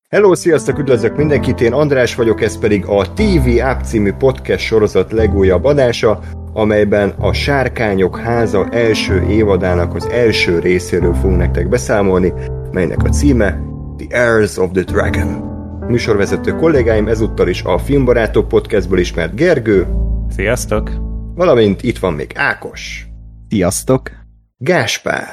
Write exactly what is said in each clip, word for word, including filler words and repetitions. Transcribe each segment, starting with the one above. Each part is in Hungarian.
Hello, sziasztok, üdvözlök mindenkit, én András vagyok, ez pedig a té vé App című podcast sorozat legújabb adása, amelyben a Sárkányok háza első évadának az első részéről fogunk nektek beszámolni, melynek a címe The Heirs of the Dragon. Műsorvezető kollégáim ezúttal is a Filmbarátok podcastból ismert Gergő. Sziasztok! Valamint itt van még Ákos. Sziasztok! Gáspár.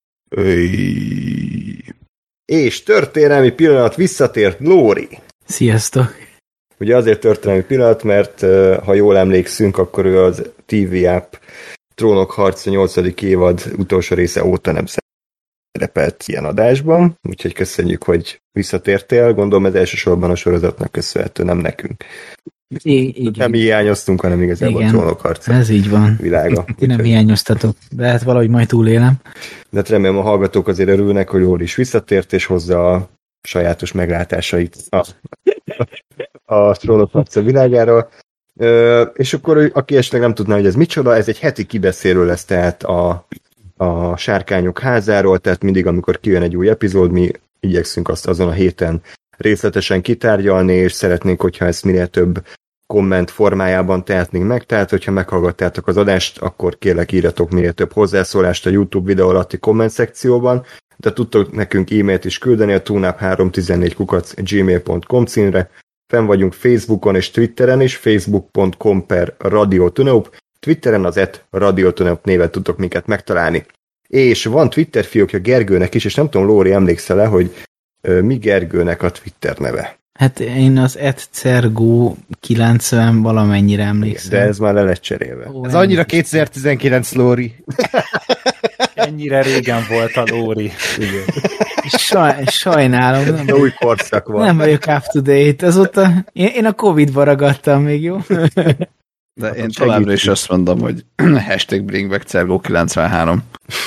Öy. És történelmi pillanat visszatért Lóri. Sziasztok! Ugye azért történelmi pillanat, mert ha jól emlékszünk, akkor ő az té vé App Trónok harca nyolcadik évad utolsó része óta nem szerepelt ilyen adásban, úgyhogy köszönjük, hogy visszatértél. Gondolom ez elsősorban a sorozatnak köszönhető, nem nekünk. I- nem hiányoztunk, hanem igazából igen, a Trónok harca ez így van. világa. Ti nem hiányoztatok, de hát valahogy majd túlélem. De hát remélem a hallgatók azért örülnek, hogy jól is visszatért, és hozza a sajátos meglátásait a, a Trónok harca világáról. Ö, és akkor, aki esetleg nem tudná, hogy ez micsoda, ez egy heti kibeszélő lesz tehát a, a Sárkányok házáról, tehát mindig, amikor kijön egy új epizód, mi igyekszünk azt azon a héten részletesen kitárgyalni, és szeretnénk, hogyha ezt minél több komment formájában tehetnénk meg, tehát hogyha meghallgattátok az adást, akkor kérlek írjatok minél több hozzászólást a YouTube videó alatti komment szekcióban, de tudtok nekünk e-mailt is küldeni a tunap három tizennégy kukac gmail pont com címre. Fenn vagyunk Facebookon és Twitteren is, facebook pont com per radiotuneup, Twitteren az et radiotuneup néven tudtok minket megtalálni. És van Twitter fiókja Gergőnek is, és nem tudom, Lóri, emlékszel-e, hogy ö, mi Gergőnek a Twitter neve? Hát én az et cergo kilencven valamennyire emlékszem. De ez már le lett cserélve. Ó, Ez annyira kétezer-tizenkilenc, Lóri. Ennyire régen volt a Lóri. Igen. Saj, sajnálom. Nem, Új korszak van. nem vagyok up to date. Azóta én, én a Covid-ba ragadtam még, jó? De én továbbra is azt mondom, hogy hashtag bring back cergo kilencvenhárom.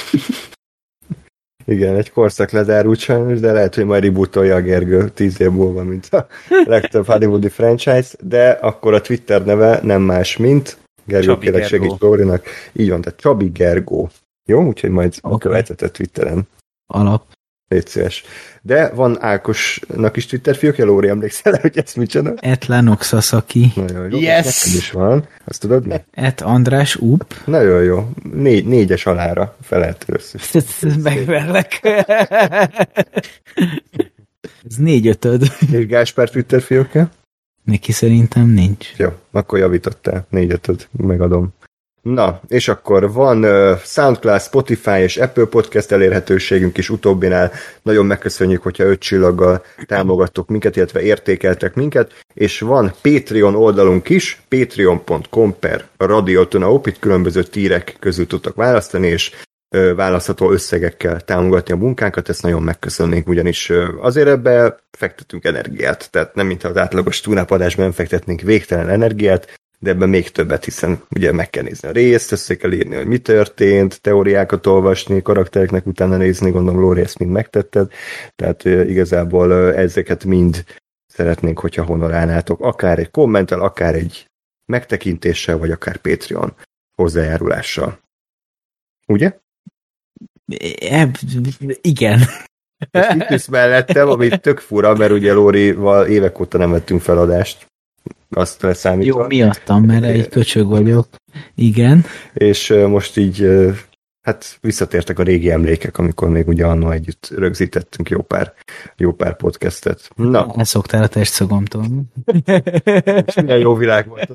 Igen, egy korszak lezárult sajnos, de lehet, hogy majd rebootolja a Gergő tíz év múlva, mint a legtöbb hollywoodi franchise, de akkor a Twitter neve nem más, mint Gergő, kérlek segíts Lórinak. Így van, tehát Csabi Gergó. Jó, úgyhogy majd okay. követett a Twitteren. Alap. Légy szíves. De van Ákosnak is Twitter fiókja, Lóri, emlékszel, hogy ez micsoda? Et Lennox Sasaki. Nagyon jó. Yes! Nekem is van. Azt tudod mi? Et András Up. Nagyon jó. Négy, négyes alára felelt össze. Megverlek. Ez négy-ötöd. És Gáspár Twitter fiókja? Neki szerintem nincs. Jó, akkor javítottál. Négy-ötöd, megadom. Na, és akkor van uh, SoundCloud, Spotify és Apple Podcast elérhetőségünk is utóbbinál. Nagyon megköszönjük, hogyha öt csillaggal támogattok minket, illetve értékeltek minket, és van Patreon oldalunk is, patreon pont com per radiotuneup, itt különböző tírek közül tudtok választani, és uh, választható összegekkel támogatni a munkánkat, ezt nagyon megköszönnénk, ugyanis uh, azért ebbe fektetünk energiát, tehát nem mint az átlagos túnápadásban fektetnénk végtelen energiát, de ebben még többet, hiszen ugye meg kell nézni a részt, össze kell írni, hogy mi történt, teóriákat olvasni, karaktereknek utána nézni, gondolom Lóri, ezt mind megtetted, tehát uh, igazából uh, ezeket mind szeretnénk, hogyha honorálnátok, akár egy kommenttel, akár egy megtekintéssel, vagy akár Patreon hozzájárulással. Ugye? E, igen. És itt is mellettem, ami tök fura, mert ugye Lórival évek óta nem vettünk feladást. Azt leszámítva. Jó, miattam, mert egy köcsög vagyok. Igen. És uh, most így uh, hát visszatértek a régi emlékek, amikor még ugye annól együtt rögzítettünk jó pár, jó pár podcastet. Na. Elszoktál a testszagomtól. És milyen jó világ volt.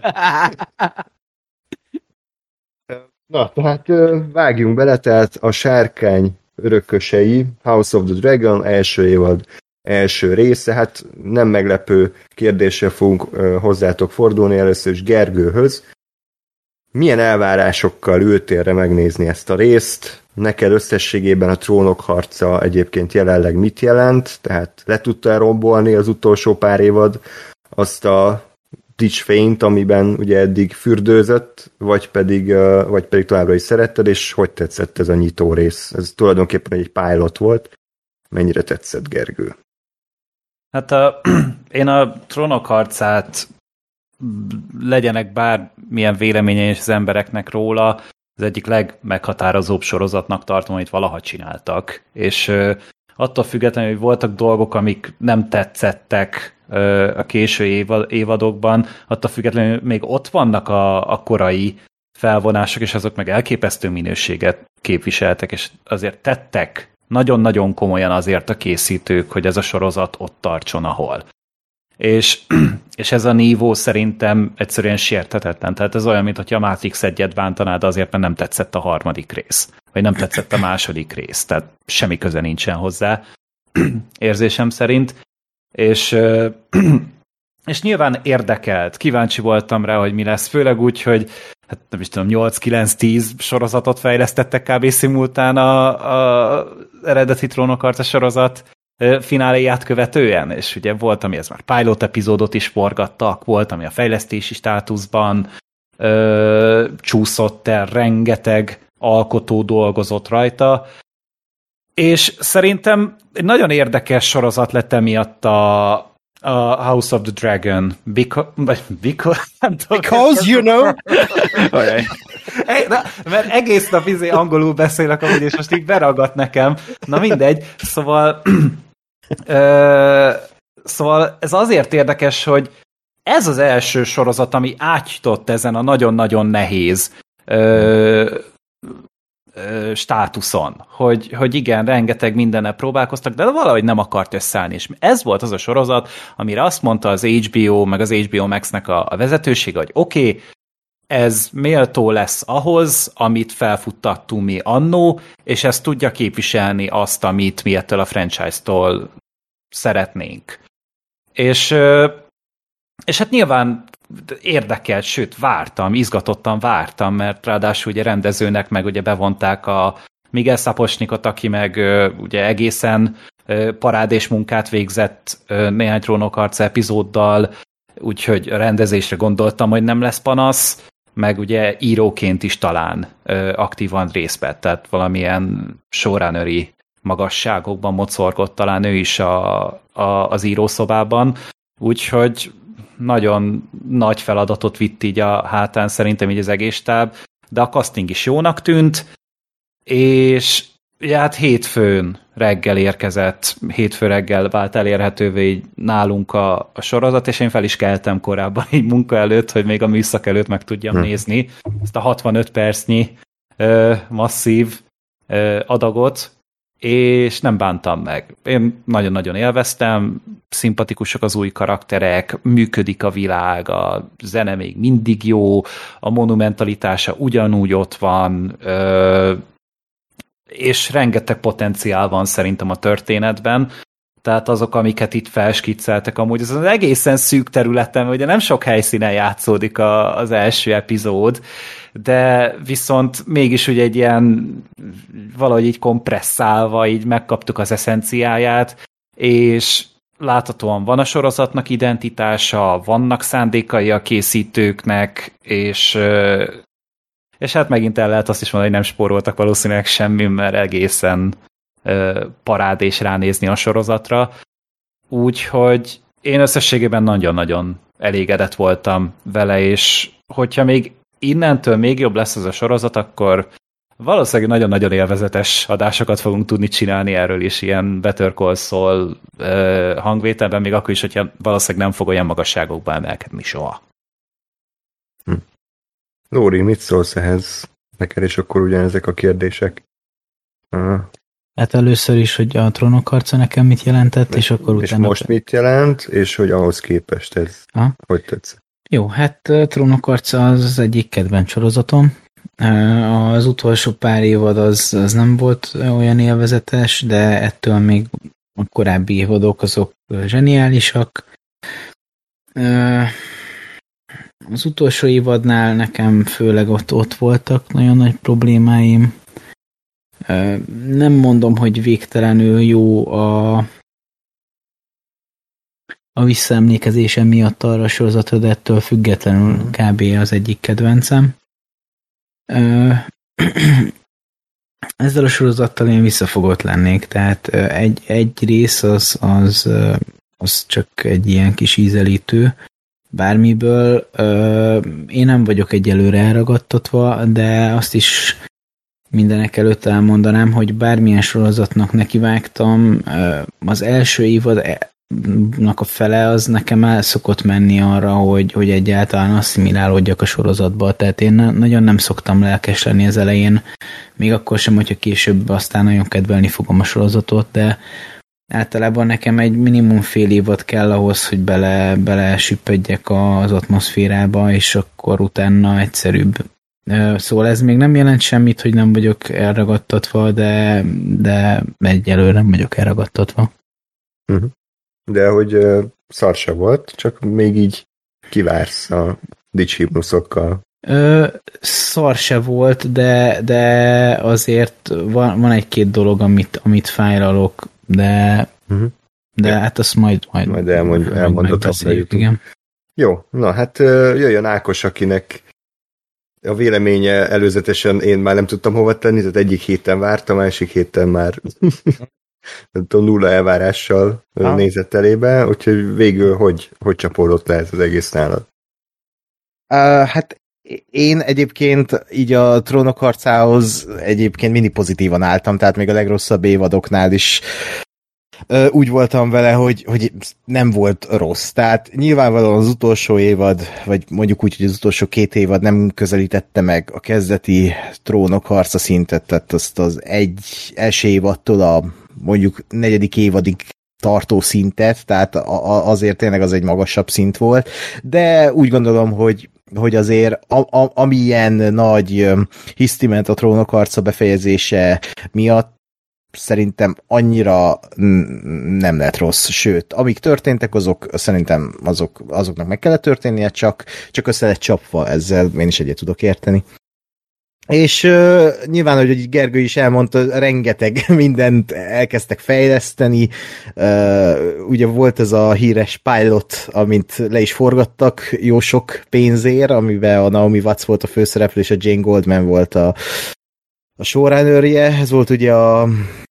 Na, tehát uh, vágjunk bele, tehát a Sárkány örökösei, House of the Dragon első évad első része, hát nem meglepő kérdéssel fogunk uh, hozzátok fordulni, először is Gergőhöz. Milyen elvárásokkal ültél re megnézni ezt a részt? Neked összességében a Trónok harca egyébként jelenleg mit jelent? Tehát le tudta rombolni az utolsó pár évad azt a dicsfényt, amiben ugye eddig fürdőzött, vagy pedig, uh, vagy pedig továbbra is szeretted, és hogy tetszett ez a nyitó rész? Ez tulajdonképpen egy pilot volt. Mennyire tetszett, Gergő? Hát a, én a Trónok harcát legyenek bármilyen véleményei az embereknek róla, az egyik legmeghatározóbb sorozatnak tartom, amit valaha csináltak. És attól függetlenül, hogy voltak dolgok, amik nem tetszettek a késő évadokban, attól függetlenül még ott vannak a, a korai felvonások, és azok meg elképesztő minőséget képviseltek, és azért tettek nagyon-nagyon komolyan azért a készítők, hogy ez a sorozat ott tartson, ahol. És, és ez a nívó szerintem egyszerűen sérthetetlen. Tehát ez olyan, mint hogyha a Matrix egyet bántanád azért, mert nem tetszett a harmadik rész. Vagy nem tetszett a második rész. Tehát semmi köze nincsen hozzá, érzésem szerint. És, és nyilván érdekelt. Kíváncsi voltam rá, hogy mi lesz. Főleg úgy, hogy hát nem is tudom, nyolc kilenc tíz sorozatot fejlesztettek kb. Szimultán a, a eredeti Trónokharca sorozat fináléját követően, és ugye volt, ami ez már pilot epizódot is forgattak, volt, ami a fejlesztési státuszban ö, csúszott el, rengeteg alkotó dolgozott rajta, és szerintem egy nagyon érdekes sorozat lett emiatt a, a House of the Dragon. Because, because, nem tudom, because you know! Hey, na, mert egész nap izé angolul beszélek amúgy, és most így beragadt nekem. Na mindegy, szóval ö, szóval ez azért érdekes, hogy ez az első sorozat, ami átjutott ezen a nagyon-nagyon nehéz ö, ö, státuszon, hogy, hogy igen, rengeteg mindennel próbálkoztak, de valahogy nem akart összeállni. És ez volt az a sorozat, amire azt mondta az há bé o, meg az há bé o Max-nek a, a vezetősége, hogy oké, okay, ez méltó lesz ahhoz, amit felfuttattunk mi annó, és ez tudja képviselni azt, amit mi ettől a franchise-tól szeretnénk. És, és hát nyilván érdekelt, sőt, vártam, izgatottan vártam, mert ráadásul ugye rendezőnek meg ugye bevonták a Miguel Sapochnikot, aki meg ugye egészen parádés munkát végzett néhány Trónokharca epizóddal, úgyhogy a rendezésre gondoltam, hogy nem lesz panasz, meg ugye íróként is talán ö, aktívan részt vett, tehát valamilyen showrunneri magasságokban mocorgott talán ő is a, a, az írószobában, úgyhogy nagyon nagy feladatot vitt így a hátán szerintem így az egész stáb, de a casting is jónak tűnt, és ugye hát hétfőn reggel érkezett, hétfő reggel vált elérhetővé így nálunk a, a sorozat, és én fel is keltem korábban így munka előtt, hogy még a műszak előtt meg tudjam hmm. nézni ezt a hatvanöt percnyi ö, masszív ö, adagot, és nem bántam meg. Én nagyon-nagyon élveztem, szimpatikusak az új karakterek, működik a világ, a zene még mindig jó, a monumentalitása ugyanúgy ott van, ö, és rengeteg potenciál van szerintem a történetben, tehát azok, amiket itt felskicceltek, amúgy ez az egészen szűk területen, ugye nem sok helyszínen játszódik a, az első epizód, de viszont mégis ugye egy ilyen valahogy így kompresszálva így megkaptuk az eszenciáját, és láthatóan van a sorozatnak identitása, vannak szándékai a készítőknek, és és hát megint el lehet azt is mondani, hogy nem spóroltak valószínűleg semmi, mert egészen ö, parádés ránézni a sorozatra. Úgyhogy én összességében nagyon-nagyon elégedett voltam vele, és hogyha még innentől még jobb lesz ez a sorozat, akkor valószínűleg nagyon-nagyon élvezetes adásokat fogunk tudni csinálni erről is, ilyen Better Call Saul ö, hangvételben, még akkor is, hogyha valószínűleg nem fog olyan magasságokba emelkedni soha. Hm. Lóri, mit szólsz ehhez neked, és akkor ugyanezek a kérdések? Uh. Hát először is, hogy a Trónokharca nekem mit jelentett, és akkor és utána... most mit jelent, és hogy ahhoz képest ez ha? Hogy tetsz? Jó, hát Trónokharca az egyik kedvenc sorozatom. Az utolsó pár évad az, az nem volt olyan élvezetes, de ettől még a korábbi évadok azok zseniálisak. Az utolsó évadnál nekem főleg ott, ott voltak nagyon nagy problémáim. Nem mondom, hogy végtelenül jó a, a visszaemlékezésem miatt arra a sorozatra, de ettől függetlenül kb. Az egyik kedvencem. Ezzel a sorozattal én visszafogott lennék, tehát egy, egy rész az, az, az csak egy ilyen kis ízelítő, bármiből. Én nem vagyok egyelőre elragadtatva, de azt is mindenek előtt elmondanám, hogy bármilyen sorozatnak nekivágtam, az első évadnak a fele az nekem el szokott menni arra, hogy, hogy egyáltalán asszimilálódjak a sorozatba, tehát én nagyon nem szoktam lelkes lenni az elején, még akkor sem, hogyha később aztán nagyon kedvelni fogom a sorozatot, de általában nekem egy minimum fél évad kell ahhoz, hogy bele, bele süppedjek az atmoszférába, és akkor utána egyszerűbb. Szóval ez még nem jelent semmit, hogy nem vagyok elragadtatva, de, de egyelőre nem vagyok elragadtatva. De hogy uh, szar se volt, csak még így kivársz a dicsíbnuszokkal. Szar se volt, de, de azért van, van egy-két dolog, amit, amit fájlalok, de, uh-huh. de ja. hát azt majd majd, majd elmond, elmondod, igen. Jó, na hát jöjjön Ákos, akinek a véleménye előzetesen én már nem tudtam hova tenni, tehát egyik héten vártam, másik héten már nem tudom, nulla elvárással ha. nézett elébe, úgyhogy végül hogy, hogy csapódott le ez az egész nálad? Uh, hát én egyébként így a Trónok harcához egyébként mindig pozitívan álltam, tehát még a legrosszabb évadoknál is uh, úgy voltam vele, hogy, hogy nem volt rossz. Tehát nyilvánvalóan az utolsó évad, vagy mondjuk úgy, hogy az utolsó két évad nem közelítette meg a kezdeti Trónok harca szintet, tehát azt az egy első évadtól a mondjuk negyedik évadig tartó szintet, tehát azért tényleg az egy magasabb szint volt, de úgy gondolom, hogy hogy azért a, a, amilyen nagy hiszti ment a Trónok harca befejezése miatt szerintem annyira nem lett rossz, sőt, amik történtek, azok szerintem azok, azoknak meg kellett történnie, csak, csak össze lett csapva, ezzel én is egyet tudok érteni. És uh, nyilván, hogy Gergő is elmondta, rengeteg mindent elkezdtek fejleszteni. Uh, ugye volt ez a híres pilot, amit le is forgattak jó sok pénzért, amiben a Naomi Watts volt a főszereplő, és a Jane Goldman volt a, a showrunnerje. Ez volt ugye a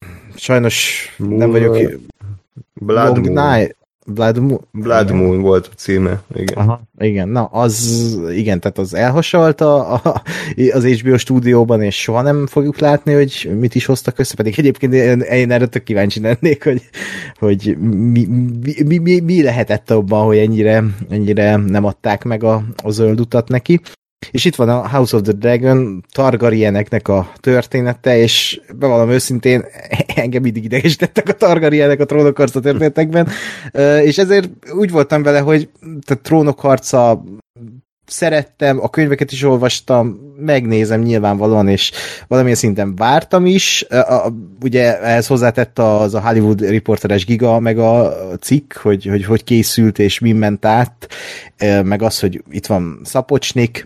sajnos Moon, nem vagyok Blood Long Moon. Night. Blood Moon, Blood Moon volt a címe, igen. Aha, igen, na az, igen, tehát az elhasalt a, a, az há bé o stúdióban, és soha nem fogjuk látni, hogy mit is hoztak össze, pedig egyébként én, én erre tök kíváncsi lennék, hogy, hogy mi, mi, mi, mi lehetett abban, hogy ennyire, ennyire nem adták meg a, a zöld utat neki. És itt van a House of the Dragon Targaryeneknek a története, és bevallom őszintén, engem mindig idegesítettek a Targaryenek a Trónok harca történetekben, és ezért úgy voltam vele, hogy a Trónok harca szerettem, a könyveket is olvastam, megnézem nyilvánvalóan, és valamilyen szinten vártam is. Ugye ehhez hozzátett az a Hollywood Reporteres Giga, meg a cikk, hogy hogy, hogy készült, és mi ment át, meg az, hogy itt van Szapocsnik,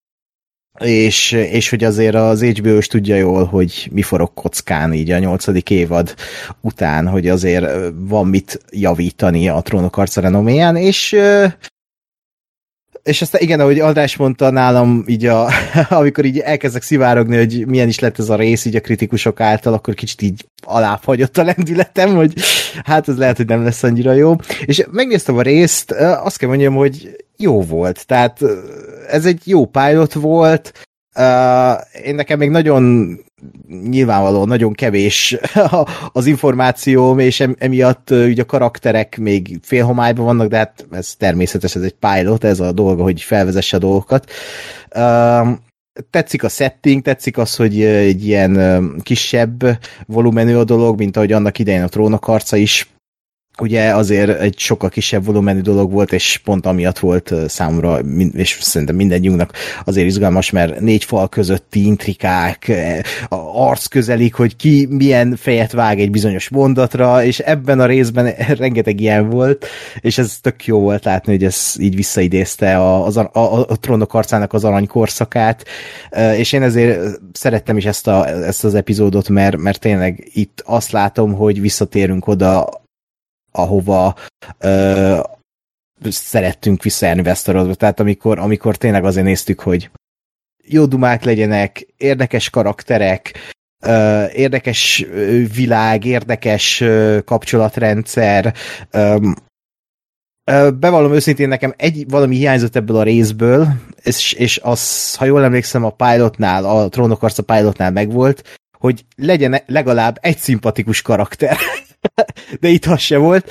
És, és hogy azért az há bé o-s tudja jól, hogy mi forog kockán így a nyolcadik évad után, hogy azért van mit javítani a Trónok harca renoméján, és és aztán igen, ahogy András mondta nálam, így a, amikor így elkezdek szivárogni, hogy milyen is lett ez a rész így a kritikusok által, akkor kicsit így alábbhagyott a lendületem, hogy hát ez lehet, hogy nem lesz annyira jó. És megnéztem a részt, azt kell mondjam, hogy jó volt. Tehát ez egy jó pilot volt. Én nekem még nagyon nyilvánvalóan nagyon kevés az információm, és emiatt ugye a karakterek még félhomályban vannak, de hát ez természetes, ez egy pilot, ez a dolga, hogy felvezesse a dolgokat. Tetszik a setting, tetszik az, hogy egy ilyen kisebb volumenű a dolog, mint ahogy annak idején a Trónok harca is. Ugye azért egy sokkal kisebb volumenű dolog volt, és pont amiatt volt számomra, és szerintem mindegyünknek azért izgalmas, mert négy fal közötti intrikák, arc közelik, hogy ki milyen fejet vág egy bizonyos mondatra, és ebben a részben rengeteg ilyen volt, és ez tök jó volt látni, hogy ez így visszaidézte a, a, a, a Trónok harcának az aranykorszakát, és én ezért szerettem is ezt, a, ezt az epizódot, mert, mert tényleg itt azt látom, hogy visszatérünk oda, ahova ö, szerettünk visszajárni Westeroszba. Tehát amikor, amikor tényleg azért néztük, hogy jó dumák legyenek, érdekes karakterek, ö, érdekes világ, érdekes ö, kapcsolatrendszer, ö, Bevallom őszintén, nekem egy valami hiányzott ebből a részből, és, és az, ha jól emlékszem, a pilotnál, a Trónok harca pilotnál megvolt, hogy legyen legalább egy szimpatikus karakter. De itt az se volt.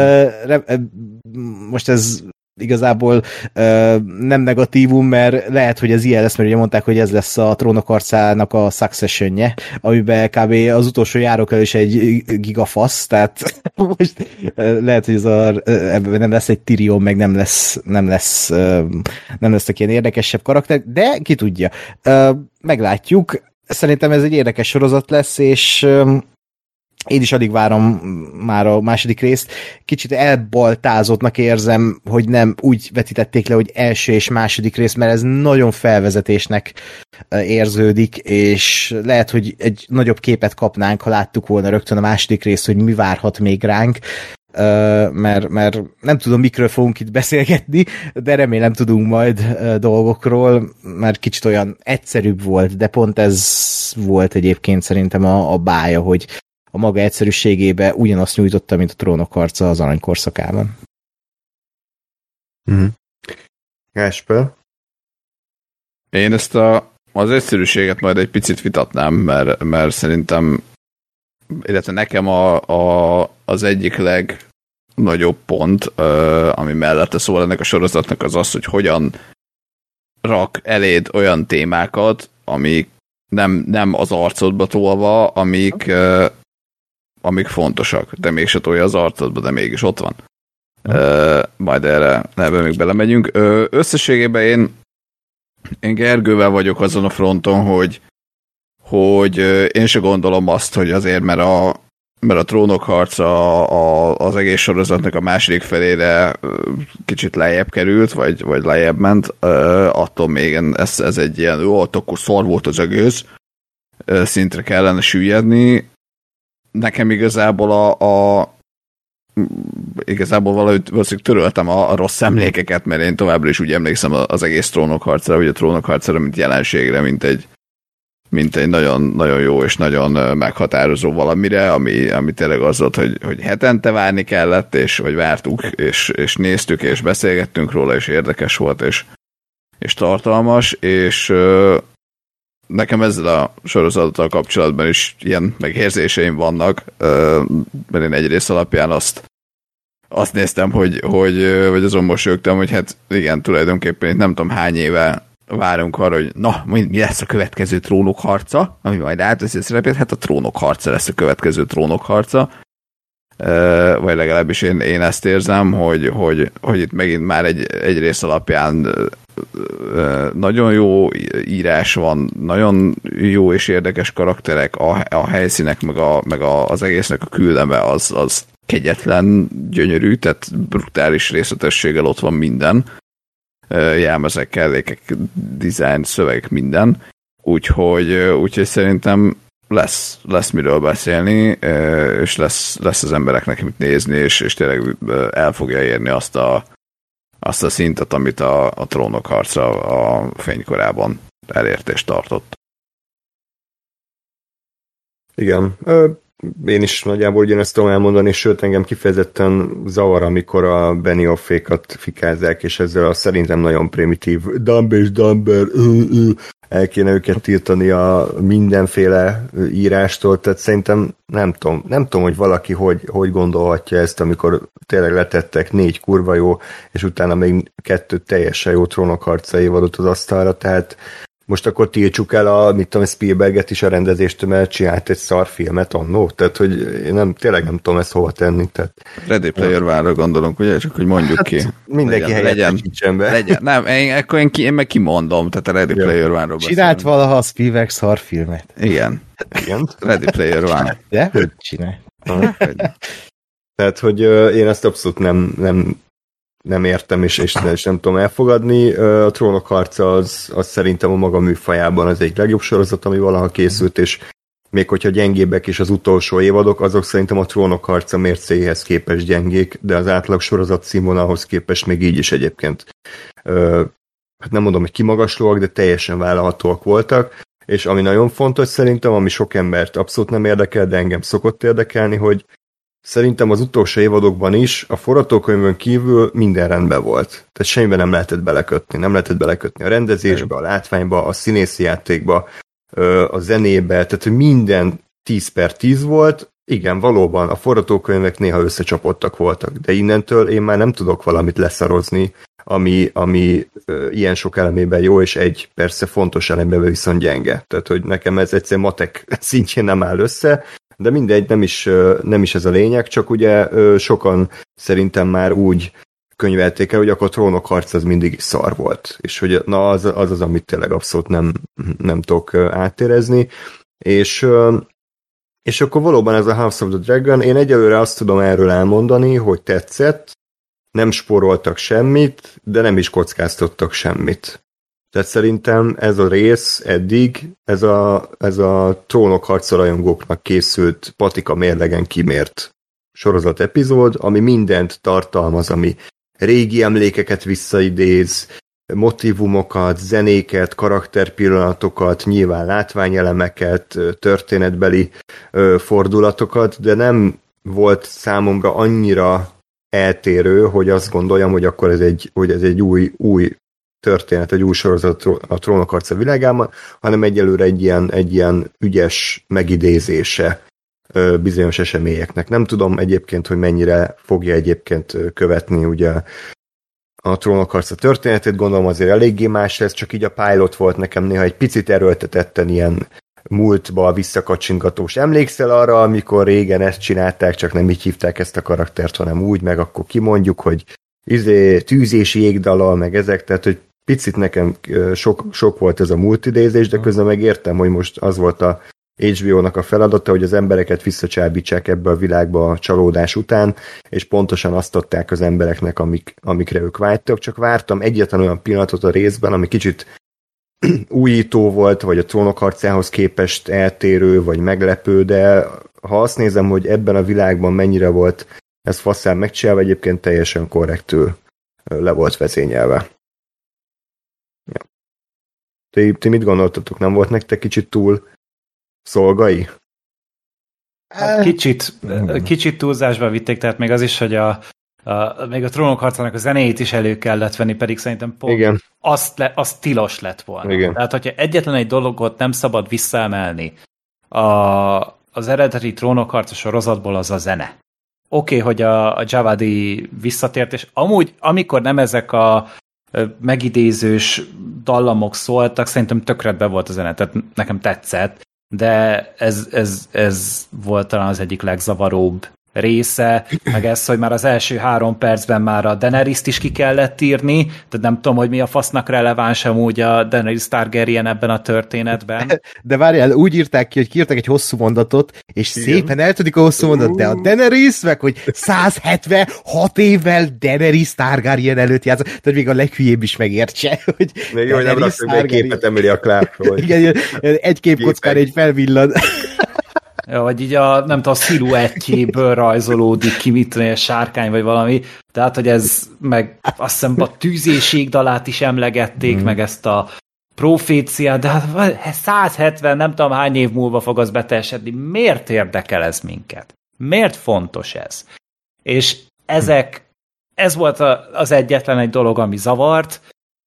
Most ez igazából nem negatívum, mert lehet, hogy ez ilyen lesz, mert ugye mondták, hogy ez lesz a Trónok harcának a successionje, amiben kb. Az utolsó járókör is egy gigafasz, tehát most lehet, hogy ez a, ebben nem lesz egy Tyrion, meg nem lesz, nem lesz, nem lesznek ilyen érdekesebb karakter, de ki tudja. Meglátjuk. Szerintem ez egy érdekes sorozat lesz, és én is alig várom már a második részt. Kicsit elbaltázottnak érzem, hogy nem úgy vetítették le, hogy első és második rész, mert ez nagyon felvezetésnek érződik, és lehet, hogy egy nagyobb képet kapnánk, ha láttuk volna rögtön a második részt, hogy mi várhat még ránk, mert, mert nem tudom, mikről fogunk itt beszélgetni, de remélem tudunk majd dolgokról, mert kicsit olyan egyszerűbb volt, de pont ez volt egyébként szerintem a, a bája, hogy a maga egyszerűségébe ugyanazt nyújtotta, mint a Trónok harca az aranykorszakában. Mm. Gásper? Én ezt a, az egyszerűséget majd egy picit vitatnám, mert, mert szerintem, illetve nekem a, a, az egyik legnagyobb pont, ami mellette szól ennek a sorozatnak, az az, hogy hogyan rak eléd olyan témákat, amik nem, nem az arcodba tolva, amik amik fontosak, de mégse tolja az arcodba, de mégis ott van. Uh, majd erre ebben még belemegyünk. Ö, összességében én, én Gergővel vagyok azon a fronton, hogy, hogy én se gondolom azt, hogy azért, mert a, mert a Trónok harca a, az egész sorozatnak a második felére kicsit lejjebb került, vagy, vagy lejjebb ment, ö, attól még ez, ez egy ilyen, jó, akkor szar volt az egész, szintre kellene süllyedni. Nekem igazából a, a igazából valahogy valószínűleg töröltem a, a rossz emlékeket, mert én továbbra is úgy emlékszem az egész Trónok harcra, vagy a Trónok harcra, mint jelenségre, mint egy, mint egy nagyon, nagyon jó és nagyon meghatározó valamire, ami, ami tényleg az volt, hogy, hogy hetente várni kellett, és vagy vártuk, és, és néztük, és beszélgettünk róla, és érdekes volt, és, és tartalmas, és nekem ezzel a sorozattal kapcsolatban is ilyen megérzéseim vannak, mert én egyrészt alapján azt, azt néztem, hogy, hogy, vagy azon mosolyogtam, hogy hát igen, tulajdonképpen itt nem tudom hány éve várunk arra, hogy na, mi lesz a következő Trónok harca, ami majd átveszi a szerepét, hát a Trónok harca lesz a következő Trónok harca, vagy legalábbis én, én ezt érzem, hogy, hogy, hogy itt megint már egy, egy rész alapján nagyon jó írás van, nagyon jó és érdekes karakterek, a, a helyszínek, meg, a, meg a, az egésznek a küldeme az, az kegyetlen, gyönyörű, tehát brutális részletességgel ott van minden. Jelmezek, kellékek, design, szövegek, minden. Úgyhogy, úgyhogy szerintem lesz, lesz miről beszélni, és lesz, lesz az embereknek mit nézni, és, és tényleg el fogja érni azt a azt a szintet, amit a, a Trónok harca a fénykorában elért és tartott. Igen. Én is nagyjából ugyanezt tudom elmondani, sőt engem kifejezetten zavar, amikor a Benioffékat fikázzák, és ezzel a szerintem nagyon primitív dumb és dumber el kéne őket tiltani a mindenféle írástól, tehát szerintem nem tudom, nem tudom, hogy valaki hogy, hogy gondolhatja ezt, amikor tényleg letettek négy kurva jó, és utána még kettő teljesen jó Trónok harca évadot az asztalra, tehát most akkor tiltsuk el a, mit tudom, Spielberget is a rendezéstől, mert csinált egy szarfilmet annó, tehát hogy én nem, tényleg nem tudom ezt hova tenni. Tehát, Ready Player One-ra gondolunk, ugye? Csak hogy mondjuk hát, ki. Mindenki helyettesítsen be. Legyen. Nem, én, akkor én, ki, én meg kimondom, tehát a Ready ja. Player One-ról beszélünk. Csinált valaha a Spielberg szarfilmet. Igen. Igen. Ready Player One. De? Hogy csinál? Tehát, hogy uh, én ezt abszolút nem, nem nem értem, és, és, és nem tudom elfogadni. A Trónok harca az, az szerintem a maga műfajában az egyik legjobb sorozat, ami valaha készült, és még hogyha gyengébbek is az utolsó évadok, azok szerintem a Trónok harca mércéhez képest gyengék, de az átlag sorozat színvonalhoz képest még így is egyébként. Hát nem mondom, hogy kimagaslóak, de teljesen vállalhatóak voltak, és ami nagyon fontos szerintem, ami sok embert abszolút nem érdekel, de engem szokott érdekelni, hogy szerintem az utolsó évadokban is a forgatókönyvön kívül minden rendben volt. Tehát semmiben nem lehetett belekötni. Nem lehetett belekötni a rendezésbe, a látványba, a színészi játékba, a zenébe, tehát hogy minden tíz per tíz volt. Igen, valóban a forgatókönyvek néha összecsapottak voltak, de innentől én már nem tudok valamit leszarozni, ami, ami ö, ilyen sok elemében jó, és egy persze fontos elemében viszont gyenge. Tehát, hogy nekem ez egyszerűen matek szintjén nem áll össze, de mindegy, nem is, ö, nem is ez a lényeg, csak ugye ö, sokan szerintem már úgy könyvelték el, hogy akkor a Trónok harc az mindig is szar volt, és hogy na az az, az amit tényleg abszolút nem, nem tudok átérezni, és ö, és akkor valóban ez a House of the Dragon, én egyelőre azt tudom erről elmondani, hogy tetszett, nem spóroltak semmit, de nem is kockáztattak semmit. Tehát szerintem ez a rész eddig, ez a, ez a Trónok harca rajongóknak készült patika mérlegen kimért sorozat epizód, ami mindent tartalmaz, ami régi emlékeket visszaidéz, motivumokat, zenéket, karakterpillanatokat, nyilván látványelemeket, történetbeli ö, fordulatokat, de nem volt számomra annyira eltérő, hogy azt gondoljam, hogy akkor ez egy, hogy ez egy új, új történet, egy új sorozat a Trónok harca világában, hanem egyelőre egy ilyen, egy ilyen ügyes megidézése ö, bizonyos eseményeknek. Nem tudom egyébként, hogy mennyire fogja egyébként követni ugye a Trónok harca történetét, gondolom azért eléggé más lesz, csak így a pilot volt nekem néha egy picit erőltetetten ilyen múltba visszakacsingatós. Emlékszel arra, amikor régen ezt csinálták, csak nem így hívták ezt a karaktert, hanem úgy, meg akkor kimondjuk, hogy izé, tűzési jégdalal, meg ezek, tehát hogy picit nekem sok, sok volt ez a múltidézés, de közben megértem, hogy most az volt a há bé ó-nak a feladata, hogy az embereket visszacsábítsák ebbe a világba a csalódás után, és pontosan azt adták az embereknek, amik, amikre ők vágytak, csak vártam egyetlen olyan pillanatot a részben, ami kicsit újító volt, vagy a Trónok harcához képest eltérő, vagy meglepő, de ha azt nézem, hogy ebben a világban mennyire volt ez faszán megcsinálva, egyébként teljesen korrektül le volt vezényelve. Ja. Ti, ti mit gondoltatok? Nem volt nektek kicsit túl szolgai? Hát kicsit, kicsit túlzásba vitték, tehát még az is, hogy a, a, még a Trónok harcának a zenéjét is elő kellett venni, pedig szerintem pont Igen. azt, le, azt tilos lett volna. Igen. Tehát, hogyha egyetlen egy dologot nem szabad visszaemelni a, az eredeti Trónok harca sorozatból, az a zene. Oké, okay, hogy a, a Javadi visszatért, és amúgy, amikor nem ezek a megidézős dallamok szóltak, szerintem tökre be volt a zene, tehát nekem tetszett, de ez, ez, ez volt talán az egyik legzavaróbb része, meg ez, hogy már az első három percben már a Daenerys-t is ki kellett írni, tehát nem tudom, hogy mi a fasznak releváns amúgy a Daenerys Targaryen ebben a történetben. De várjál, úgy írták ki, hogy kiírtak egy hosszú mondatot, és igen, szépen eltudik a hosszú mondat, de a Daenerys, meg hogy száz hetvenhat évvel Daenerys Targaryen előtt játszott, tehát még a leghülyébb is megértse, hogy még jó, hogy nem raksz, hogy egy képet emeli a Clarkról. Igen, egy képkockán egy felvillan. Ja, vagy így a, nem tudom, a sziluettjéből rajzolódik ki, mit tudom, a sárkány, vagy valami. Tehát, hogy ez, meg azt hiszem a tűzéség dalát is emlegették, mm. meg ezt a proféciát, de hát száz hetven, nem tudom hány év múlva fog az beteljesedni. Miért érdekel ez minket? Miért fontos ez? És ezek, ez volt a, az egyetlen egy dolog, ami zavart,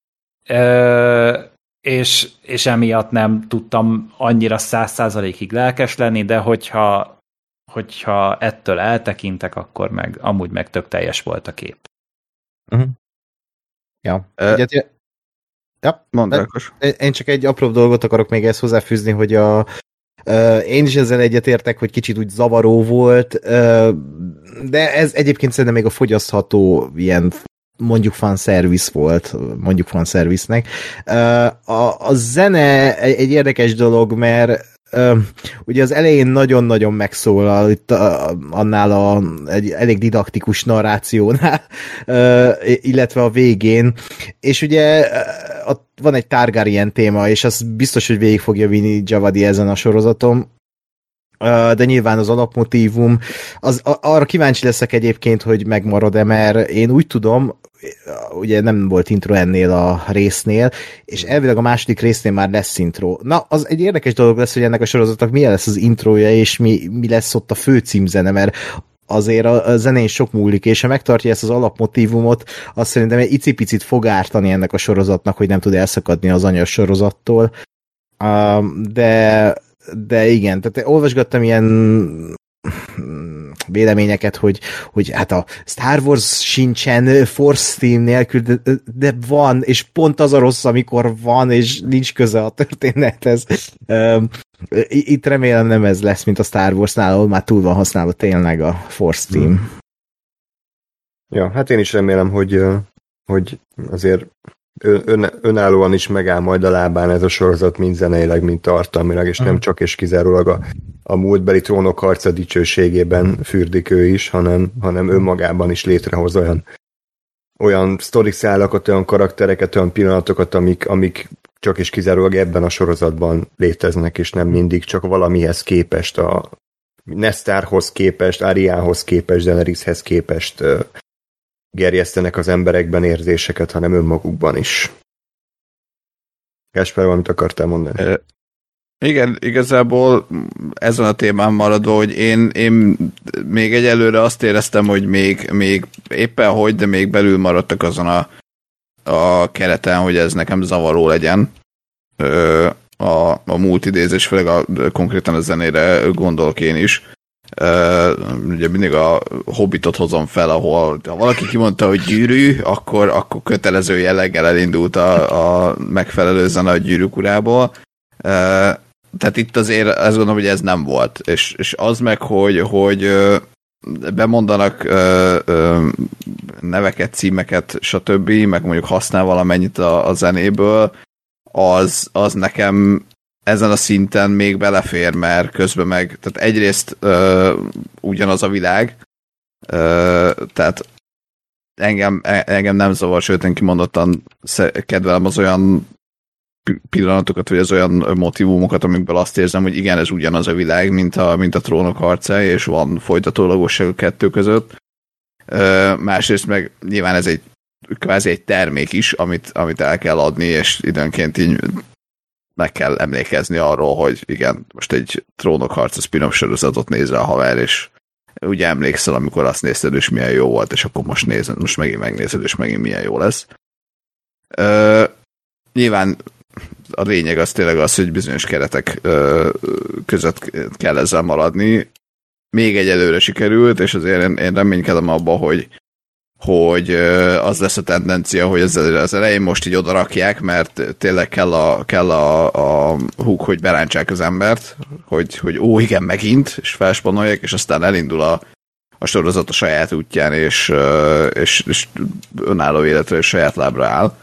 Ö, és, és emiatt nem tudtam annyira száz százalékig lelkes lenni, de hogyha, hogyha ettől eltekintek, akkor meg amúgy meg tök teljes volt a kép. Uh-huh. Ja. Uh, Egyet, ja. Mondd, Ákos. Én csak egy apró dolgot akarok még ezt hozzáfűzni, hogy a, uh, én is ezzel egyetértek, hogy kicsit úgy zavaró volt, uh, de ez egyébként szerintem még a fogyasztható ilyen mondjuk fanservice volt, mondjuk fanservice-nek. A, a zene egy, egy érdekes dolog, mert uh, ugye az elején nagyon-nagyon megszólal itt uh, annál a egy elég didaktikus narrációnál, uh, illetve a végén, és ugye uh, van egy Targaryen téma, és az biztos, hogy végig fogja vinni Javadi ezen a sorozaton, de nyilván az alapmotívum, az, arra kíváncsi leszek egyébként, hogy megmarad-e, mert én úgy tudom, ugye nem volt intro ennél a résznél, és elvileg a második résznél már lesz intro. Na, az egy érdekes dolog lesz, hogy ennek a sorozatnak milyen lesz az introja, és mi, mi lesz ott a főcímzene, mert azért a, a zenén sok múlik, és ha megtartja ezt az alapmotívumot, azt szerintem egy icipicit fog ártani ennek a sorozatnak, hogy nem tud elszakadni az anyas sorozattól. Um, de, de igen, tehát olvasgattam ilyen véleményeket, hogy, hogy hát a Star Wars sincsen Force Team nélkül, de, de van, és pont az a rossz, amikor van, és nincs köze a történethez. Um, itt remélem nem ez lesz, mint a Star Wars-nál, ahol már túl van használva tényleg a Force Team. Ja, hát én is remélem, hogy, hogy azért ön, önállóan is megáll majd a lábán ez a sorozat, mind zeneileg, mind tartalmilag, és nem csak és kizárólag a, a múltbeli Trónok harca dicsőségében fürdik ő is, hanem, hanem önmagában is létrehoz olyan, olyan sztoriszálakat, olyan karaktereket, olyan pillanatokat, amik, amik csak és kizárólag ebben a sorozatban léteznek, és nem mindig csak valamihez képest, a Nestarhoz képest, Ariához képest, Daeneryshez képest gerjesztenek az emberekben érzéseket, hanem önmagukban is. Gáspár, valamit akartál mondani? E, igen, igazából ezen a témán maradva, hogy én, én még egyelőre azt éreztem, hogy még, még éppen hogy, de még belül maradtak azon a, a kereten, hogy ez nekem zavaró legyen. A, a múlt idézés, főleg a, konkrétan a zenére gondolok én is. Uh, ugye mindig a Hobbitot hozom fel, ahol ha valaki kimondta, hogy gyűrű, akkor, akkor kötelező jelleggel elindult a, a megfelelő zene a Gyűrűk urából. Uh, tehát itt azért azt gondolom, hogy ez nem volt. És, és az meg, hogy, hogy uh, bemondanak uh, uh, neveket, címeket, stb., meg mondjuk használ valamennyit a, a zenéből, az, az nekem ezen a szinten még belefér, mert közben meg, tehát egyrészt uh, ugyanaz a világ, uh, tehát engem, engem nem zavar, sőt, én kimondottan kedvelem az olyan pillanatokat, vagy az olyan motivumokat, amikből azt érzem, hogy igen, ez ugyanaz a világ, mint a, mint a Trónok harca, és van folytatólagosság a kettő között. Uh, másrészt meg nyilván ez egy kvázi egy termék is, amit, amit el kell adni, és időnként így meg kell emlékezni arról, hogy igen, most egy Trónok harca spin-off sorozatot nézve a haver, és ugye emlékszel, amikor azt nézted, és milyen jó volt, és akkor most nézed, most megint megnézed, és megint milyen jó lesz. Ö, nyilván a lényeg az tényleg az, hogy bizonyos keretek ö, között kell ezzel maradni. Még egyelőre sikerült, és azért én, én reménykedem abba, hogy hogy az lesz a tendencia, hogy ezzel az elején most így odarakják, mert tényleg kell a, kell a, a húg, hogy berántsák az embert, hogy, hogy ó, igen, megint, és felspanolják, és aztán elindul a, a sorozat a saját útján, és, és, és önálló életre és saját lábra áll.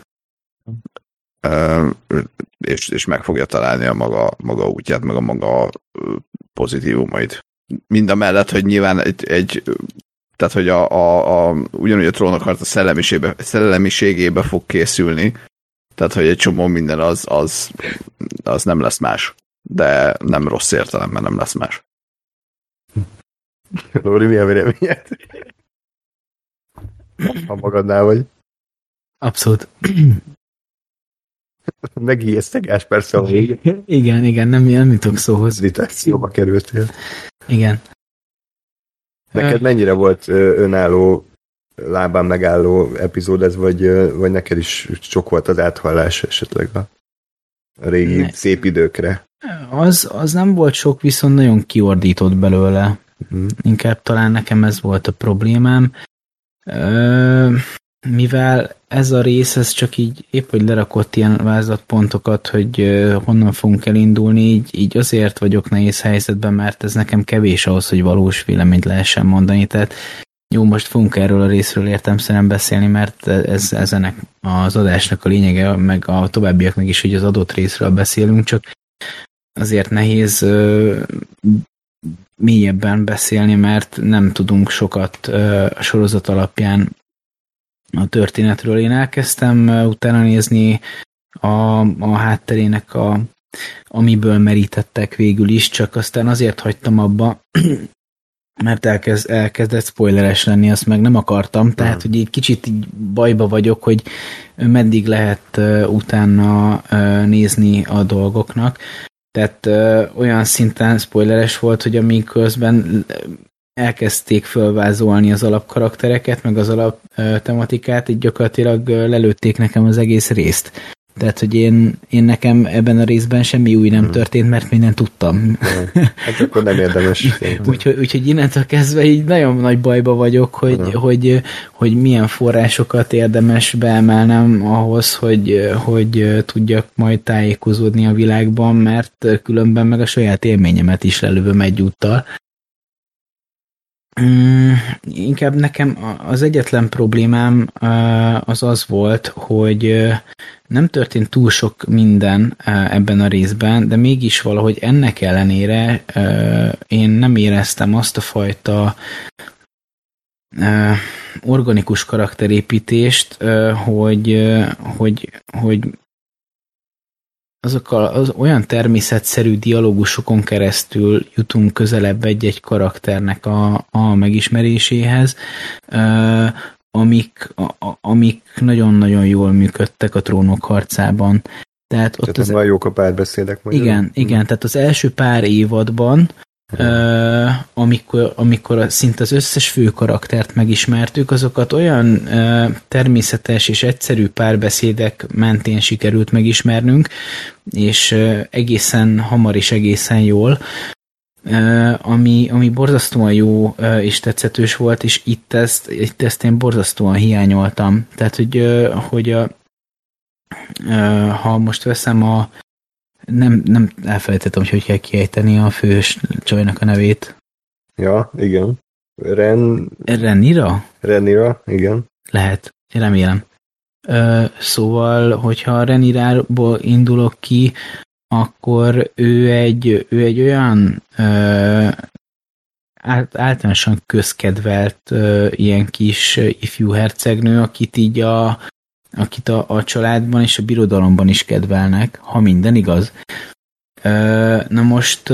És, és meg fogja találni a maga, maga útját, meg a maga pozitívumait. Mind a mellett, hogy nyilván egy, egy tehát, hogy a, a, a, ugyanúgy a Trónok harca szellemiségébe, szellemiségébe fog készülni, tehát, hogy egy csomó minden az, az, az nem lesz más. De nem rossz értelemben nem lesz más. Lóri, mi a véleményed? Ha magadnál vagy. Abszolút. Megijesztek Gáspár szóval. Igen, igen, nem, nem jutok szóhoz. Meditációba kerültél. Igen. Neked mennyire volt önálló, lábán megálló epizód ez, vagy, vagy neked is sok volt az áthallás esetleg a régi ne. szép időkre? Az, az nem volt sok, viszont nagyon kiordított belőle. Hmm. Inkább talán nekem ez volt a problémám. Ö, mivel ez a rész, ez csak így épp, hogy lerakott ilyen vázlatpontokat, hogy honnan fogunk elindulni, így, így azért vagyok nehéz helyzetben, mert ez nekem kevés ahhoz, hogy valós véleményt lehessen mondani. Tehát jó, most fogunk erről a részről értelemszerűen beszélni, mert ez, ez ennek az adásnak a lényege, meg a továbbiaknak is, hogy az adott részről beszélünk, csak azért nehéz ö, mélyebben beszélni, mert nem tudunk sokat ö, a sorozat alapján a történetről. Én elkezdtem utána nézni a, a hátterének, a, amiből merítettek végül is, csak aztán azért hagytam abba, mert elkezd, elkezdett spoileres lenni, azt meg nem akartam, tehát hogy egy kicsit így bajba vagyok, hogy meddig lehet uh, utána uh, nézni a dolgoknak. Tehát uh, olyan szinten spoileres volt, hogy amíg közben elkezdték fölvázolni az alapkaraktereket, meg az alap tematikát, így gyakorlatilag lelőtték nekem az egész részt. Tehát, hogy én, én nekem ebben a részben semmi új nem történt, mert mindent tudtam. Hát akkor nem érdemes. Úgyhogy úgy, innentől kezdve így nagyon nagy bajba vagyok, hogy, hogy, hogy milyen forrásokat érdemes beemelnem ahhoz, hogy, hogy tudjak majd tájékozódni a világban, mert különben meg a saját élményemet is lelövöm egyúttal. Mm, inkább nekem az egyetlen problémám az az volt, hogy nem történt túl sok minden ebben a részben, de mégis valahogy ennek ellenére én nem éreztem azt a fajta organikus karakterépítést, hogy, hogy, hogy azokkal az olyan természetszerű dialógusokon keresztül jutunk közelebb egy-egy karakternek a, a megismeréséhez, amik, a, amik nagyon-nagyon jól működtek a Trónok harcában. Tehát ott tehát az, az jók a párbeszédek. Igen, hmm. igen, tehát az első pár évadban Uh, amikor, amikor a, szinte az összes fő karaktert megismertük, azokat olyan uh, természetes és egyszerű párbeszédek mentén sikerült megismernünk, és uh, egészen hamar és egészen jól, uh, ami, ami borzasztóan jó uh, és tetszetős volt, és itt ezt, itt ezt én borzasztóan hiányoltam. Tehát, hogy, uh, hogy a, uh, ha most veszem a Nem, nem elfelejtettem, hogy hogy kell kiejteni a fős csajnak a nevét. Ja, igen. Ren... Renira? Renira, igen. Lehet, remélem. Ö, szóval, hogyha Renirából indulok ki, akkor ő egy, ő egy olyan ö, általánosan közkedvelt ö, ilyen kis ifjú hercegnő, akit így a akit a, a családban és a birodalomban is kedvelnek, ha minden igaz. Na most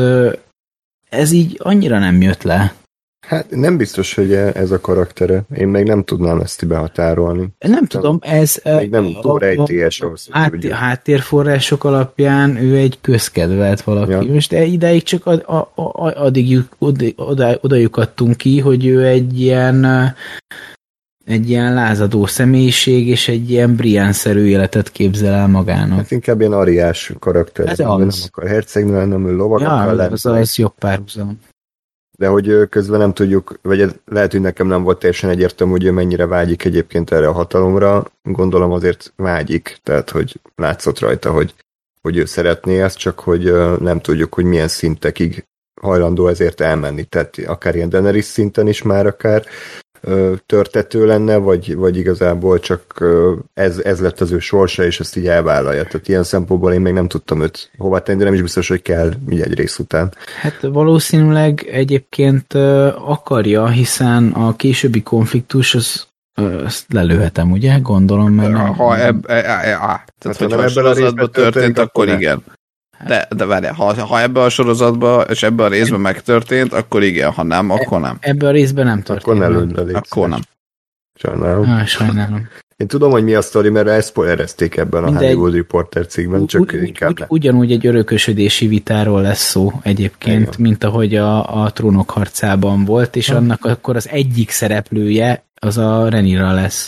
ez így annyira nem jött le. Hát nem biztos, hogy ez a karaktere. Én még nem tudnám ezt behatárolni. Nem tudom, ez... Még nem túl rejtélyes ahhoz. Hát, háttérforrások alapján ő egy közkedvelt valaki. Ja. Most ideig csak ad, a, a, addig oda, oda, oda lyukadtunk ki, hogy ő egy ilyen egy ilyen lázadó személyiség, és egy ilyen Brienne-szerű életet képzel el magának. Hát inkább ilyen ariás karakter. Ez nem, az. nem akar hercegnő, nem ő lovag ja, akar lenni. Az, az jobb párhuzam. De hogy közben nem tudjuk, vagy lehet, hogy nekem nem volt teljesen egyértelmű, hogy ő mennyire vágyik egyébként erre a hatalomra. Gondolom azért vágyik, tehát hogy látszott rajta, hogy, hogy ő szeretné ezt, csak hogy nem tudjuk, hogy milyen szintekig hajlandó ezért elmenni. Tehát akár ilyen Daenerys szinten is már akár törtető lenne, vagy, vagy igazából csak ez, ez lett az ő sorsa, és ezt így elvállalja. Tehát ilyen szempontból én még nem tudtam őt hova tenni, de nem is biztos, hogy kell így egy rész után. Hát valószínűleg egyébként akarja, hiszen a későbbi konfliktus az ezt lelőhetem, ugye? Gondolom, mert nem... Ha eb, e, e, e, á, tehát, hát, ha a sorozatban történt, akkor igen. De, de várj, ha, ha ebbe a sorozatban és ebbe a részben megtörtént, akkor igen, ha nem, akkor nem. Ebbe a részben nem történt. Akkor ne lőd le, Akkor nem. Sajnálom. Ah, sajnálom. Én tudom, hogy mi a sztori, mert ezt spoilerezték ebben Mindegy. a Hollywood Reporter cikkben, csak úgy, inkább úgy, Ugyanúgy egy örökösödési vitáról lesz szó egyébként, igen. mint ahogy a, a Trónok harcában volt, és ha. annak akkor az egyik szereplője az a Rhaenyra lesz.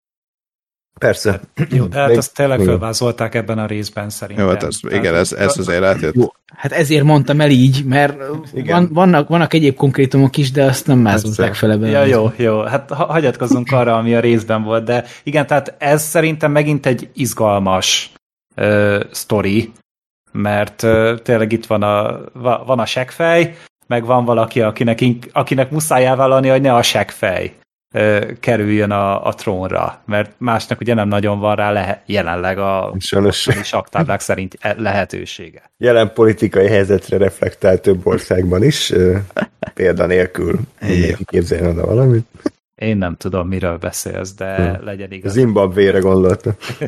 Persze. Jó, de hát Még... azt tényleg felvázolták ebben a részben szerintem. Jó, hát ez, igen, ez, ez azért átjött. Jó, hát ezért mondtam el így, mert van, vannak, vannak egyéb konkrétumok is, de azt nem mázolták fel ebben. Ja, jó, jó, hát hagyatkozzunk arra, ami a részben volt, de igen, tehát ez szerintem megint egy izgalmas uh, sztori, mert uh, tényleg itt van a, van a seggfej, meg van valaki, akinek, akinek muszáj elvállalni, hogy ne a seggfej kerüljön a, a trónra, mert másnak ugye nem nagyon van rá lehe, jelenleg a saktáblák szerint lehetősége. Jelen politikai helyzetre reflektál több országban is, példa nélkül mindenki képzeljen oda valamit. Én nem tudom, miről beszélsz, de hmm. legyen igaz. Zimbabvére gondoltam.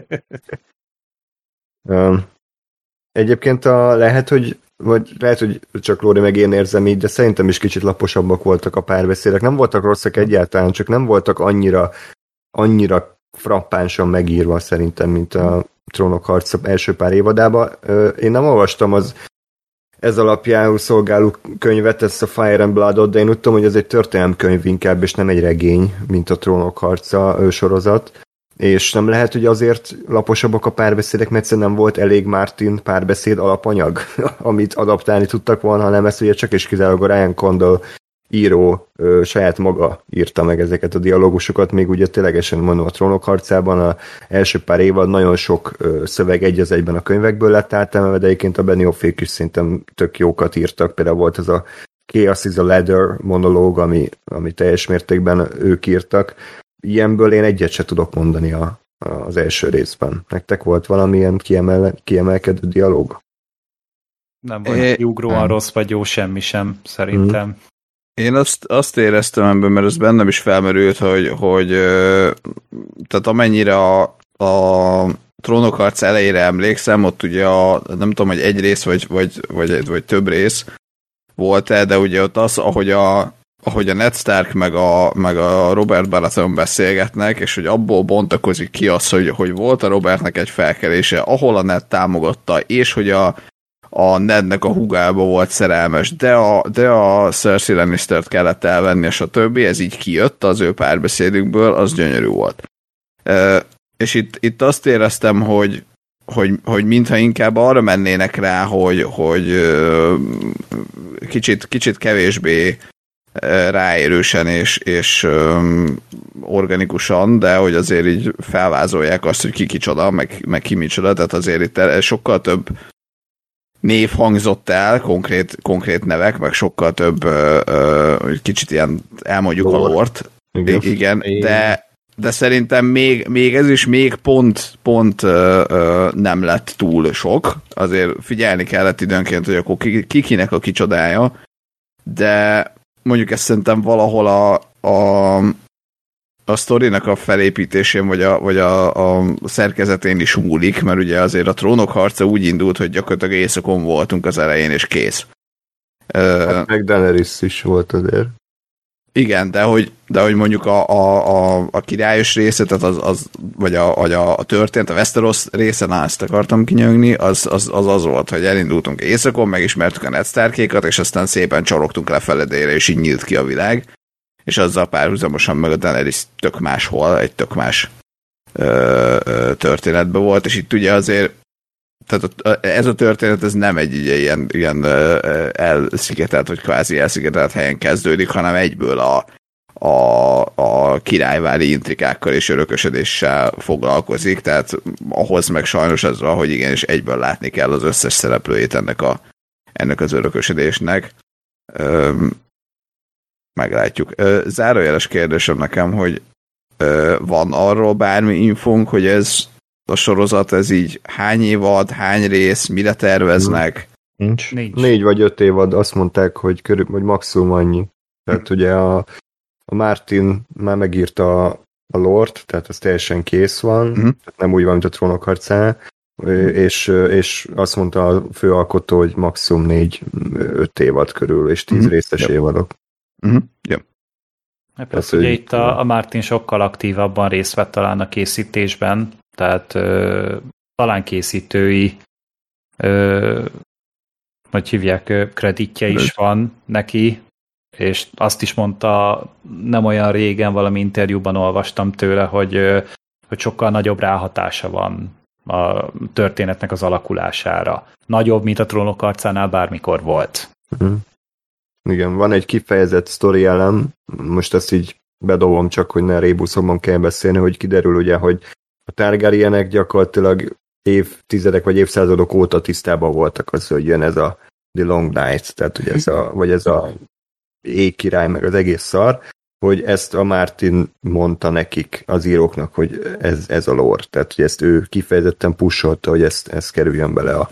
Egyébként a, lehet, hogy vagy lehet, hogy csak Lóri meg én érzem így, de szerintem is kicsit laposabbak voltak a párbeszédek. Nem voltak rosszak egyáltalán, csak nem voltak annyira, annyira frappánsan megírva szerintem, mint a Trónok harca első pár évadában. Én nem olvastam az ez alapjául szolgáló könyvet, ezt a Fire and Blood-ot, de én úgy tudom, hogy ez egy történelemkönyv inkább, és nem egy regény, mint a Trónok harca ő sorozat. És nem lehet, hogy azért laposabbak a párbeszédek, mert nem volt elég Martin párbeszéd alapanyag, amit adaptálni tudtak volna, hanem ezt ugye csak és kizárólag a Ryan Condal író ö, saját maga írta meg ezeket a dialógusokat, még ugye ténylegesen mondom a Trónok harcában az első pár évad nagyon sok ö, szöveg egy az egyben a könyvekből lett átemelve, de egyébként a Benioffék is szerintem tök jókat írtak, például volt ez a Chaos is a Ladder monológ, ami, ami teljes mértékben ők írtak. Ilyenből én egyet se tudok mondani a, a, az első részben. Nektek volt valamilyen kiemel, kiemelkedő dialóg? Nem volt ugróan rossz vagy jó, semmi sem, szerintem. Mm. Én azt, azt éreztem ebben, mert ez bennem is felmerült, hogy, hogy tehát amennyire a, a Trónok harc elejére emlékszem, ott ugye a, nem tudom, hogy egy rész vagy, vagy, vagy, vagy több rész volt-e, de ugye ott az, ahogy a, ahogy a Ned Stark meg a, meg a Robert Baratheon beszélgetnek, és hogy abból bontakozik ki az, hogy, hogy volt a Robertnek egy felkelése, ahol a Ned támogatta, és hogy a a Nednek a húgába volt szerelmes, de a, de a Cersei Lannistert kellett elvenni, és a többi, ez így kijött az ő párbeszédükből, az gyönyörű volt. E, és itt, itt azt éreztem, hogy, hogy, hogy mintha inkább arra mennének rá, hogy, hogy kicsit, kicsit kevésbé ráérősen és, és um, organikusan, de hogy azért így felvázolják azt, hogy ki kicsoda, meg, meg ki micsoda, tehát azért itt sokkal több név hangzott el, konkrét, konkrét nevek, meg sokkal több ö, ö, kicsit ilyen elmondjuk Lord. A lort. Igen, igen de, de szerintem még, még ez is még pont, pont ö, ö, nem lett túl sok. Azért figyelni kellett időnként, hogy akkor ki, ki kinek a kicsodája, de mondjuk ezt szerintem valahol a, a a sztorinak a felépítésén, vagy a, vagy a, a szerkezetén is múlik, mert ugye azért a Trónok harca úgy indult, hogy gyakorlatilag éjszakon voltunk az elején, és kész. Hát meg Daenerys is volt azért. Igen, de hogy, de hogy mondjuk a, a, a, a királyos része, tehát az, az vagy a, a, a történet, a Westeros része, na, ezt akartam kinyögni, az az, az az volt, hogy elindultunk éjszakon, megismertük a Ned Starkékat, és aztán szépen csorogtunk lefelé délre, és így nyílt ki a világ. És azzal párhuzamosan meg a Daenerys tök máshol, egy tök más ö, ö, történetben volt, és itt ugye azért tehát a, ez a történet ez nem egy ugye, ilyen, ilyen ö, elszigetelt, vagy kvázi elszigetelt helyen kezdődik, hanem egyből a, a, a királyvári intrikákkal és örökösödéssel foglalkozik, tehát ahhoz meg sajnos az van, hogy igenis egyből látni kell az összes szereplőjét ennek, a, ennek az örökösödésnek. Ö, meglátjuk. Zárójeles kérdésem nekem, hogy van arról bármi infónk, hogy ez a sorozat, ez így hány évad, hány rész, mire terveznek? Nincs. Nincs. Négy vagy öt évad, azt mondták, hogy, körül, hogy maximum annyi. Tehát ugye a, a Martin már megírta a, a lore-t, tehát az teljesen kész van, uh-huh. tehát nem úgy van, mint a Trónok harcánál, uh-huh. és, és azt mondta a főalkotó, hogy maximum négy öt évad körül, és tíz uh-huh. részes yep. évadok. Uh-huh. Ja. Hát persze, ugye itt a, a Martin sokkal aktívabban részt vett talán a készítésben, tehát ö, talán készítői ö, hogy hívják, ö, kreditje is van neki, és azt is mondta, nem olyan régen valami interjúban olvastam tőle, hogy, ö, hogy sokkal nagyobb ráhatása van a történetnek az alakulására. Nagyobb, mint a Trónok harcánál bármikor volt. Uh-huh. Igen, van egy kifejezett sztori elem, most ezt így bedobom csak, hogy ne rébuszomban kell beszélni, hogy kiderül ugye, hogy a Targaryenek gyakorlatilag évtizedek vagy évszázadok óta tisztában voltak az, hogy jön ez a The Long Night, tehát ugye ez a, vagy ez a égkirály, meg az egész szar, hogy ezt a Martin mondta nekik, az íróknak, hogy ez, ez a lore, tehát hogy ezt ő kifejezetten pusolta, hogy ezt, ezt kerüljön bele a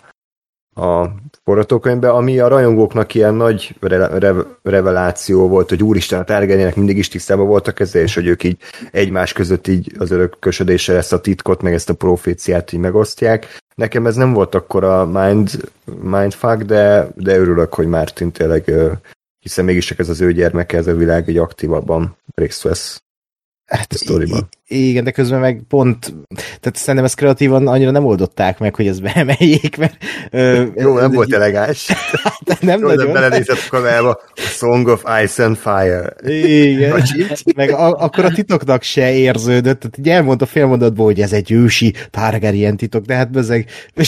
a forgatókönyvbe, ami a rajongóknak ilyen nagy re- re- reveláció volt, hogy úristen, a Targaryenek mindig is tisztában voltak ezzel, és hogy ők így egymás között így az örökösödésre ezt a titkot, meg ezt a proféciát így megosztják. Nekem ez nem volt akkor a mind, mindfuck, de, de örülök, hogy Martin tényleg, hiszen mégiscsak ez az ő gyermeke, ez a világ egy aktívabban részt vesz Hát, a sztoriban. Igen, de közben meg pont, tehát szerintem ezt kreatívan annyira nem oldották meg, hogy ezt beemeljék, mert... Ö, Jó, nem ez volt egy- elegáns. Hát nem Jó, de nagyon. belenézett a kamerába, a Song of Ice and Fire. Igen, meg a, akkor a titoknak se érződött, tehát így elmondta félmondatból, hogy ez egy ősi Targaryen titok, de hát bezeg...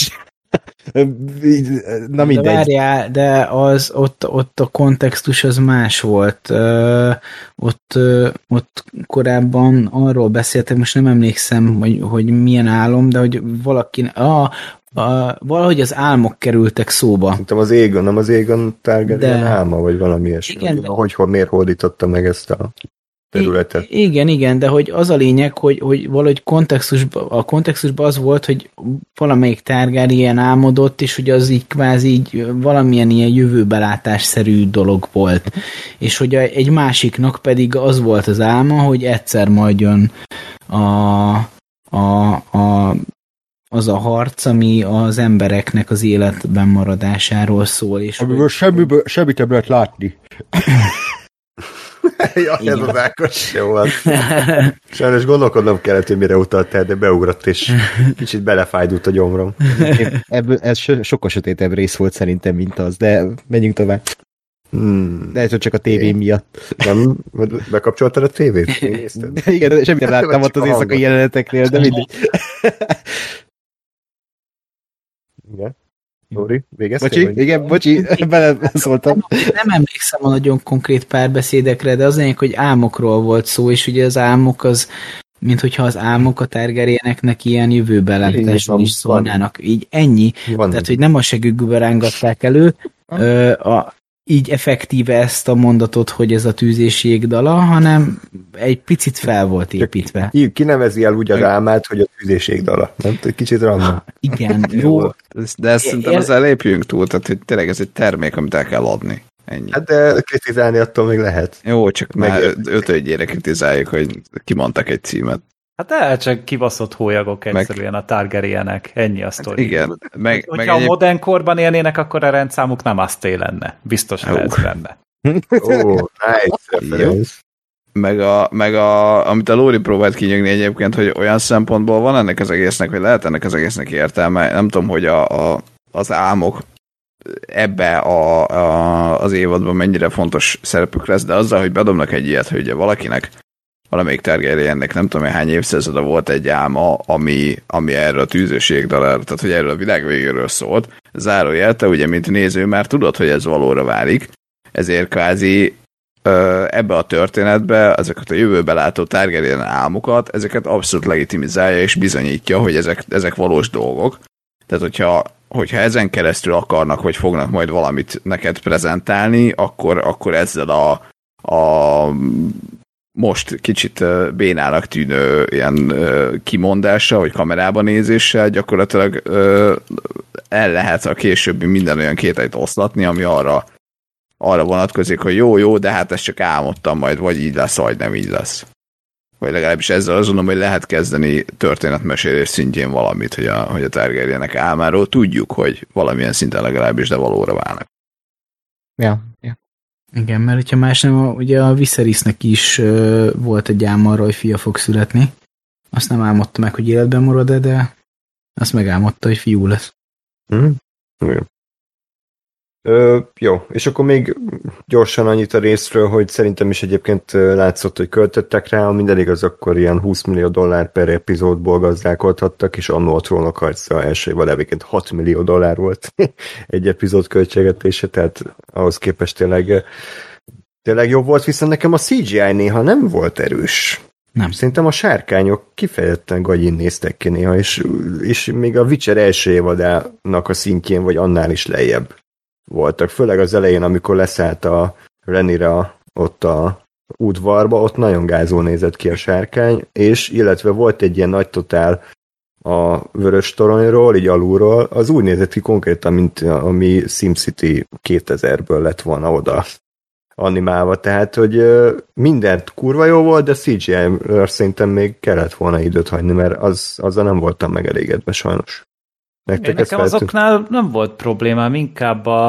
Na De mindegy. várjál, de az, ott, ott a kontextus az más volt. Ö, ott, ö, ott korábban arról beszéltek, most nem emlékszem, hogy, hogy milyen álom, de hogy valaki, a, a, valahogy az álmok kerültek szóba. Szerintem az Aegon, nem az Aegon Targaryen De- álma, vagy valami ilyesmi. Igen, de- Hogy, hogy miért hódította meg ezt a területet. I- igen, igen, de hogy az a lényeg, hogy, hogy valahogy kontextusban, a kontextusban az volt, hogy valamelyik Targaryen álmodott, és hogy az így kvázi így valamilyen ilyen jövőbelátásszerű dolog volt. És hogy a, egy másiknak pedig az volt az álma, hogy egyszer majd jön a, a, a az a harc, ami az embereknek az életben maradásáról szól. És Amiből semmiből, semmit nem lehet látni. Ja, ez az Ákos jó volt. Sajnos gondolkodnom kellett, hogy mire utaltál, de beugrott, és kicsit belefájdult a gyomrom. Ebből, ez so- sokkal sötétebb rész volt szerintem, mint az, de menjünk tovább. Hmm. De ez csak a tévé miatt. Nem? Bekapcsoltad a tévét? Nézted? Igen, semmit nem láttam Csak ott az a éjszakai hangot. jeleneteknél, de mindegy. Igen. Lóri, végeztél? Bocsi, vagy? igen, bocsi, beleszóltam. Nem emlékszem a nagyon konkrét párbeszédekre, de az lényeg, hogy álmokról volt szó, és ugye az álmok az, mint hogyha az álmok a Targaryeneknek ilyen jövőbelátásról is szólnának. Így ennyi. Van. Tehát, hogy nem a segükbe rángatták elő, ö, a, így effektíve ezt a mondatot, hogy ez a tűz és jég dala, hanem egy picit fel volt építve. Ki, ki nevezi el úgy az álmát, hogy a tűzéség dala. Nem? Egy kicsit random. Igen, jó. De ezt szerintem Ér- ezzel lépjünk túl, tehát hogy tényleg ez egy termék, amit el kell adni. Ennyi. Hát de kritizálni attól még lehet. Jó, csak már Megértjük. ötödjére kritizáljuk, hogy kimondtak egy címet. Hát el csak kibaszott hólyagok egyszerűen a Targaryenek. Ennyi a sztori. Igen, meg, Hogyha meg a egyéb... modern korban élnének, akkor a rendszámuk nem Azté lenne. Biztos, hogy Ó. ez benne. Ó, nice reference. meg, a, meg a, amit a Lóri próbált kinyögni egyébként, hogy olyan szempontból van ennek az egésznek, vagy lehet ennek az egésznek értelme. Nem tudom, hogy a, a, az álmok ebbe a, a, az évadban mennyire fontos szerepük lesz, de azzal, hogy bedobnak egy ilyet, hogy ugye valakinek valamelyik Targaryennek nem tudom, hány évszázada volt egy álma, ami, ami erről a tűzős jégdalára, tehát hogy erről a világ végéről szólt. Zárójel, te ugye, mint néző, már tudod, hogy ez valóra válik, ezért kvázi ö, ebbe a történetbe ezeket a jövőbe látó Targaryen álmokat, ezeket abszolút legitimizálja és bizonyítja, hogy ezek, ezek valós dolgok. Tehát, hogyha, hogyha ezen keresztül akarnak, vagy fognak majd valamit neked prezentálni, akkor, akkor ezzel a, a most kicsit bénának tűnő ilyen kimondással, vagy kameraban nézéssel gyakorlatilag el lehet a későbbi minden olyan kételyt oszlatni, ami arra, arra vonatkozik, hogy jó, jó, de hát ezt csak álmodtam majd, vagy így lesz, vagy nem így lesz. Vagy legalábbis ezzel azt mondom, hogy lehet kezdeni történetmesélés szintjén valamit, hogy a, hogy a Targaryenek álmáról tudjuk, hogy valamilyen szinten legalábbis, de valóra válnak. Ja, ja. Igen, mert hogyha más nem, ugye a Viserysnek is uh, volt egy álma arra, hogy fia fog születni. Azt nem álmodta meg, hogy életben marad-e, de azt megálmodta, hogy fiú lesz. Mm. Igen. Ö, jó, és akkor még gyorsan annyit a részről, hogy szerintem is egyébként látszott, hogy költöttek rá, ha minden igaz, akkor ilyen húsz millió dollár per epizódból gazdálkodhattak, és annó a Trónok harca első évad egyébként hat millió dollár volt egy epizód költségetése, tehát ahhoz képest tényleg, tényleg jobb volt, viszont nekem a cé gé í néha nem volt erős. Nem. Szerintem a sárkányok kifejezetten gagyin néztek ki néha, és, és még a Witcher első évadának a szintjén, vagy annál is lejjebb voltak. Főleg az elején, amikor leszállt a Rhaenyra ott a udvarba, ott nagyon gázul nézett ki a sárkány, és illetve volt egy ilyen nagy totál a Vörös Toronyról, így alulról, az úgy nézett ki konkrétan, mint ami SimCity kétezrből lett volna oda animálva, tehát, hogy mindent kurva jó volt, de cé gé í-ről szerintem még kellett volna időt hagyni, mert az, azzal nem voltam megelégedve sajnos. Én nekem azoknál nem volt problémám, inkább a,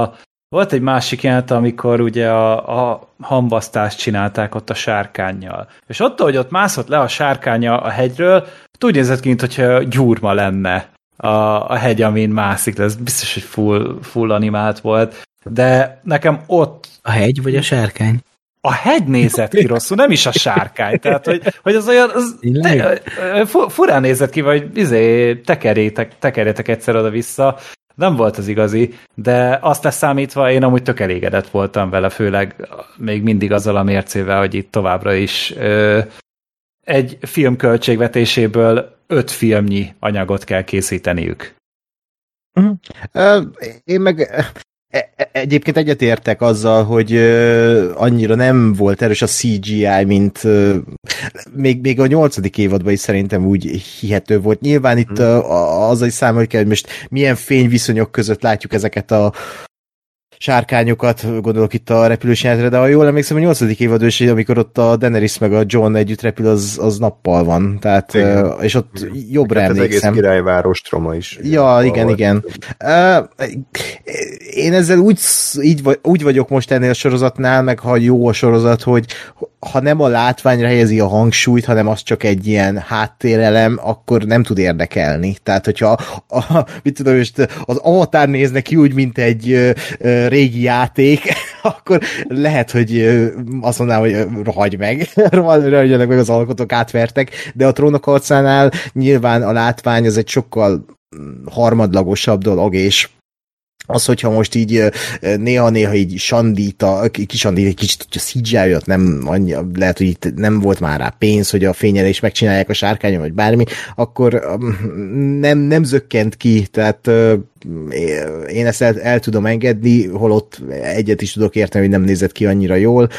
Volt egy másik jelenet, amikor ugye a, a hamvasztást csinálták ott a sárkánnyal. És ott, hogy ott mászott le a sárkánya a hegyről, úgy nézett ki, mintha gyúrma lenne a, a hegy, amin mászik. Ez biztos, hogy full, full animált volt. De nekem ott... A hegy vagy a sárkány? A hegy nézett ki rosszul, nem is a sárkány. Tehát, hogy, hogy az olyan... Az te, furán nézett ki, vagy izé, tekerjétek, tekerjetek egyszer oda-vissza. Nem volt az igazi, de azt leszámítva én amúgy tök elégedett voltam vele, főleg még mindig azzal a mércével, hogy itt továbbra is ö, egy film költségvetéséből öt filmnyi anyagot kell készíteniük. Uh, én meg egyébként egyetértek azzal, hogy annyira nem volt erős a cé gé í, mint még, még a nyolcadik évadban is szerintem úgy hihető volt. Nyilván itt hmm. azzal is számolni kell, hogy most milyen fényviszonyok között látjuk ezeket a sárkányokat, gondolok itt a repülős jelenetre, de ha jól emlékszem, a nyolcadik évad is, amikor ott a Daenerys meg a Jon együtt repül, az, az nappal van. Tehát, igen. És ott igen. jobbra hát emlékszem. Az egész királyváros troma is. Ja, igen, volt. igen. Én ezzel úgy, így, úgy vagyok most ennél a sorozatnál, meg ha jó a sorozat, hogy ha nem a látványra helyezi a hangsúlyt, hanem az csak egy ilyen háttérelem, akkor nem tud érdekelni. Tehát, hogyha a, mit tudom, most az Avatar néznek ki úgy, mint egy régi játék, akkor lehet, hogy azt mondanám, hogy rohagy meg, rohadjanak meg az alkotók, átvertek, de a Trónok harcánál nyilván a látvány az egy sokkal harmadlagosabb dolog, és az, hogyha most így néha-néha így sandít, kisandít egy kicsit, hogy a cé gé í-ot nem annyi, lehet, hogy itt nem volt már rá pénz, hogy a fényelés megcsinálják a sárkányon, vagy bármi, akkor nem, nem zökkent ki, tehát én ezt el, el tudom engedni, holott egyet is tudok érteni, hogy nem nézett ki annyira jól.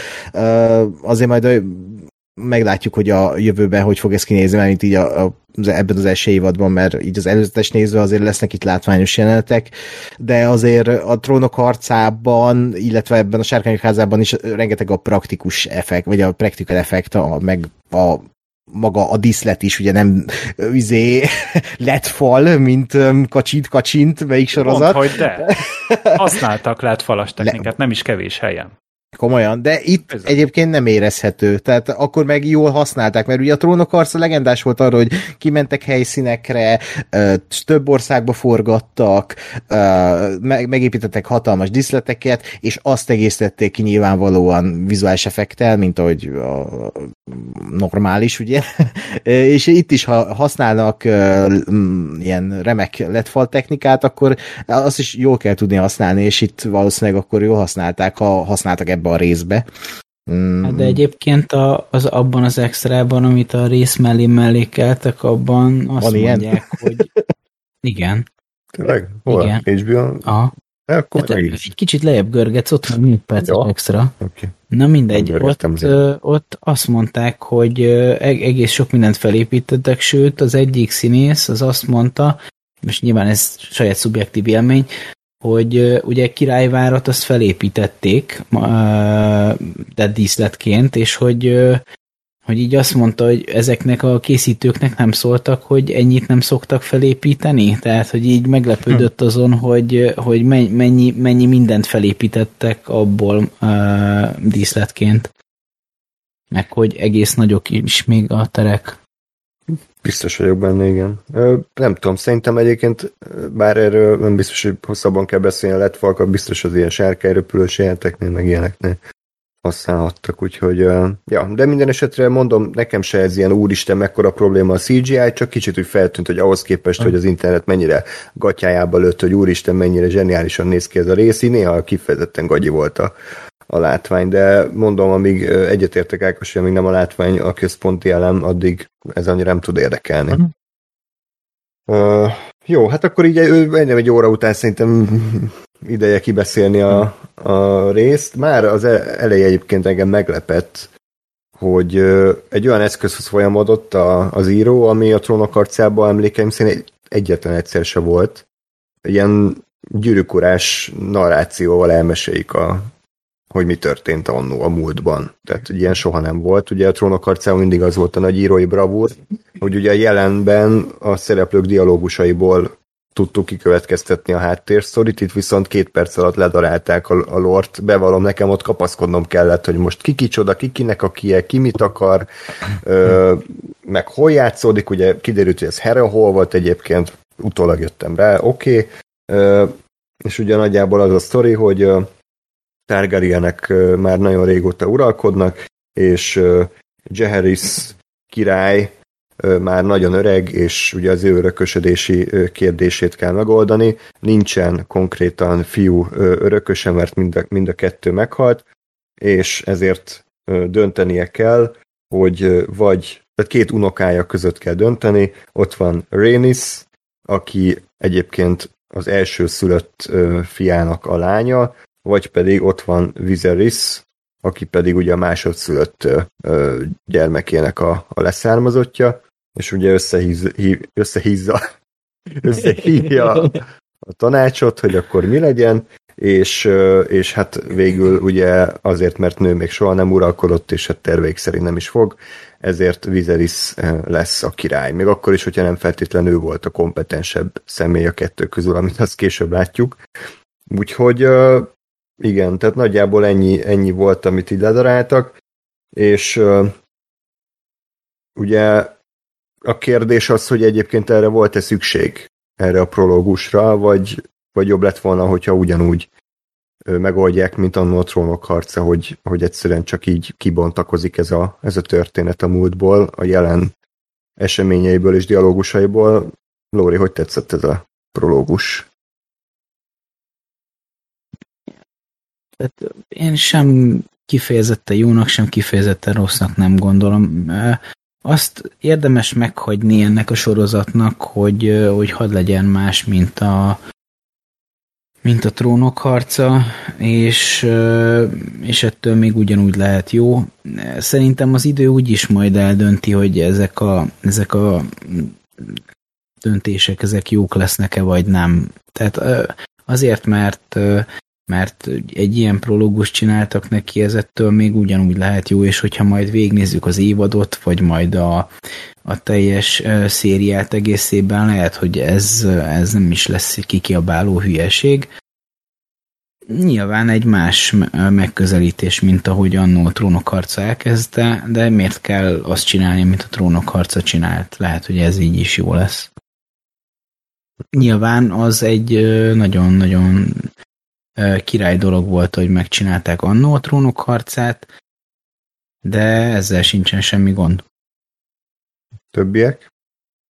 Azért majd meglátjuk, hogy a jövőben hogy fog ez kinézni, mert mint így a, a, ebben az első évadban, mert így az előzetes nézve azért lesznek itt látványos jelenetek, de azért a Trónok harcában, illetve ebben a Sárkányok házában is rengeteg a praktikus effekt, vagy a practical effekt, a, meg a maga a díszlet is, ugye nem üzé lett fal, mint kacsint-kacsint, melyik sorozat. Mondd, hogy de. Használtak lett falas technikát, Le... nem is kevés helyen. Komolyan, de itt ez egyébként nem érezhető, tehát akkor meg jól használták, mert ugye a Trónok harca legendás volt arra, hogy kimentek helyszínekre, több országba forgattak, megépítettek hatalmas díszleteket, és azt egészítették ki nyilvánvalóan vizuális effektel, mint ahogy a normális, ugye, és itt is, ha használnak ilyen remek letfal technikát, akkor azt is jól kell tudni használni, és itt valószínűleg akkor jól használták, ha használtak ebbe a részbe. Mm. De egyébként a, az abban az extrában, amit a rész mellé mellékeltek, abban azt Van mondják, ilyen? hogy igen. Tényleg? Hol? Igen. há bé ó? Aha. Hát egy kicsit lejjebb görgetsz, ott van négy perces extra. Okay. Na mindegy, ott, ott azt mondták, hogy egész sok mindent felépítettek, sőt az egyik színész az azt mondta, most nyilván ez saját szubjektív élmény, hogy uh, ugye királyvárat azt felépítették, uh, de díszletként, és hogy, uh, hogy így azt mondta, hogy ezeknek a készítőknek nem szóltak, hogy ennyit nem szoktak felépíteni, tehát hogy így meglepődött azon, hogy, hogy mennyi, mennyi mindent felépítettek abból uh, díszletként, meg hogy egész nagyok is még a terek. Biztos vagyok benne, igen. Nem tudom, szerintem egyébként, bár erről nem biztos, hogy hosszabban kell beszélni a letfalkat, biztos az ilyen sárkányröpülős jelenteknél, meg ilyeneknél használhattak, úgyhogy, ja, de minden esetre mondom, nekem se ez ilyen úristen mekkora probléma a cé gé í, csak kicsit úgy feltűnt, hogy ahhoz képest, hogy az internet mennyire gatyájába lőtt, hogy úristen mennyire zseniálisan néz ki ez a rész, így néha kifejezetten gagyi volt a a látvány, de mondom, amíg egyetértek Ákos, hogy amíg nem a látvány a központi elem, addig ez annyira nem tud érdekelni. Uh-huh. Uh, jó, hát akkor így egy, egy óra után szerintem ideje kibeszélni a, a részt. Már az eleje egyébként engem meglepett, hogy egy olyan eszközhöz folyamodott a, az író, ami a Trónok harcában emlékeim szerint egyetlen egyszer se volt. Ilyen gyűrűk-urás narrációval elmeséljük a hogy mi történt annó a múltban. Tehát ilyen soha nem volt. Ugye a Trónok harcában mindig az volt a nagy írói bravúr, hogy ugye a jelenben a szereplők dialógusaiból tudtuk kikövetkeztetni a háttérsztorit, itt viszont két perc alatt ledarálták a, a lort, bevallom, nekem ott kapaszkodnom kellett, hogy most ki kicsoda, ki kinek a kie, ki mit akar, ö, meg hol játszódik, ugye kiderült, hogy ez Harrenhal volt egyébként, utólag jöttem rá, oké, okay. És ugye nagyjából az a sztori, hogy Targaryenek már nagyon régóta uralkodnak, és Jaehaerys király már nagyon öreg, és ugye az ő örökösödési kérdését kell megoldani. Nincsen konkrétan fiú örököse, mert mind a, mind a kettő meghalt, és ezért döntenie kell, hogy vagy, tehát két unokája között kell dönteni. Ott van Rhaenys, aki egyébként az első szülött fiának a lánya, vagy pedig ott van Viserys, aki pedig ugye a másodszülött gyermekének a, a leszármazottja, és ugye összehíz, hív, összehízza, összehívja a, a tanácsot, hogy akkor mi legyen, és, és hát végül ugye azért, mert nő még soha nem uralkodott, és hát terveik szerint nem is fog, ezért Viserys lesz a király. Még akkor is, hogyha nem feltétlenül ő volt a kompetensebb személy a kettő közül, amit azt később látjuk. Úgyhogy igen, tehát nagyjából ennyi, ennyi volt, amit így ledaráltak, és ugye a kérdés az, hogy egyébként erre volt-e szükség, erre a prológusra, vagy, vagy jobb lett volna, hogyha ugyanúgy megoldják, mint annó a Trónok harca, hogy, hogy egyszerűen csak így kibontakozik ez a, ez a történet a múltból, a jelen eseményeiből és dialógusaiból. Lóri, hogy tetszett ez a prológus? Tehát én sem kifejezetten jónak, sem kifejezetten rossznak nem gondolom. Azt érdemes meghagyni ennek a sorozatnak, hogy, hogy hadd legyen más, mint a mint a Trónok harca, és, és ettől még ugyanúgy lehet jó. Szerintem az idő úgyis majd eldönti, hogy ezek a, ezek a döntések, ezek jók lesznek-e, vagy nem. Tehát azért, mert, mert egy ilyen prológust csináltak neki, ez ettől még ugyanúgy lehet jó, és hogyha majd végignézzük az évadot, vagy majd a, a teljes szériát egészében, lehet, hogy ez, ez nem is lesz egy kikiabáló hülyeség. Nyilván egy más megközelítés, mint ahogy annó a Trónok harca elkezdte, de miért kell azt csinálni, mint a Trónok harca csinált? Lehet, hogy ez így is jó lesz. Nyilván az egy nagyon-nagyon király dolog volt, hogy megcsinálták annó a Trónok harcát, de ezzel sincsen semmi gond. Többiek?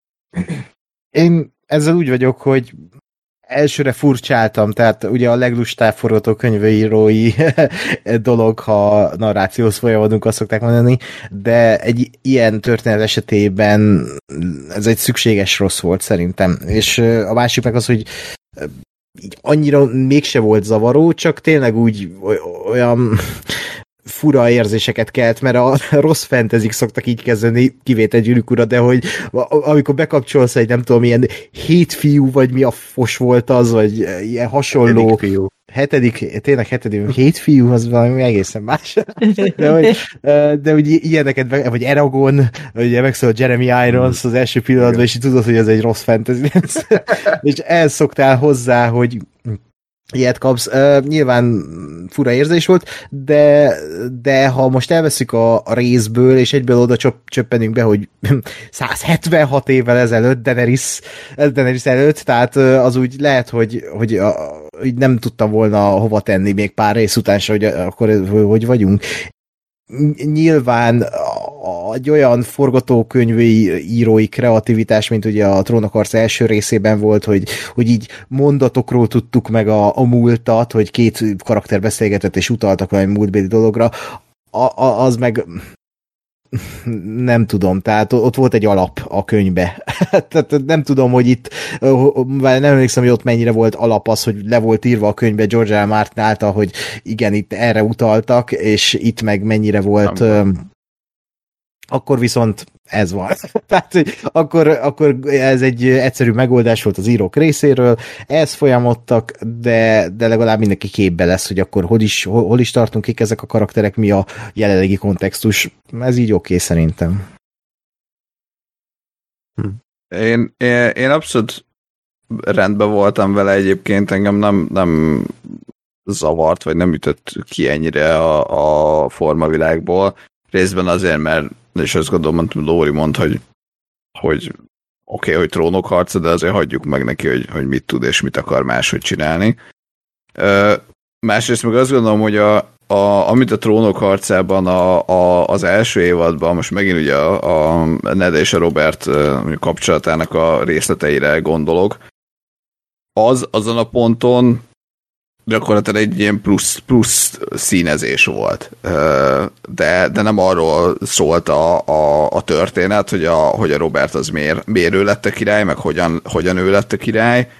Én ezzel úgy vagyok, hogy elsőre furcsáltam, tehát ugye a leglustább forgatókönyvírói dolog, ha narrációhoz folyamodunk, azt szokták mondani, de egy ilyen történet esetében ez egy szükséges rossz volt szerintem. És a másik meg az, hogy így annyira mégse volt zavaró, csak tényleg úgy olyan fura érzéseket kelt, mert a rossz fantasyk szoktak így kezdeni, kivétel Gyűrűk ura, de hogy amikor bekapcsolsz egy nem tudom, ilyen hét fiú, vagy mi a fos volt az, vagy ilyen hasonló... Hetedik fiú. Hetedik, tényleg hetedik, hét fiú, az valami egészen más. De hogy, de hogy ilyeneket, vagy Eragon, ugye megszól Jeremy Irons az első pillanatban, és tudod, hogy ez egy rossz fantasy. És ehhez szoktál hozzá, hogy ilyet kapsz. Uh, nyilván fura érzés volt, de, de ha most elveszük a, a részből, és egyből oda csöp, csöppenünk be, hogy száz hetvenhat évvel ezelőtt, Daenerys, Daenerys előtt, tehát az úgy lehet, hogy, hogy, a, hogy nem tudtam volna hova tenni még pár rész után se, hogy akkor hogy vagyunk. Nyilván egy olyan forgatókönyvi írói kreativitás, mint ugye a Trónok harca első részében volt, hogy, hogy így mondatokról tudtuk meg a, a múltat, hogy két karakter beszélgetett és utaltak valami múltbéli dologra, a, a, az meg nem tudom, tehát ott volt egy alap a könyvbe. Tehát nem tudom, hogy itt, nem emlékszem, hogy ott mennyire volt alap az, hogy le volt írva a könyvbe George R. R. Martin által, hogy igen, itt erre utaltak, és itt meg mennyire volt... Nem. Akkor viszont ez van. Tehát, hogy akkor, akkor ez egy egyszerű megoldás volt az írók részéről, ezt folyamodtak, de, de legalább mindenki képbe lesz, hogy akkor hol is, hol, hol is tartunk, kik ezek a karakterek, mi a jelenlegi kontextus. Ez így oké okay, szerintem. Én, én, én abszolút rendben voltam vele egyébként, engem nem, nem zavart, vagy nem ütött ki ennyire a, a formavilágból. Részben azért, mert, és azt gondolom, mondtam, Lóri mond, hogy, hogy oké, okay, hogy trónok harca, de azért hagyjuk meg neki, hogy, hogy mit tud és mit akar máshogy csinálni. Ö, másrészt meg azt gondolom, hogy a, a, amit a trónok harcában a, a, az első évadban, most megint ugye a, a Ned és a Robert kapcsolatának a részleteire gondolok, az azon a ponton gyakorlatilag egy ilyen plusz, plusz színezés volt. De, de nem arról szólt a, a, a történet, hogy a, hogy a Robert az miért, miért ő lett a király, meg hogyan, hogyan ő lett a király.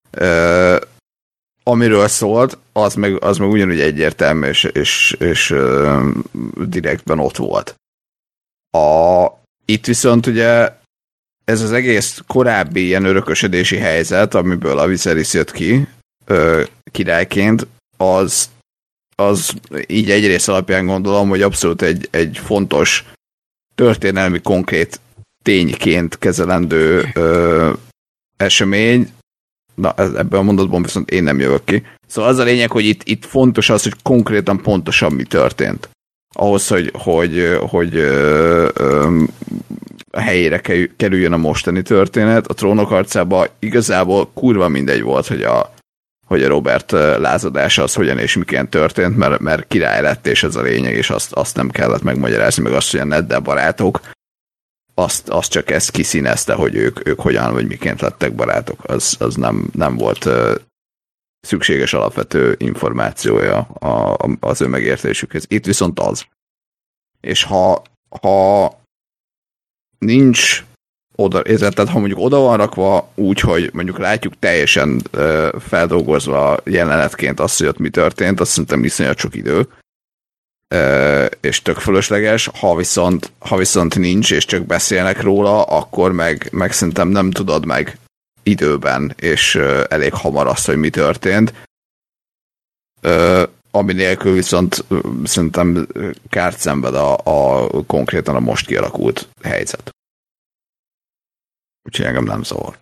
Amiről szólt, az meg, az meg ugyanúgy egyértelmű, és, és, és direktben ott volt. A, itt viszont ugye ez az egész korábbi ilyen örökösödési helyzet, amiből a Viserys jött ki, ö, királyként, az, az így egyrészt alapján gondolom, hogy abszolút egy, egy fontos történelmi konkrét tényként kezelendő ö, esemény. Na, ebben a mondatban viszont én nem jövök ki. Szóval az a lényeg, hogy itt, itt fontos az, hogy konkrétan pontosan mi történt. Ahhoz, hogy, hogy, hogy ö, ö, a helyére kerüljön a mostani történet. A trónok harcában igazából kurva mindegy volt, hogy a, hogy a Robert lázadása az hogyan és miként történt, mert, mert király lett, és ez a lényeg, és azt, azt nem kellett megmagyarázni, meg azt, hogy a Neddel barátok, azt, azt csak ezt kiszínezte, hogy ők, ők hogyan vagy miként lettek barátok. Az, az nem, nem volt uh, szükséges alapvető információja a, a, az ő megértésükhez. Itt viszont az. És ha, ha nincs oda, tehát ha mondjuk oda van rakva úgy, hogy mondjuk látjuk teljesen uh, feldolgozva jelenetként azt, hogy ott mi történt, azt szerintem iszonyat sok idő, uh, és tök fölösleges. Ha viszont, ha viszont nincs, és csak beszélnek róla, akkor meg, meg szerintem nem tudod meg időben, és uh, elég hamar azt, hogy mi történt. Uh, ami nélkül viszont uh, szerintem kárt szenved a, a konkrétan a most kialakult helyzet. Úgyhogy engem nem zavart.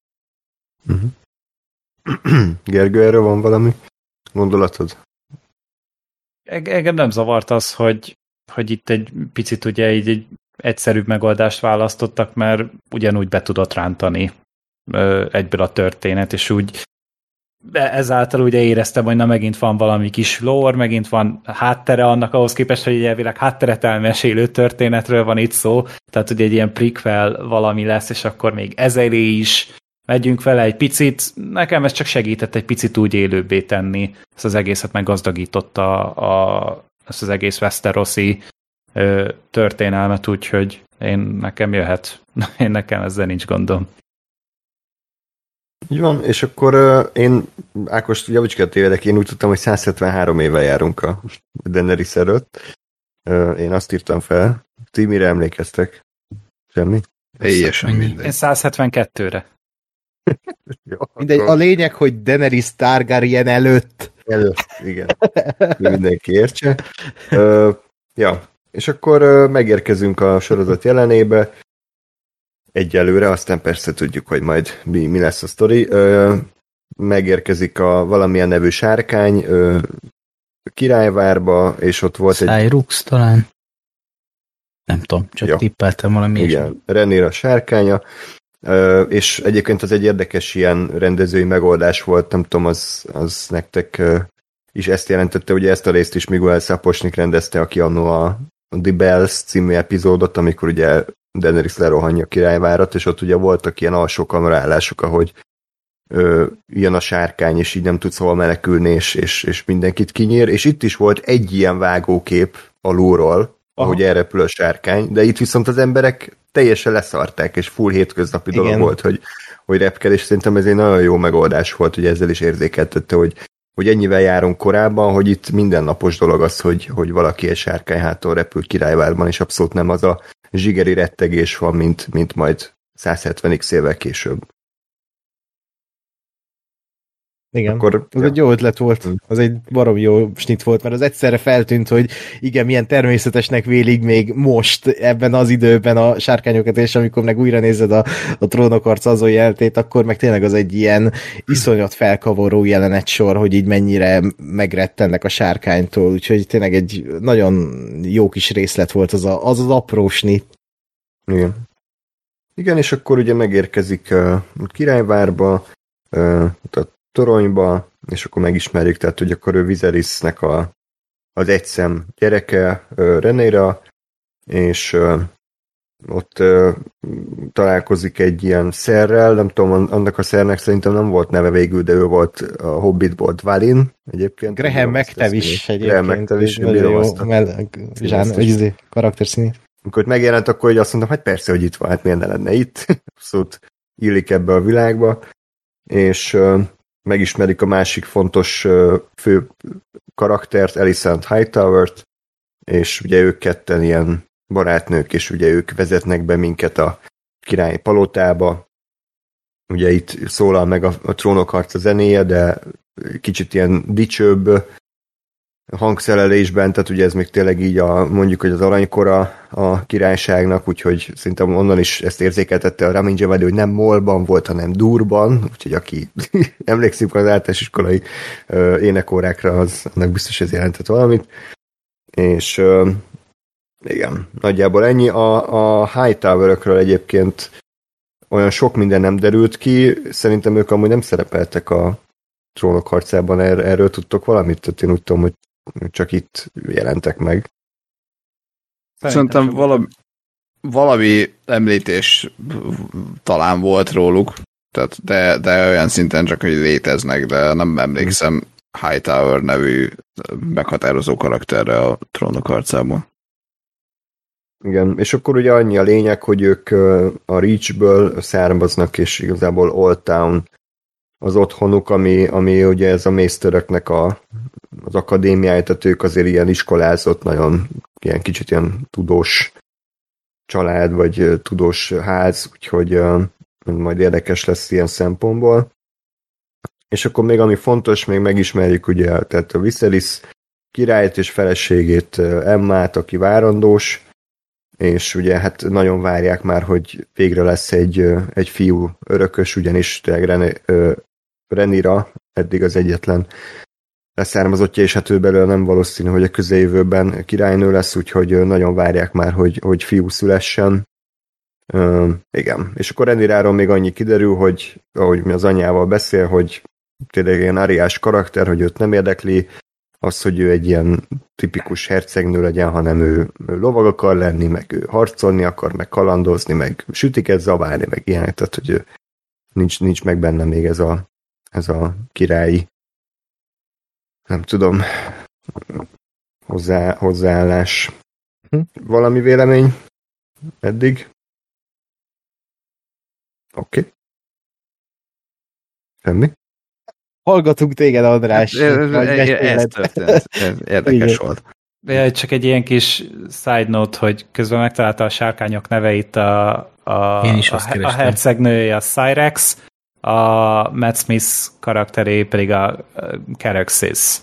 Uh-huh. Gergő, erről van valami gondolatod? Engem nem zavart az, hogy, hogy itt egy picit ugye így egy egyszerűbb megoldást választottak, mert ugyanúgy be tudott rántani ö, egyből a történet, és úgy ezáltal ugye éreztem, hogy na megint van valami kis lore, megint van háttere annak ahhoz képest, hogy egy elvileg hátteret elmesélő történetről van itt szó, tehát ugye egy ilyen prequel valami lesz, és akkor még ezelé is megyünk vele egy picit. Nekem ez csak segített egy picit úgy élőbbé tenni. Ezt az egészet meggazdagította a, ezt az egész Westerosi ö, történelmet, úgyhogy én nekem jöhet. Én nekem ezzel nincs gondom. Így van, és akkor uh, én, Ákos, javicskát tévedek, én úgy tudtam, hogy száz hetvenhárom éve járunk a Daenerys előtt. Uh, én azt írtam fel. Ti mire emlékeztek? Semmi? Teljesen mindegy. Én száz hetvenkettőre. Jó, mindegy, akkor... a lényeg, hogy Daenerys Targaryen előtt. Előtt, igen. Mindenki értse. Uh, ja, és akkor uh, megérkezünk a sorozat jelenébe. Egyelőre, aztán persze tudjuk, hogy majd mi, mi lesz a sztori. Ö, megérkezik a valamilyen nevű sárkány ö, királyvárba, és ott volt Cyrux, egy... Cyrux talán? Nem tudom, csak ja. tippeltem valami. Igen, Rhaenyra a sárkánya, ö, és egyébként az egy érdekes ilyen rendezői megoldás volt, nem tudom, az, az nektek ö, is ezt jelentette, ugye ezt a részt is Miguel Sapochnik rendezte, aki annó a The Bells című epizódot, amikor ugye Daenerys lerohanja a királyvárat, és ott ugye voltak ilyen alsó kamerálások, ahogy ö, jön a sárkány, és így nem tudsz hol menekülni, és, és, és mindenkit kinyír, és itt is volt egy ilyen vágókép alulról, ahogy elrepül a sárkány, de itt viszont az emberek teljesen leszarták, és full hétköznapi Igen. dolog volt, hogy, hogy repkel, és szerintem ez egy nagyon jó megoldás volt, hogy ezzel is érzékeltette, hogy, hogy ennyivel járunk korábban, hogy itt mindennapos dolog az, hogy, hogy valaki egy sárkány háton repül királyvárban, és abszolút nem az a zsigeri rettegés van, mint, mint majd száz hetven x évvel később. Igen, Akkor, az ja. egy jó ötlet volt, az egy barom jó snit volt, mert az egyszerre feltűnt, hogy igen, milyen természetesnek vélik még most ebben az időben a sárkányokat, és amikor meg újra nézed a, a Trónok harca azon jelentét, akkor meg tényleg az egy ilyen iszonyat felkavaró jelenet sor, hogy így mennyire megrettennek a sárkánytól, úgyhogy tényleg egy nagyon jó kis részlet volt az a, az, az apró snit. Igen. Igen, és akkor ugye megérkezik uh, Királyvárba, uh, a toronyba, és akkor megismerjük, tehát hogy akkor ő Viserysnek a, az egyszem gyereke, uh, Rhaenyra, és uh, ott uh, találkozik egy ilyen szerrel, nem tudom, annak a szernek szerintem nem volt neve végül, de ő volt, a Hobbit volt Valin egyébként. Graham McTavish egyébként. Graham McTavish, nagyon jó mell- karakterszínét. Amikor megjelent, akkor hogy azt mondtam, hát persze, hogy itt van, hát miért ne lenne itt. Abszolút illik ebbe a világba. És uh, megismerik a másik fontos uh, fő karaktert, Alicent Hightowert, és ugye ők ketten ilyen barátnők, és ugye ők vezetnek be minket a királyi palotába. Ugye itt szólal meg a, a Trónok harca zenéje, de kicsit ilyen dicsőbb hangszerelésben, tehát ugye ez még tényleg így a, mondjuk, hogy az aranykora a királyságnak, úgyhogy szerintem onnan is ezt érzékeltette a Ramin Djawadi, hogy nem Molban volt, hanem Durban, úgyhogy aki emlékszik az általános iskolai uh, énekórákra, az annak biztos ez jelentett valamit. És uh, igen, nagyjából ennyi. A, a Hightower-ökről egyébként olyan sok minden nem derült ki, szerintem ők amúgy nem szerepeltek a Trónok harcában, er, erről tudtok valamit? Tehát én úgy tudom, hogy csak itt jelentek meg. Szerintem, Szerintem valami, valami említés talán volt róluk, tehát de, de olyan szinten csak, hogy léteznek, de nem emlékszem Hightower nevű meghatározó karakterre a Trónok harcában. Igen, és akkor ugye annyi a lényeg, hogy ők a Reachből származnak, és igazából Old Town az otthonuk, ami, ami ugye ez a mésztöröknek a, az akadémiája, tehát ők azért ilyen iskolázott, nagyon ilyen kicsit ilyen tudós család, vagy tudós ház, úgyhogy uh, majd érdekes lesz ilyen szempontból. És akkor még ami fontos, még megismerjük ugye, tehát a Viserys királyt és feleségét, Emmát, aki várandós, és ugye hát nagyon várják már, hogy végre lesz egy, egy fiú örökös, ugyanis tényleg Rhaenyra eddig az egyetlen leszármazottja, és hát ő belőle nem valószínű, hogy a közeljövőben királynő lesz, úgyhogy nagyon várják már, hogy, hogy fiú szülessen. Uh, igen, és akkor Rhaenyráról még annyi kiderül, hogy ahogy mi az anyjával beszél, hogy tényleg ilyen ariás karakter, hogy őt nem érdekli az, hogy ő egy ilyen tipikus hercegnő legyen, hanem ő, ő lovag akar lenni, meg ő harcolni akar, meg kalandozni, meg sütiket zabálni, meg ilyenek, tehát hogy ő nincs, nincs meg benne még ez a, ez a királyi, nem tudom, hozzá, hozzáállás. Hm? Valami vélemény eddig? Oké. Okay. Semmi? Hallgatunk téged, András. Ez, ez, ez történt. Ez érdekes igen. volt. Csak egy ilyen kis side note, hogy közben megtalálta a sárkányok neveit a, a, Én is a, azt a hercegnője a Cyrex, a Matt Smith karakteré pedig a Caraxes.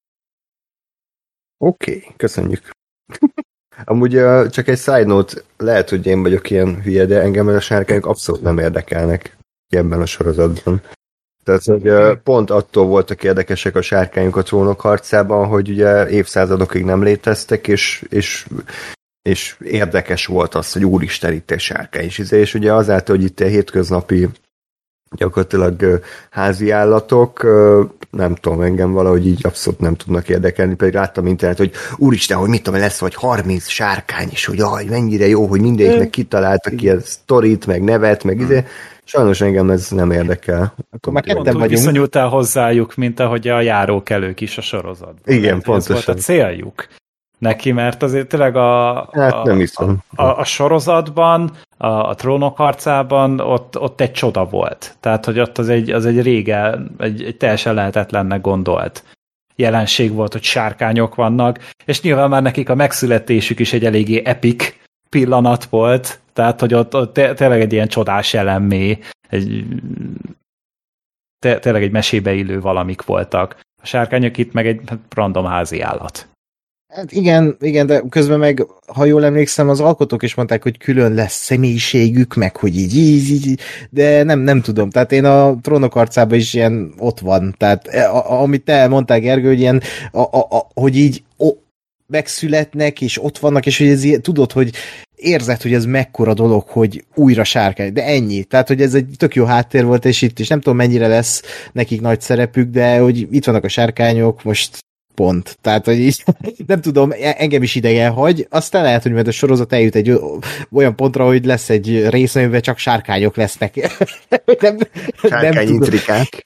Oké, okay, köszönjük. Amúgy uh, csak egy side note, lehet, hogy én vagyok ilyen hülye, de engem a sárkányok abszolút nem érdekelnek ebben a sorozatban. Tehát, hogy uh, pont attól voltak érdekesek a sárkányok a Trónok harcában, hogy ugye évszázadokig nem léteztek, és, és, és érdekes volt az, hogy úristen, itt egy sárkány is. És ugye azáltal, hogy itt a hétköznapi gyakorlatilag uh, házi állatok, uh, nem tudom, engem valahogy így abszolút nem tudnak érdekelni, pedig láttam internet, hogy úristen, hogy mit tudom, lesz vagy harminc sárkány is, hogy jaj, mennyire jó, hogy mindegyiknek kitaláltak ilyen sztorit, meg nevet, meg izé. Sajnos engem ez nem érdekel. Akkor már ketten vagyunk. vagyunk. Viszonyultál hozzájuk, mint ahogy a járókelők is a sorozatban. Igen, hát, pontosan. Ez volt a céljuk neki, mert azért tényleg a, hát nem a, a, a sorozatban, a, a Trónok harcában ott, ott egy csoda volt. Tehát, hogy ott az egy, az egy régen, egy, egy teljesen lehetetlennek gondolt jelenség volt, hogy sárkányok vannak, és nyilván már nekik a megszületésük is egy eléggé epic pillanat volt, tehát, hogy ott, ott tényleg egy ilyen csodás jelemmé, egy te- tényleg egy mesébe illő valamik voltak. A sárkányok itt meg egy random házi állat. Hát igen, igen, de közben meg, ha jól emlékszem, az alkotók is mondták, hogy külön lesz személyiségük, meg hogy így, így, így de nem, nem tudom. Tehát én a Trónok arcában is ilyen ott van. Tehát a, a, amit te mondtál, Gergő, hogy ilyen, a, a, a, hogy így o, megszületnek, és ott vannak, és hogy ez ilyen, tudod, hogy érzed, hogy ez mekkora dolog, hogy újra sárkány, de ennyi. Tehát, hogy ez egy tök jó háttér volt, és itt is nem tudom, mennyire lesz nekik nagy szerepük, de hogy itt vannak a sárkányok, most pont. Tehát, hogy így, nem tudom, engem is idegen hagy, aztán lehet, hogy majd a sorozat eljut egy olyan pontra, hogy lesz egy rész, amiben csak sárkányok lesznek. nem, Sárkányintrikák.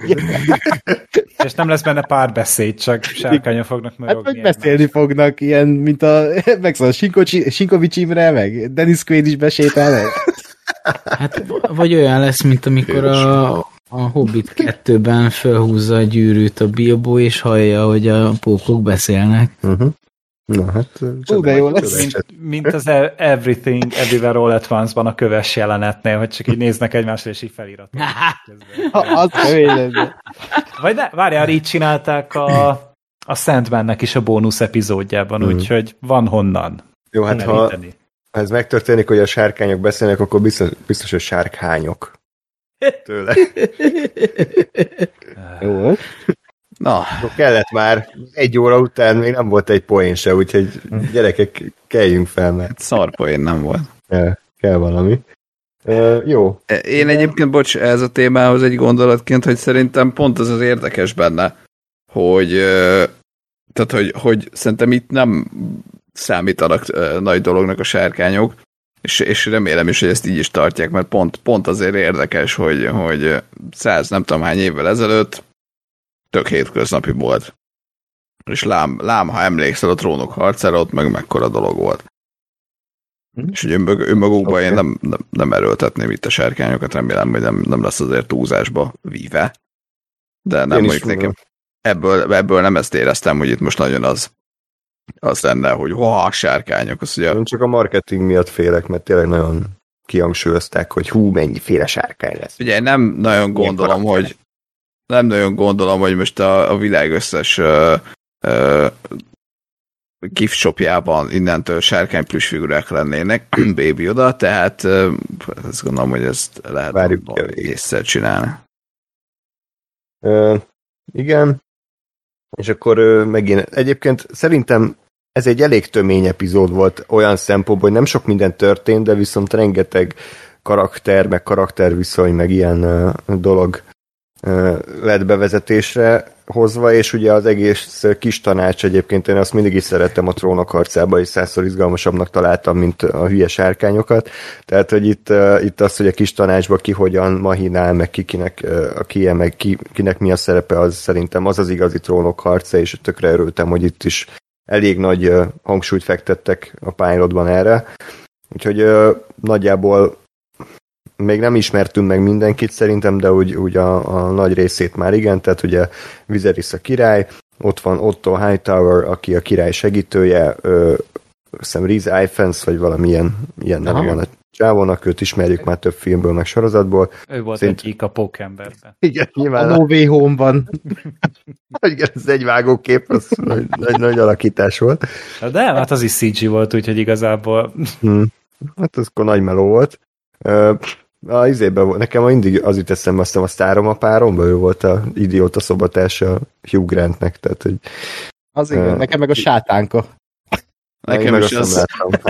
És nem lesz benne párbeszéd, csak sárkányon fognak morogni. Hát, hogy beszélni fognak, ilyen, mint a, megszól, Sinkovics Imre, meg Dennis Quaid is besétál meg. Hát, vagy olyan lesz, mint amikor a, a Hobbit kettőben felhúzza a gyűrűt a Bilbo, és hallja, hogy a pókok beszélnek. Uh-huh. Na hát, Ó, de jó lesz. Mint, mint az Everything Everywhere All at Once-ban a köves jelenetnél, hogy csak így néznek egymásra, és így feliratnak. Az kemény. Vagy ne, várjál, így csinálták a, a Sandmannek is a bónusz epizódjában, mm. úgyhogy van honnan. Jó, hát ha, ha ez megtörténik, hogy a sárkányok beszélnek, akkor biztos, biztos hogy sárkányok. Tőle. Jó. Na. Kellett már. Egy óra után még nem volt egy poén se, úgyhogy gyerekek, keljünk fel, mert... Szar poén nem volt. Ja, kell valami. Uh, jó. Én egyébként, bocs, ez a témához egy gondolatként, hogy szerintem pont az az érdekes benne, hogy tehát, hogy, hogy szerintem itt nem számítanak nagy dolognak a sárkányok, és, és remélem is, hogy ezt így is tartják, mert pont, pont azért érdekes, hogy, hogy száz nem tudom hány évvel ezelőtt tök hétköznapi volt. És lám, lám, ha emlékszel a Trónok harcára, ott meg mekkora dolog volt. Mm. És hogy önmag, önmagukban okay. Én nem, nem, nem erőltetném itt a sárkányokat, remélem, hogy nem, nem lesz azért túlzásba víve. De nem mondjuk nekem. Ebből, ebből nem ezt éreztem, hogy itt most nagyon az az lenne, hogy ha sárkányok. Az ugye... Én csak a marketing miatt félek, mert tényleg nagyon kihangsúlyozták, hogy hú, mennyiféle sárkány lesz. Ugye nem nagyon gondolom, hogy nem nagyon gondolom, hogy most a, a világ összes uh, uh, gift shopjában innentől sárkány plüssfigurák lennének, Baby oda, tehát uh, azt gondolom, hogy ezt lehet észre csinálni. Uh, igen, és akkor uh, megint, egyébként szerintem ez egy elég tömény epizód volt olyan szempontból, hogy nem sok minden történt, de viszont rengeteg karakter, meg karakterviszony, meg ilyen uh, dolog uh, lett bevezetésre hozva, és ugye az egész kis tanács egyébként, én azt mindig is szerettem a Trónok harcába, és százszor izgalmasabbnak találtam, mint a hülye sárkányokat. Tehát, hogy itt, uh, itt az, hogy a kis tanácsba ki hogyan mahinál, meg ki, kinek, uh, a kie, meg ki, kinek mi a szerepe, az szerintem az az igazi Trónok harca, és tökre örültem, hogy itt is elég nagy uh, hangsúlyt fektettek a pilotban erre. Úgyhogy uh, nagyjából még nem ismertünk meg mindenkit szerintem, de úgy, úgy a, a nagy részét már igen, tehát ugye Viserys a király, ott van Otto Hightower, aki a király segítője, ö, hiszem Rhys Ifans, vagy valamilyen ilyen nem van a csávónak, őt ismerjük már több filmből, meg sorozatból. Ő volt Szerint... egyik a Pókemberben. Igen, nyilván. A No Way Home-ban. Igen, ez egy vágókép, az nagy, nagy, nagy alakítás volt. De hát az is cé gé volt, úgyhogy igazából... Hmm. Hát az akkor nagy meló volt. Uh, A izében volt, nekem mindig az jut eszembe, aztán a sztárom a páromban, ő volt a idióta szobatársa Hugh Grantnek, tehát hogy... Az igen, uh, nekem meg a sátánka. Nekem is az.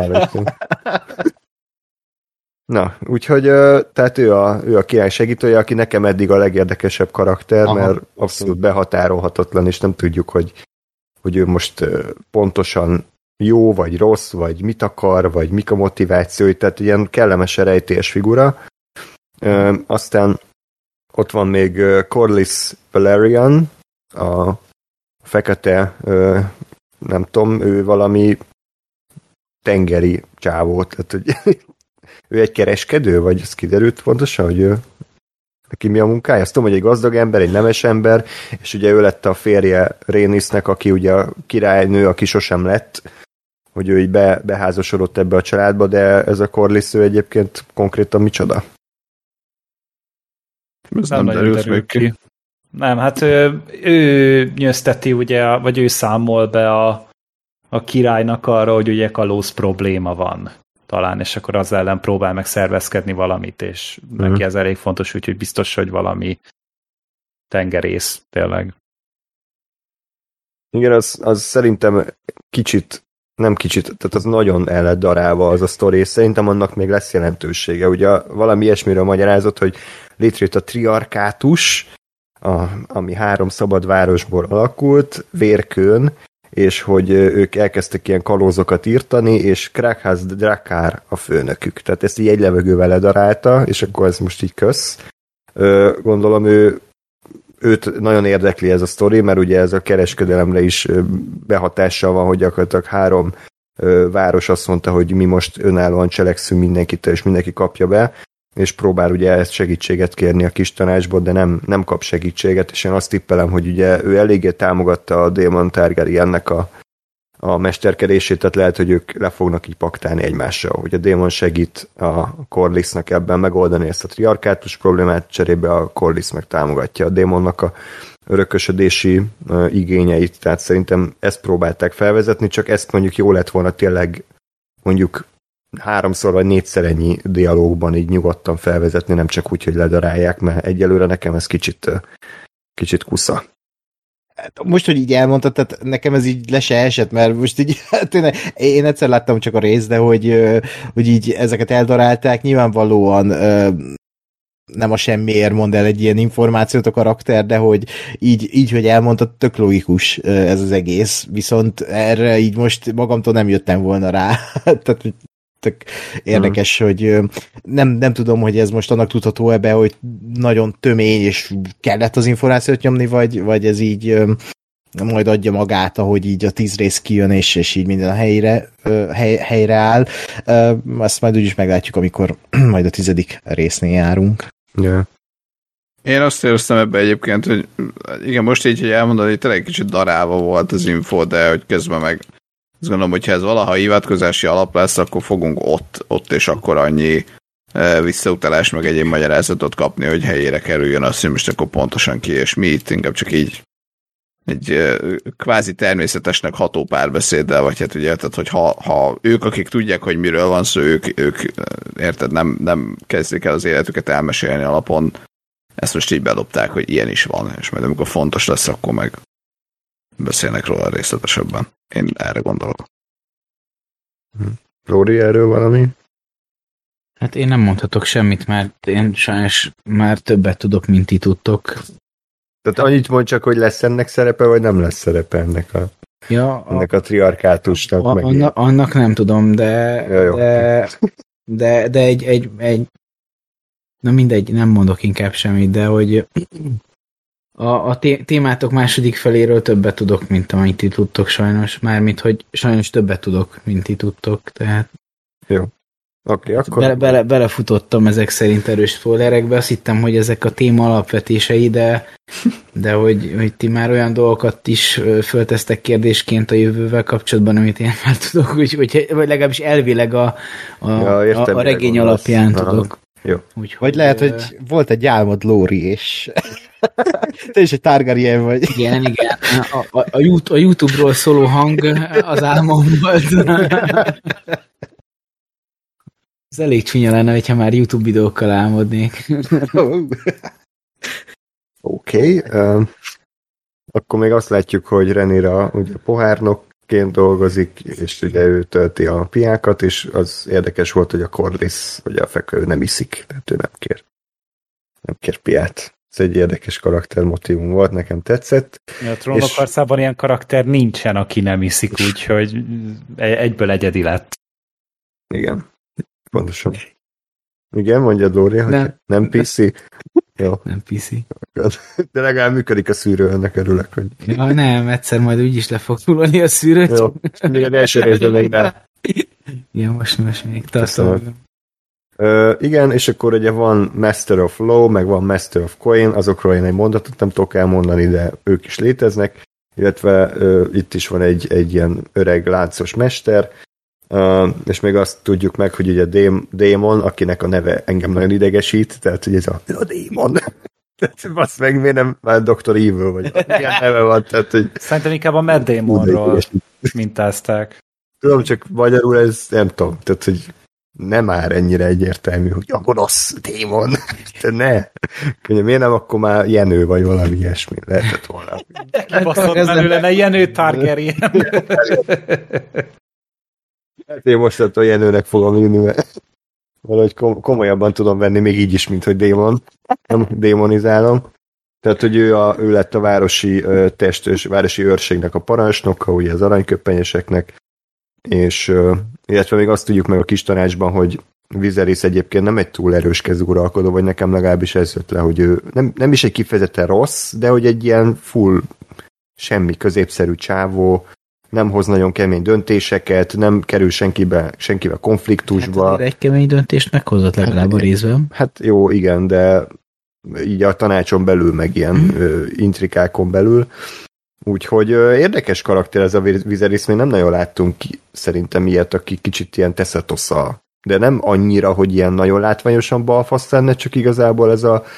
Na, úgyhogy tehát ő a, ő a király segítője, aki nekem eddig a legérdekesebb karakter, aha, mert abszolút behatárolhatatlan, és nem tudjuk, hogy, hogy ő most pontosan jó, vagy rossz, vagy mit akar, vagy mik a motivációi, tehát ilyen kellemes rejtélyes figura. Ö, aztán ott van még Corlys Velaryon, a fekete, ö, nem tudom, ő valami tengeri csávó, tehát hogy ő egy kereskedő, vagy ez kiderült pontosan, hogy ő neki mi a munkája? Azt tudom, hogy egy gazdag ember, egy nemes ember, és ugye ő lett a férje Rhaenysnek, aki ugye a királynő, aki sosem lett, hogy ő így be, beházasodott ebbe a családba, de ez a Corlys, ő egyébként konkrétan micsoda? Ez nem, nem derült még ki. ki. Nem, hát ő, ő nyözteti, ugye, vagy ő számol be a, a királynak arra, hogy ugye kalóz probléma van talán, és akkor az ellen próbál meg szervezkedni valamit, és mm. neki ez elég fontos, úgyhogy biztos, hogy valami tengerész tényleg. Igen, az, az szerintem kicsit, nem kicsit, tehát az nagyon el lett darálva az a sztori, és szerintem annak még lesz jelentősége. Ugye valami ilyesmiről magyarázott, hogy létrejött a triarkátus, a, ami három szabad városból alakult, Vérkőn, és hogy ők elkezdtek ilyen kalózokat írtani, és Krakház Drakár a főnökük. Tehát ezt így egy levegővel ledarálta, és akkor ez most így kösz. Gondolom ő őt nagyon érdekli ez a sztori, mert ugye ez a kereskedelemre is behatással van, hogy gyakorlatilag három város azt mondta, hogy mi most önállóan cselekszünk mindenkitől, és mindenki kapja be, és próbál ugye ezt segítséget kérni a kis tanácsból, de nem, nem kap segítséget, és én azt tippelem, hogy ugye ő eléggé támogatta a Daemon Targaryennek a, a mesterkedését, tehát lehet, hogy ők le fognak így paktálni egymással, hogy a Daemon segít a Corlysnak ebben megoldani ezt a triarkátus problémát, cserébe a Corlys meg támogatja a Daemonnak a örökösödési uh, igényeit, tehát szerintem ezt próbálták felvezetni, csak ezt mondjuk jó lett volna tényleg mondjuk háromszor vagy négyszer ennyi dialógban így nyugodtan felvezetni, nem csak úgy, hogy ledarálják, mert egyelőre nekem ez kicsit, uh, kicsit kusza. Most, hogy így elmondtad, tehát nekem ez így le se esett, mert most így, tényleg, én egyszer láttam csak a részt, de hogy, hogy így ezeket eldarálták, nyilvánvalóan nem a semmiért mond el egy ilyen információt a karakter, de hogy így, így hogy elmondtad, tök logikus ez az egész, viszont erre így most magamtól nem jöttem volna rá. Tehát tök érdekes, mm. hogy nem, nem tudom, hogy ez most annak tudható ebbe, hogy nagyon tömény, és kellett az információt nyomni, vagy, vagy ez így majd adja magát, ahogy így a tíz rész kijön, és, és így minden a helyre, hely, helyre áll. Azt majd úgyis meglátjuk, amikor majd a tizedik résznél járunk. Yeah. Én azt éreztem ebbe egyébként, hogy igen, most így, hogy elmondani, hogy tényleg kicsit darálva volt az info, de hogy közben meg azt gondolom, hogyha ez valaha hivatkozási alap lesz, akkor fogunk ott, ott és akkor annyi e, visszautalás, meg egyéb magyarázatot kapni, hogy helyére kerüljön azt, hogy most akkor pontosan ki és mi, itt inkább csak így egy e, kvázi természetesnek ható párbeszéddel, vagy hát ugye, tehát, hogy ha, ha ők, akik tudják, hogy miről van szó, ők, ők érted, nem, nem kezdik el az életüket elmesélni alapon, ezt most így bedobták, hogy ilyen is van, és majd amikor fontos lesz, akkor meg beszélnek róla részletesebben. Én erre gondolok. Róri, erről valami? Hát én nem mondhatok semmit, mert én sajnos már többet tudok, mint ti tudtok. Tehát annyit mond csak, hogy lesz ennek szerepe, vagy nem lesz szerepe ennek a, ja, ennek a, a triarkátusnak? A, annak, annak nem tudom, de ja, de, de, de egy, egy, egy na mindegy, nem mondok inkább semmit, de hogy A, a témátok második feléről többet tudok, mint amennyit ti tudtok sajnos. Mármint, hogy sajnos többet tudok, mint ti tudtok, tehát... Jó. Oké, okay, akkor... Bele, bele, belefutottam ezek szerint erős spoilerekbe, azt hittem, hogy ezek a téma alapvetései, de, de hogy, hogy ti már olyan dolgokat is föltesztek kérdésként a jövővel kapcsolatban, amit én már tudok, úgy, hogy, vagy legalábbis elvileg a, a, ja, értem, a, a regény alapján az. Tudok. Jó. Úgy, vagy lehet, hogy uh... volt egy álmod, Lóri, és te is egy Targaryen vagy. Igen, igen. A, a, a, YouTube, a YouTube-ról szóló hang az álmom volt. Ez elég csúnya lenne, hogyha már YouTube videókkal álmodnék. Oké. Okay, uh, akkor még azt látjuk, hogy Rhaenyra ugye pohárnokként dolgozik, és ugye ő tölti a piákat, és az érdekes volt, hogy a Corlys, ugye a fekvő nem iszik, tehát ő nem kér. Nem kér piát. Ez egy érdekes karaktermotívum volt, nekem tetszett. A Trónok harcában ilyen karakter nincsen, aki nem iszik, úgyhogy egyből egyedi lett. Igen, pontosan. Igen, mondja Dóri, hogy nem, nem pé cé. Jó. Nem pé cé. De legalább működik a szűrő, ennek örülök, hogy... Ja, nem, egyszer majd úgyis le fog tulolni a szűrőt. Jó, még az első részben még nem. Igen, most, most még tartom. Uh, igen, és akkor ugye van Master of Law, meg van Master of Coin, azokról én egy mondatot nem tudok elmondani, de ők is léteznek, illetve uh, itt is van egy, egy ilyen öreg láncos mester, uh, és még azt tudjuk meg, hogy ugye Daemon, akinek a neve engem nagyon idegesít, tehát hogy ez a, a Daemon, Tehát basz meg, miért nem már doktor Evil vagy. Ilyen neve van, tehát, hogy... Szerintem inkább a Matt Damonról mintázták. Tudom, csak magyarul ez nem tudom, tehát, hogy nem már ennyire egyértelmű, hogy a gonosz démon. De ne. Könnyen, miért nem akkor már Jenő vagy valami ilyesmi lehetett volna. Kibaszott belőle, ne Jenő Targaryen. Hát én most attól Jenőnek fogom írni, mert valahogy komolyabban tudom venni, még így is, mint hogy démon. Nem démonizálom. Tehát, hogy ő, a, ő lett a városi testős, városi őrségnek a parancsnoka, ugye az aranyköppenyeseknek, és illetve még azt tudjuk meg a kis tanácsban, hogy Viserys egyébként nem egy túl erős kezű uralkodó, vagy nekem legalábbis ez jött le, hogy ő nem, nem is egy kifejezetten rossz, de hogy egy ilyen full semmi középszerű csávó, nem hoz nagyon kemény döntéseket, nem kerül senkibe, senkivel konfliktusba. Hát egy kemény döntést meghozott legalább a részben. Hát jó, igen, de így a tanácson belül, meg ilyen mm. intrikákon belül. Úgyhogy érdekes karakter ez a Viserys, még nem nagyon láttunk ki, szerintem ilyet, aki kicsit ilyen teszetosza. De nem annyira, hogy ilyen nagyon látványosan balfasz lenne, csak igazából ez a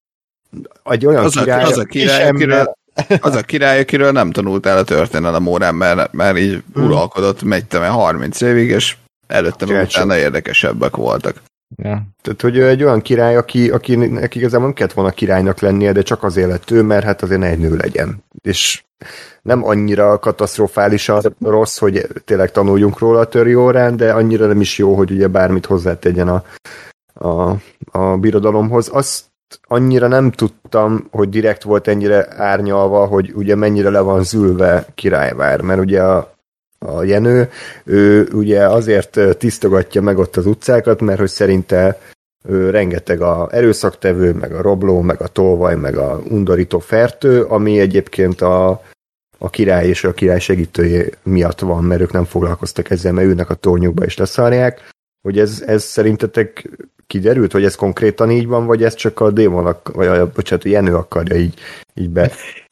egy olyan az király, a, az a király, akiről, az a király, akiről nem tanult el a történelem órán, mert, mert így hmm. uralkodott megy harminc évig, és előtte meg utána érdekesebbek voltak. Ja. Tehát, hogy egy olyan király, aki, akinek igazából nem kellett volna királynak lennie, de csak azért lett ő, mert hát azért ne egy nő legyen. És nem annyira katasztrofálisan rossz, hogy tényleg tanuljunk róla a töri órán, de annyira nem is jó, hogy ugye bármit hozzátegyen a, a, a birodalomhoz. Azt annyira nem tudtam, hogy direkt volt ennyire árnyalva, hogy ugye mennyire le van zülve királyvár, mert ugye a a Jenő, ő ugye azért tisztogatja meg ott az utcákat, mert hogy szerinte ő rengeteg a erőszaktevő, meg a robló, meg a tolvaj, meg a undorító fertő, ami egyébként a, a király és a király segítője miatt van, mert ők nem foglalkoztak ezzel, mert ülnek a tornyukba és leszarják. Hogy ez, ez szerintetek kiderült, hogy ez konkrétan így van, vagy ez csak a démon, vagy a, bocsánat, a Jenő akarja így, így be,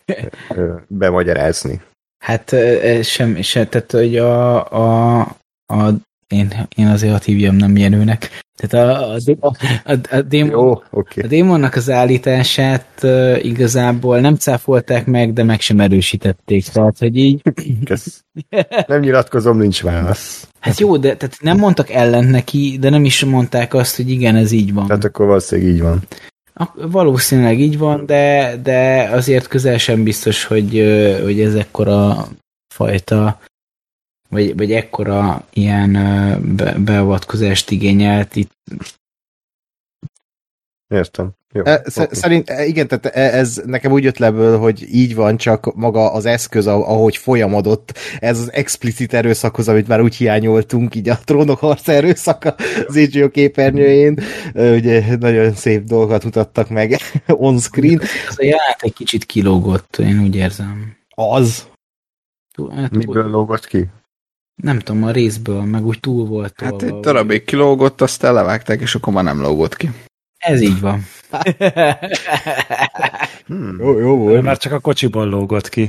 bemagyarázni? Hát sem, sem, tehát hogy a, a, a én, én azért hat hívjam nem Jenőnek. Tehát a, a, a, a, démon, Jó, okay. a démonnak az állítását uh, igazából nem cáfolták meg, de meg sem erősítették. Tehát, hogy így... Kösz. Nem nyilatkozom, nincs válasz. Hát jó, de tehát nem mondtak ellent neki, de nem is mondták azt, hogy igen, ez így van. Tehát akkor valószínűleg így van. Valószínűleg így van, de, de azért közel sem biztos, hogy, hogy ez ekkora fajta, vagy, vagy ekkora ilyen be, beavatkozást igényelt itt. Értem. Jó, Sz- okay. Szerint, igen, tehát ez nekem úgy jött leből, hogy így van, csak maga az eszköz, ahogy folyamodott, ez az explicit erőszakhoz, amit már úgy hiányoltunk, így a Trónok harca erőszaka az há bé o képernyőjén, ugye nagyon szép dolgokat mutattak meg on-screen. Ez a jelenet egy kicsit kilógott, én úgy érzem. Az? Hát, miből lógott ki? Nem tudom, a részből, meg úgy túl volt. Hát egy darabig kilógott, aztán levágták, és akkor már nem lógott ki. Ez így van. hmm. Jó, jó volt. Már csak a kocsiból lógott ki.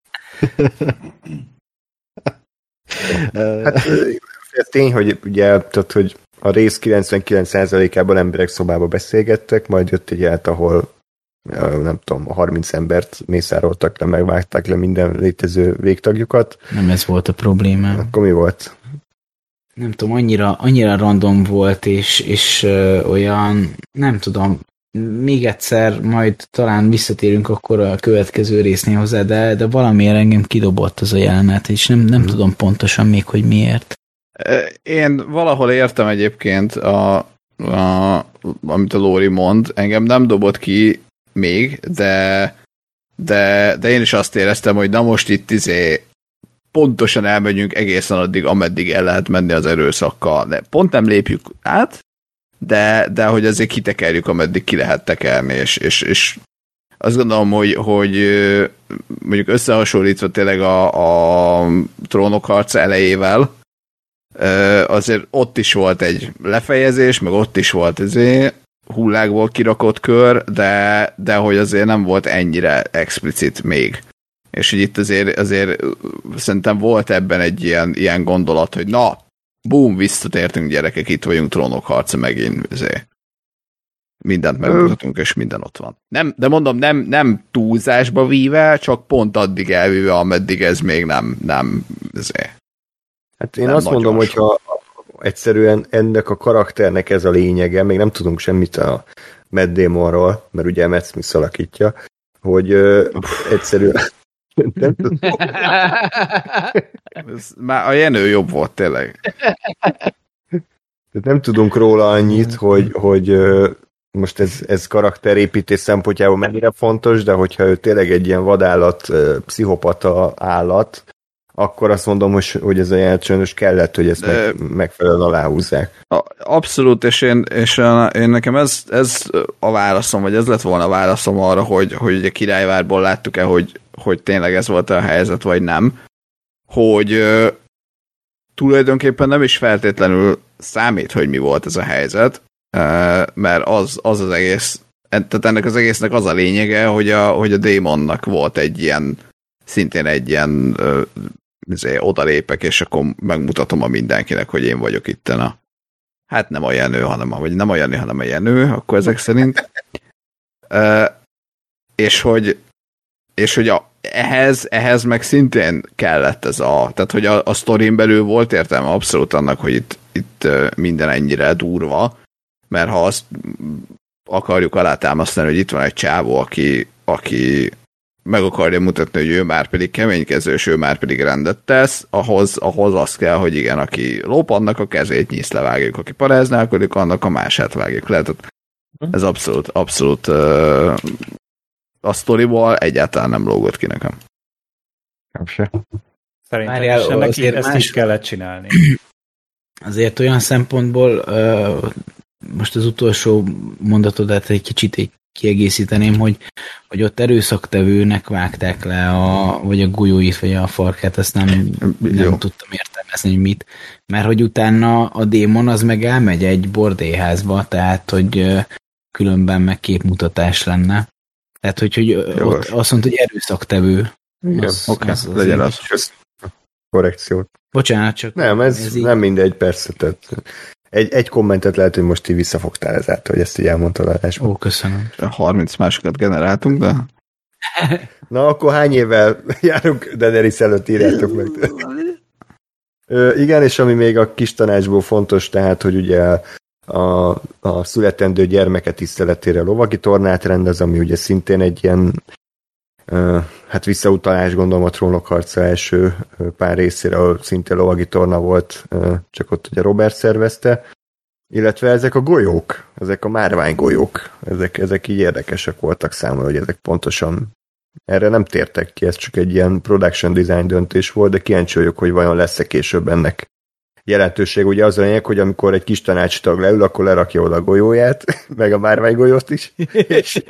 Hát ez tény, hogy ugye, tehát, hogy a rész kilencvenkilenc százalékában emberek szobába beszélgettek, majd jött egy jelenet, ahol nem tudom, a harminc embert mészároltak le, megvágták le minden létező végtagjukat. Nem ez volt a problémám. Akkor mi volt? Nem tudom, annyira, annyira random volt, és, és ö, olyan, nem tudom, még egyszer majd talán visszatérünk akkor a következő résznél hozzá, de, de valamiért engem kidobott az a jelenet, és nem, nem hmm. tudom pontosan még, hogy miért. Én valahol értem egyébként, a, a, amit a Lóri mond, engem nem dobott ki még, de, de, de én is azt éreztem, hogy na most itt izé pontosan elmegyünk egészen addig, ameddig el lehet menni az erőszakkal. De pont nem lépjük át, de, de hogy azért kitekerjük, ameddig ki lehet tekerni, és, és, és azt gondolom, hogy, hogy mondjuk összehasonlítva tényleg a, a Trónok harca elejével, azért ott is volt egy lefejezés, meg ott is volt ezért hullákból kirakott kör, de, de hogy azért nem volt ennyire explicit még. És hogy itt azért, azért szerintem volt ebben egy ilyen, ilyen gondolat, hogy na, bum, visszatértünk gyerekek, itt vagyunk Trónok harca megint. Azért. mindent megmutatunk, és minden ott van. Nem, de mondom, nem, nem túlzásba víve, csak pont addig elvíve, ameddig ez még nem, nem ezért. Hát én nem azt mondom, hogy ha egyszerűen ennek a karakternek ez a lényege, még nem tudunk semmit a Matt Damonról, mert ugye Matt Smith alakítja, hogy ö, egyszerűen nem tudom. Ez már a Jenő jobb volt, tényleg. Nem tudunk róla annyit, hogy, hogy ö, most ez, ez karakterépítés szempontjából mennyire fontos, de hogyha ő tényleg egy ilyen vadállat, pszichopata állat, akkor azt mondom, hogy, hogy ez a jelentős kellett, hogy ezt meg, megfelelően aláhúzzák. Abszolút, és én, és én nekem ez, ez a válaszom, vagy ez lett volna a válaszom arra, hogy, hogy ugye Királyvárból láttuk-e, hogy, hogy tényleg ez volt a helyzet, vagy nem, hogy uh, tulajdonképpen nem is feltétlenül számít, hogy mi volt ez a helyzet, uh, mert az, az az egész, tehát ennek az egésznek az a lényege, hogy a, hogy a Damonnak volt egy ilyen, szintén egy ilyen uh, azért odalépek, és akkor megmutatom a mindenkinek, hogy én vagyok itten a hát nem a Jenő, hanem a, vagy nem a Jenő, hanem a Jenő, akkor ezek szerint. Uh, és hogy és hogy a, ehhez, ehhez meg szintén kellett ez a, tehát hogy a, a sztorin belül volt értelme abszolút annak, hogy itt, itt minden ennyire durva, mert ha azt akarjuk alátámasztani, hogy itt van egy csávó, aki, aki meg akarja mutatni, hogy ő már pedig keménykező, és ő már pedig rendet tesz, ahhoz, ahhoz az kell, hogy igen, aki lop, annak a kezét nyiszlevágjuk, aki paráználkodik, annak a mását vágjuk le. Tehát ez abszolút, abszolút uh, a sztoriból egyáltalán nem lógott ki nekem. Nem se. Szerintem Várjál, is ennek azért ezt más... is kellett csinálni. Azért olyan szempontból uh, most az utolsó mondatodat egy kicsit egy kiegészíteném, hogy, hogy ott erőszaktevőnek vágták le a, vagy a golyóit, vagy a farkát, ezt nem, nem tudtam értelmezni, hogy mit. Mert hogy utána a démon az meg elmegy egy bordélyházba, tehát hogy különben meg képmutatás lenne. Tehát, hogy, hogy ott azt mondta, hogy erőszaktevő. Igen, oké, okay, legyen az. Korrekciót. Bocsánat, csak... Nem, ez, ez nem mindegy, persze. Tehát egy, egy kommentet lehet, hogy most így visszafogtál ezáltal, hogy ezt így elmondtad adásban. Ó, köszönöm. harminc másokat generáltunk, de... Na, akkor hány évvel járunk Daenerys előtt, írjátok meg. Ö, igen, és ami még a kis tanácsból fontos, tehát, hogy ugye a, a születendő gyermeke tiszteletére lovagi tornát rendez, ami ugye szintén egy ilyen uh, hát visszautalás, gondolom a Trónokharca első uh, pár részére, ahol szintén lovagi torna volt, uh, csak ott ugye Robert szervezte, illetve ezek a golyók, ezek a márványgolyók, ezek, ezek így érdekesek voltak számomra, hogy ezek pontosan erre nem tértek ki, ez csak egy ilyen production design döntés volt, de kíváncsi vagyok, hogy vajon lesz-e később ennek jelentőség. Ugye az a lényeg, hogy amikor egy kis tanácstag leül, akkor lerakja oda a golyóját, meg a márványgolyót is, és,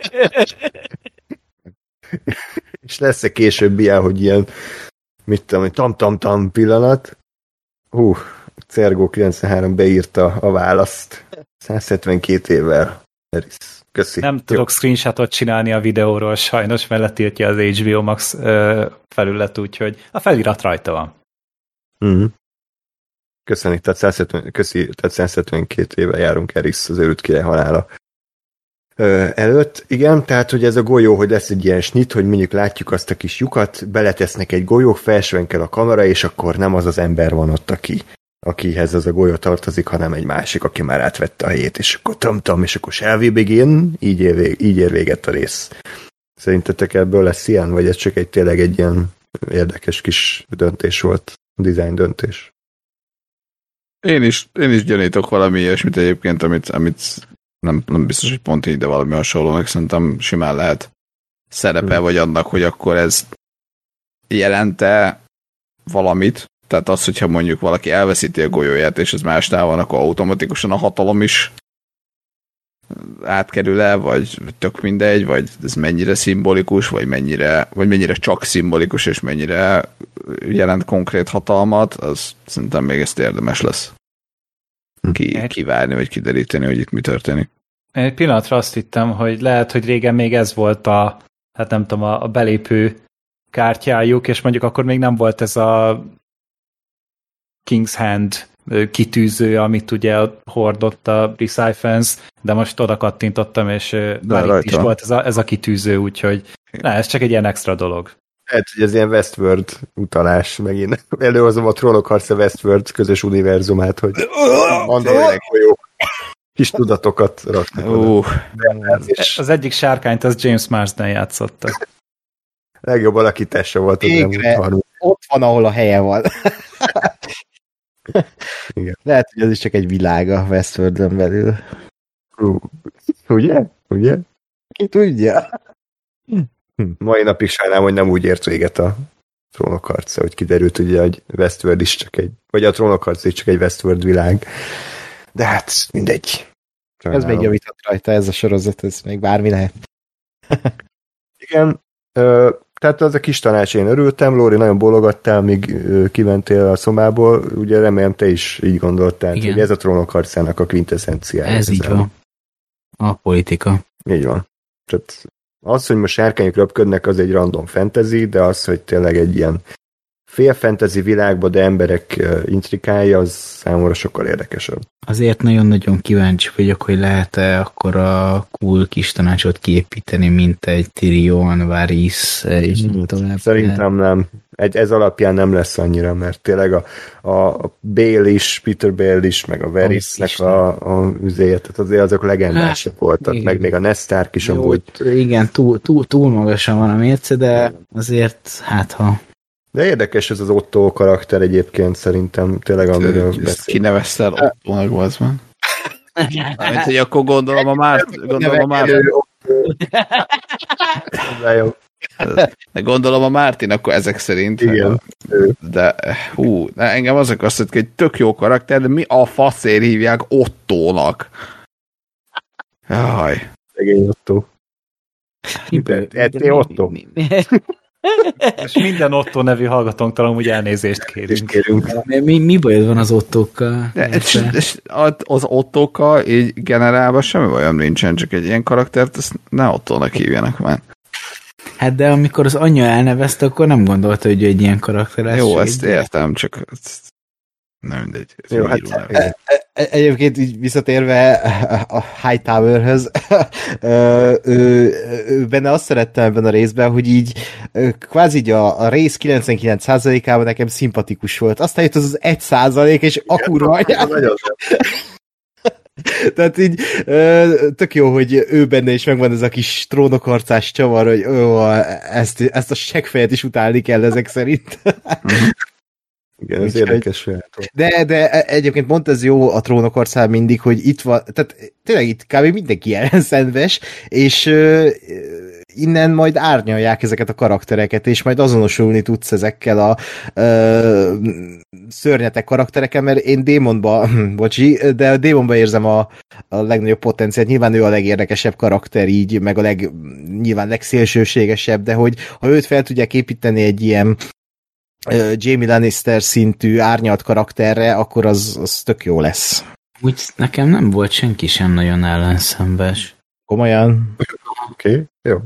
és lesz-e később ilyen, hogy ilyen, mit tudom, tam-tam-tam pillanat. Hú, Cergó kilencvenhárom beírta a választ. száz hetvenkét évvel. Köszi. Nem tudok screenshotot csinálni a videóról, sajnos, mert letiltja az há bé o Max felület, úgyhogy a felirat rajta van. Mm. Köszönjük, tehát, száz hetven, köszi, tehát száz hetvenkét éve járunk Eris az őrült király halála Ö, előtt. Igen, tehát, hogy ez a golyó, hogy lesz egy ilyen snit, hogy mondjuk látjuk azt a kis lyukat, beletesznek egy golyó, felsvenkel a kamera, és akkor nem az az ember van ott, aki, akihez az a golyó tartozik, hanem egy másik, aki már átvette a helyét, és akkor tam-tam, és akkor shall we begin? Így ér, vég, így ér véget a rész. Szerintetek ebből lesz ilyen, vagy ez csak egy tényleg egy ilyen érdekes kis döntés volt, design döntés? Én is, én is gyanítok valami ilyesmit egyébként, amit, amit nem, nem biztos, hogy pont így, de valami hasonlónak szerintem simán lehet szerepe, hmm. vagy annak, hogy akkor ez jelente valamit. Tehát az, hogyha mondjuk valaki elveszíti a golyóját, és ez másnál van, akkor automatikusan a hatalom is átkerül-e, vagy tök mindegy, vagy ez mennyire szimbolikus, vagy mennyire, vagy mennyire csak szimbolikus, és mennyire jelent konkrét hatalmat, az szerintem még ezt érdemes lesz ki, kivárni, vagy kideríteni, hogy itt mi történik. Egy pillanatra azt hittem, hogy lehet, hogy régen még ez volt a, hát nem tudom, a, a belépő kártyájuk, és mondjuk akkor még nem volt ez a King's Hand kitűző, amit ugye hordott a Recyfens, de most oda kattintottam, és már itt rajta. is volt ez a, ez a kitűző, úgyhogy na, ez csak egy ilyen extra dolog. Lehet, hogy ez ilyen Westworld utalás, megint előhozom a Trollok harca Westworld közös univerzumát, hogy androidek folyók kis tudatokat raknak oda. Uh, És Az egyik sárkányt az James Marsden játszotta. legjobb alakítása volt az elmúlt Végre. harminc. Ott van, ahol a helye van. Igen. Lehet, hogy ez is csak egy világ a Westworldön belül. Hú, ugye? Ugye? Ki tudja? Mai napig sajnálom, hogy nem úgy ért véget a Trónok harca, hogy kiderült ugye, hogy Westworld is csak egy, vagy a Trónok harca is csak egy Westworld világ. De hát mindegy. Ez Sajnálom. még javíthat rajta, ez a sorozat, ez még bármi lehet. Igen, ö, tehát az a kis tanács, én örültem, Lóri, nagyon bólogattál, míg ö, kimentél a szobából, ugye remélem te is így gondoltál, Igen. hogy ez a Trónok harcának a quintessenciája. Ez így van. A politika. Így van. Tehát az, hogy most sárkányok röpködnek, az egy random fantasy, de az, hogy tényleg egy ilyen fél fantasy világban, de emberek ö, intrikája, az számomra sokkal érdekesebb. Azért nagyon-nagyon kíváncsi vagyok, hogy lehet-e akkor a cool kis tanácsot kiépíteni, mint egy Tyrion, Varys, és így tovább. Szerintem nem. Egy, ez alapján nem lesz annyira, mert tényleg a, a, a Bale is, Peter Bale is, meg a Varysnek Isten. a, a üzéje, tehát azért azok legendások voltak, igen. meg még a Ned Stark is Jó, amúgy. igen, túl, túl, túl magasan van a mérce, de azért, hát ha... De érdekes ez az Otto karakter egyébként szerintem, tényleg amiről ezt beszél. kineveztel Ottónak, az van. Mint, hogy akkor gondolom a Márt, gondolom a Márt, de gondolom a Mártin akkor ezek szerint. Igen. De hú, de engem azok azt mondták, hogy tök jó karakter, de mi a faszért hívják Ottónak? Jaj. Szegény Otto. Ettél Otto? És minden Otto nevű hallgatónktól amúgy elnézést És kérünk. kérünk. Mi, mi, mi bajod van az ottókkal? De és, és az Ottókkal így generálban semmi bajom nincsen, csak egy ilyen karaktert, ezt ne Ottónak hívjanak már. Hát de amikor az anyja elnevezte, akkor nem gondolta, hogy ő egy ilyen karakter lesz. Jó, csak ezt egy- értem, csak ezt nem mindegy. Ez Jó, író hát neve. igen. E- Egyébként így visszatérve a Hightowerhöz, ö, ő, ő benne azt szerettem ebben a részben, hogy így ö, kvázi így a, a rész kilencvenkilenc százalékában nekem szimpatikus volt. Aztán jött az az egy százalék, és a kurva anyád. Nagyon Tehát így ö, tök jó, hogy ő benne is megvan ez a kis trónokharcás csavar, hogy ó, ezt, ezt a seggfejet is utálni kell ezek szerint. Igen, ez Úgyhogy- érdekes sajátos. De, de egyébként mondta ez jó a trónokharcán mindig, hogy itt van, tehát tényleg itt kb. Mindenki ellenszenves, és ö, innen majd árnyalják ezeket a karaktereket, és majd azonosulni tudsz ezekkel a ö, szörnyetek karakterekkel, mert én Démonba, bocsi, de a Démonba érzem a, a legnagyobb potenciált. Nyilván ő a legérdekesebb karakter így, meg a leg, nyilván legszélsőségesebb, de hogy ha őt fel tudják építeni egy ilyen ö, Jamie Lannister szintű árnyalt karakterre, akkor az, az tök jó lesz. Úgy nekem nem volt senki sem nagyon ellenszembes. Komolyan? Oké, okay, jó.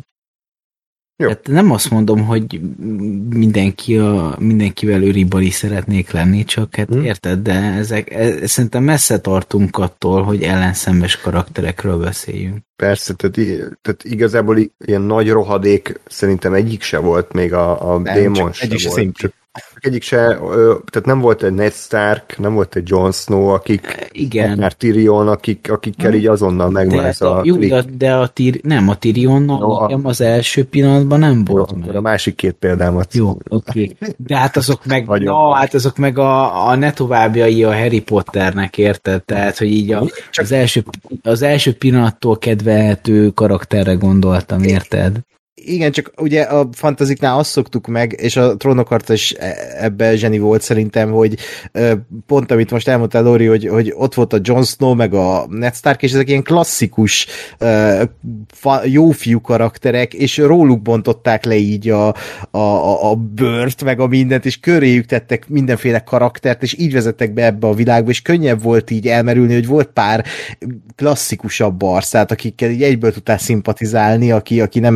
Jó. Hát nem azt mondom, hogy mindenki a, mindenkivel őribali szeretnék lenni, csak hát Hmm. érted, de ezek, ez, szerintem messze tartunk attól, hogy ellenszembes karakterekről beszéljünk. Persze, tehát, i- tehát igazából i- ilyen nagy rohadék szerintem egyik se volt, még a, a Nem, démon csak se egyik se volt. szimpi. Csak, csak egyik se, ö, tehát nem volt egy Ned Stark, nem volt egy Jon Snow, akik, Igen. már Tyrion, akik, akikkel így azonnal megvan De, ez a jó, klik. de, de a tír, nem, a Tyrionnal No, a- nekem az első pillanatban nem Jó, volt akkor meg. a másik két példámat. Jó, oké. De hát azok meg, Vagyok. na, hát azok meg a, a ne továbbjai a Harry Potternek, érted? Tehát, hogy így a, az, első, az első pillanattól kedvelhető karakterre gondoltam, érted? Igen, csak ugye a fantaziknál azt szoktuk meg, és a trónokharca is ebben zseni volt szerintem, hogy ö, pont amit most elmondtál, Lori, hogy, hogy ott volt a Jon Snow, meg a Ned Stark, és ezek ilyen klasszikus ö, fa, jó fiú karakterek, és róluk bontották le így a, a, a, a bőrt, meg a mindent, és köréjük tettek mindenféle karaktert, és így vezettek be ebbe a világba, és könnyebb volt így elmerülni, hogy volt pár klasszikusabb arc, tehát akikkel így egyből tudtál szimpatizálni, aki, aki nem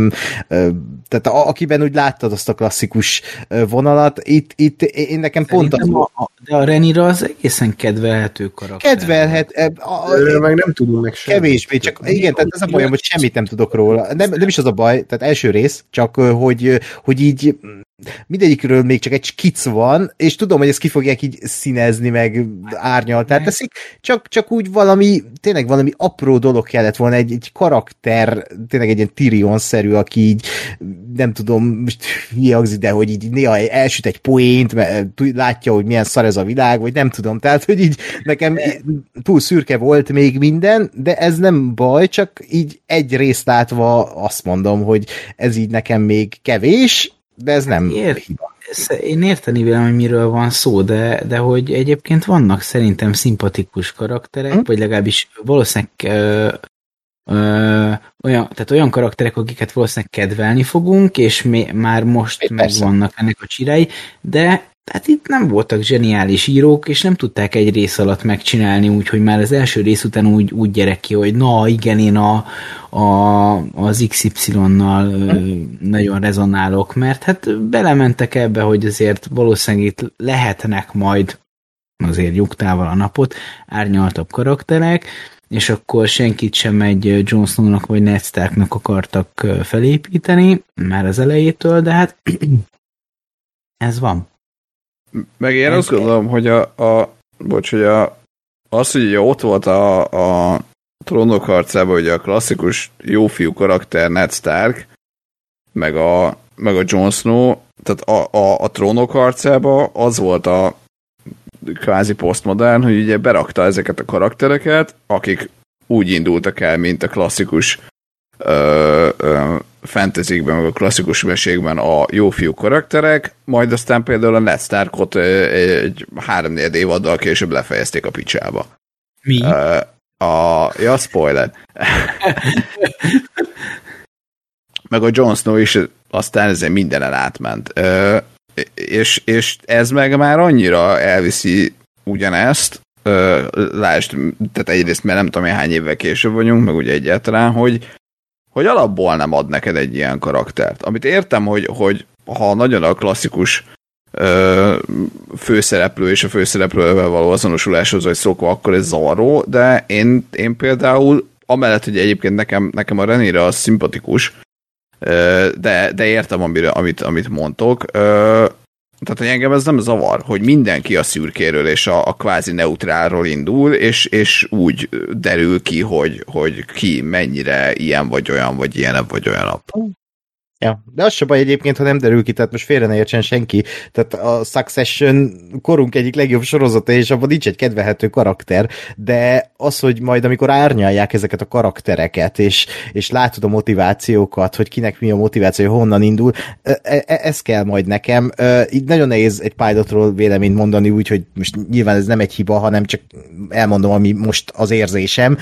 tehát a, akiben úgy láttad azt a klasszikus vonalat, itt, itt én nekem Szerintem pont az... A, a, de a Renira az egészen kedvelhető karakter. Kedvelhet, a, a, meg nem tudunk meg semmit. Kevésbé, csak igen, tehát ez a bajom, hogy semmit nem tudok róla. Nem, nem is az a baj, tehát első rész, csak hogy, hogy így mindegyikről még csak egy skic van, és tudom, hogy ezt ki fogják így színezni, meg árnyaltát teszik, csak, csak úgy valami, tényleg valami apró dolog kellett volna, egy, egy karakter, tényleg egy ilyen Tyrion-szerű, aki így, nem tudom, most hülye de hogy így néha elsüt egy poént, mert látja, hogy milyen szar ez a világ, vagy nem tudom, tehát, hogy így nekem túl szürke volt még minden, de ez nem baj, csak így egy részt látva azt mondom, hogy ez így nekem még kevés, de ez nem Ér, én érteni vélem, hogy miről van szó, de, de hogy egyébként vannak szerintem szimpatikus karakterek, hm? vagy legalábbis valószínűleg ö, ö, olyan, tehát olyan karakterek, akiket valószínűleg kedvelni fogunk, és mi, már most megvannak ennek a csirái, de tehát itt nem voltak zseniális írók, és nem tudták egy rész alatt megcsinálni, úgyhogy már az első rész után úgy, úgy gyerek ki, hogy na igen, én a, a, az iksz ipszilonnal nagyon rezonálok, mert hát belementek ebbe, hogy azért valószínűleg itt lehetnek majd azért nyugtával a napot árnyaltabb karakterek, és akkor senkit sem egy Jon Snow-nak vagy Ned Starknak akartak felépíteni, már az elejétől, de hát ez van. Meg én azt gondolom, hogy a, a bocs, hogy a, az, hogy ugye ott volt a, a Trónok harcában ugye a klasszikus jófiú karakter Ned Stark, meg a, meg a Jon Snow, tehát a, a, a Trónok harcában az volt a kvázi posztmodern, hogy ugye berakta ezeket a karaktereket, akik úgy indultak el, mint a klasszikus ö, ö, fantasyekben, meg a klasszikus mesékben a jófiú karakterek, majd aztán például a Ned Starkot egy három-négy évaddal később lefejezték a picsába. Mi? Uh, a, ja, spoiler. Meg a Jon Snow is aztán ezzel mindenen átment. Uh, és, és ez meg már annyira elviszi ugyanezt, uh, lásd, tehát egyrészt, mert nem tudom, hány évvel később vagyunk, meg ugye egyáltalán, hogy hogy alapból nem ad neked egy ilyen karaktert. Amit értem, hogy, hogy ha nagyon a klasszikus ö, főszereplő és a főszereplővel való azonosuláshoz vagy szokva, akkor ez zavaró, de én, én például, amellett, hogy egyébként nekem, nekem a Rhaenyra az szimpatikus, ö, de, de értem, amire, amit, amit mondtok, ö, tehát, hogy engem ez nem zavar, hogy mindenki a szürkéről és a, a kvázi neutrálról indul, és, és úgy derül ki, hogy, hogy ki mennyire ilyen vagy olyan, vagy ilyenebb vagy olyanabb. Ja, de az se baj egyébként, ha nem derül ki, tehát most félre ne értsen senki. Tehát a Succession korunk egyik legjobb sorozata, és abban nincs egy kedvelhető karakter, de az, hogy majd amikor árnyalják ezeket a karaktereket, és, és látod a motivációkat, hogy kinek mi a motiváció, honnan indul, ez kell majd nekem. Így nagyon nehéz egy pilotról véleményt mondani, úgyhogy most nyilván ez nem egy hiba, hanem csak elmondom, ami most az érzésem.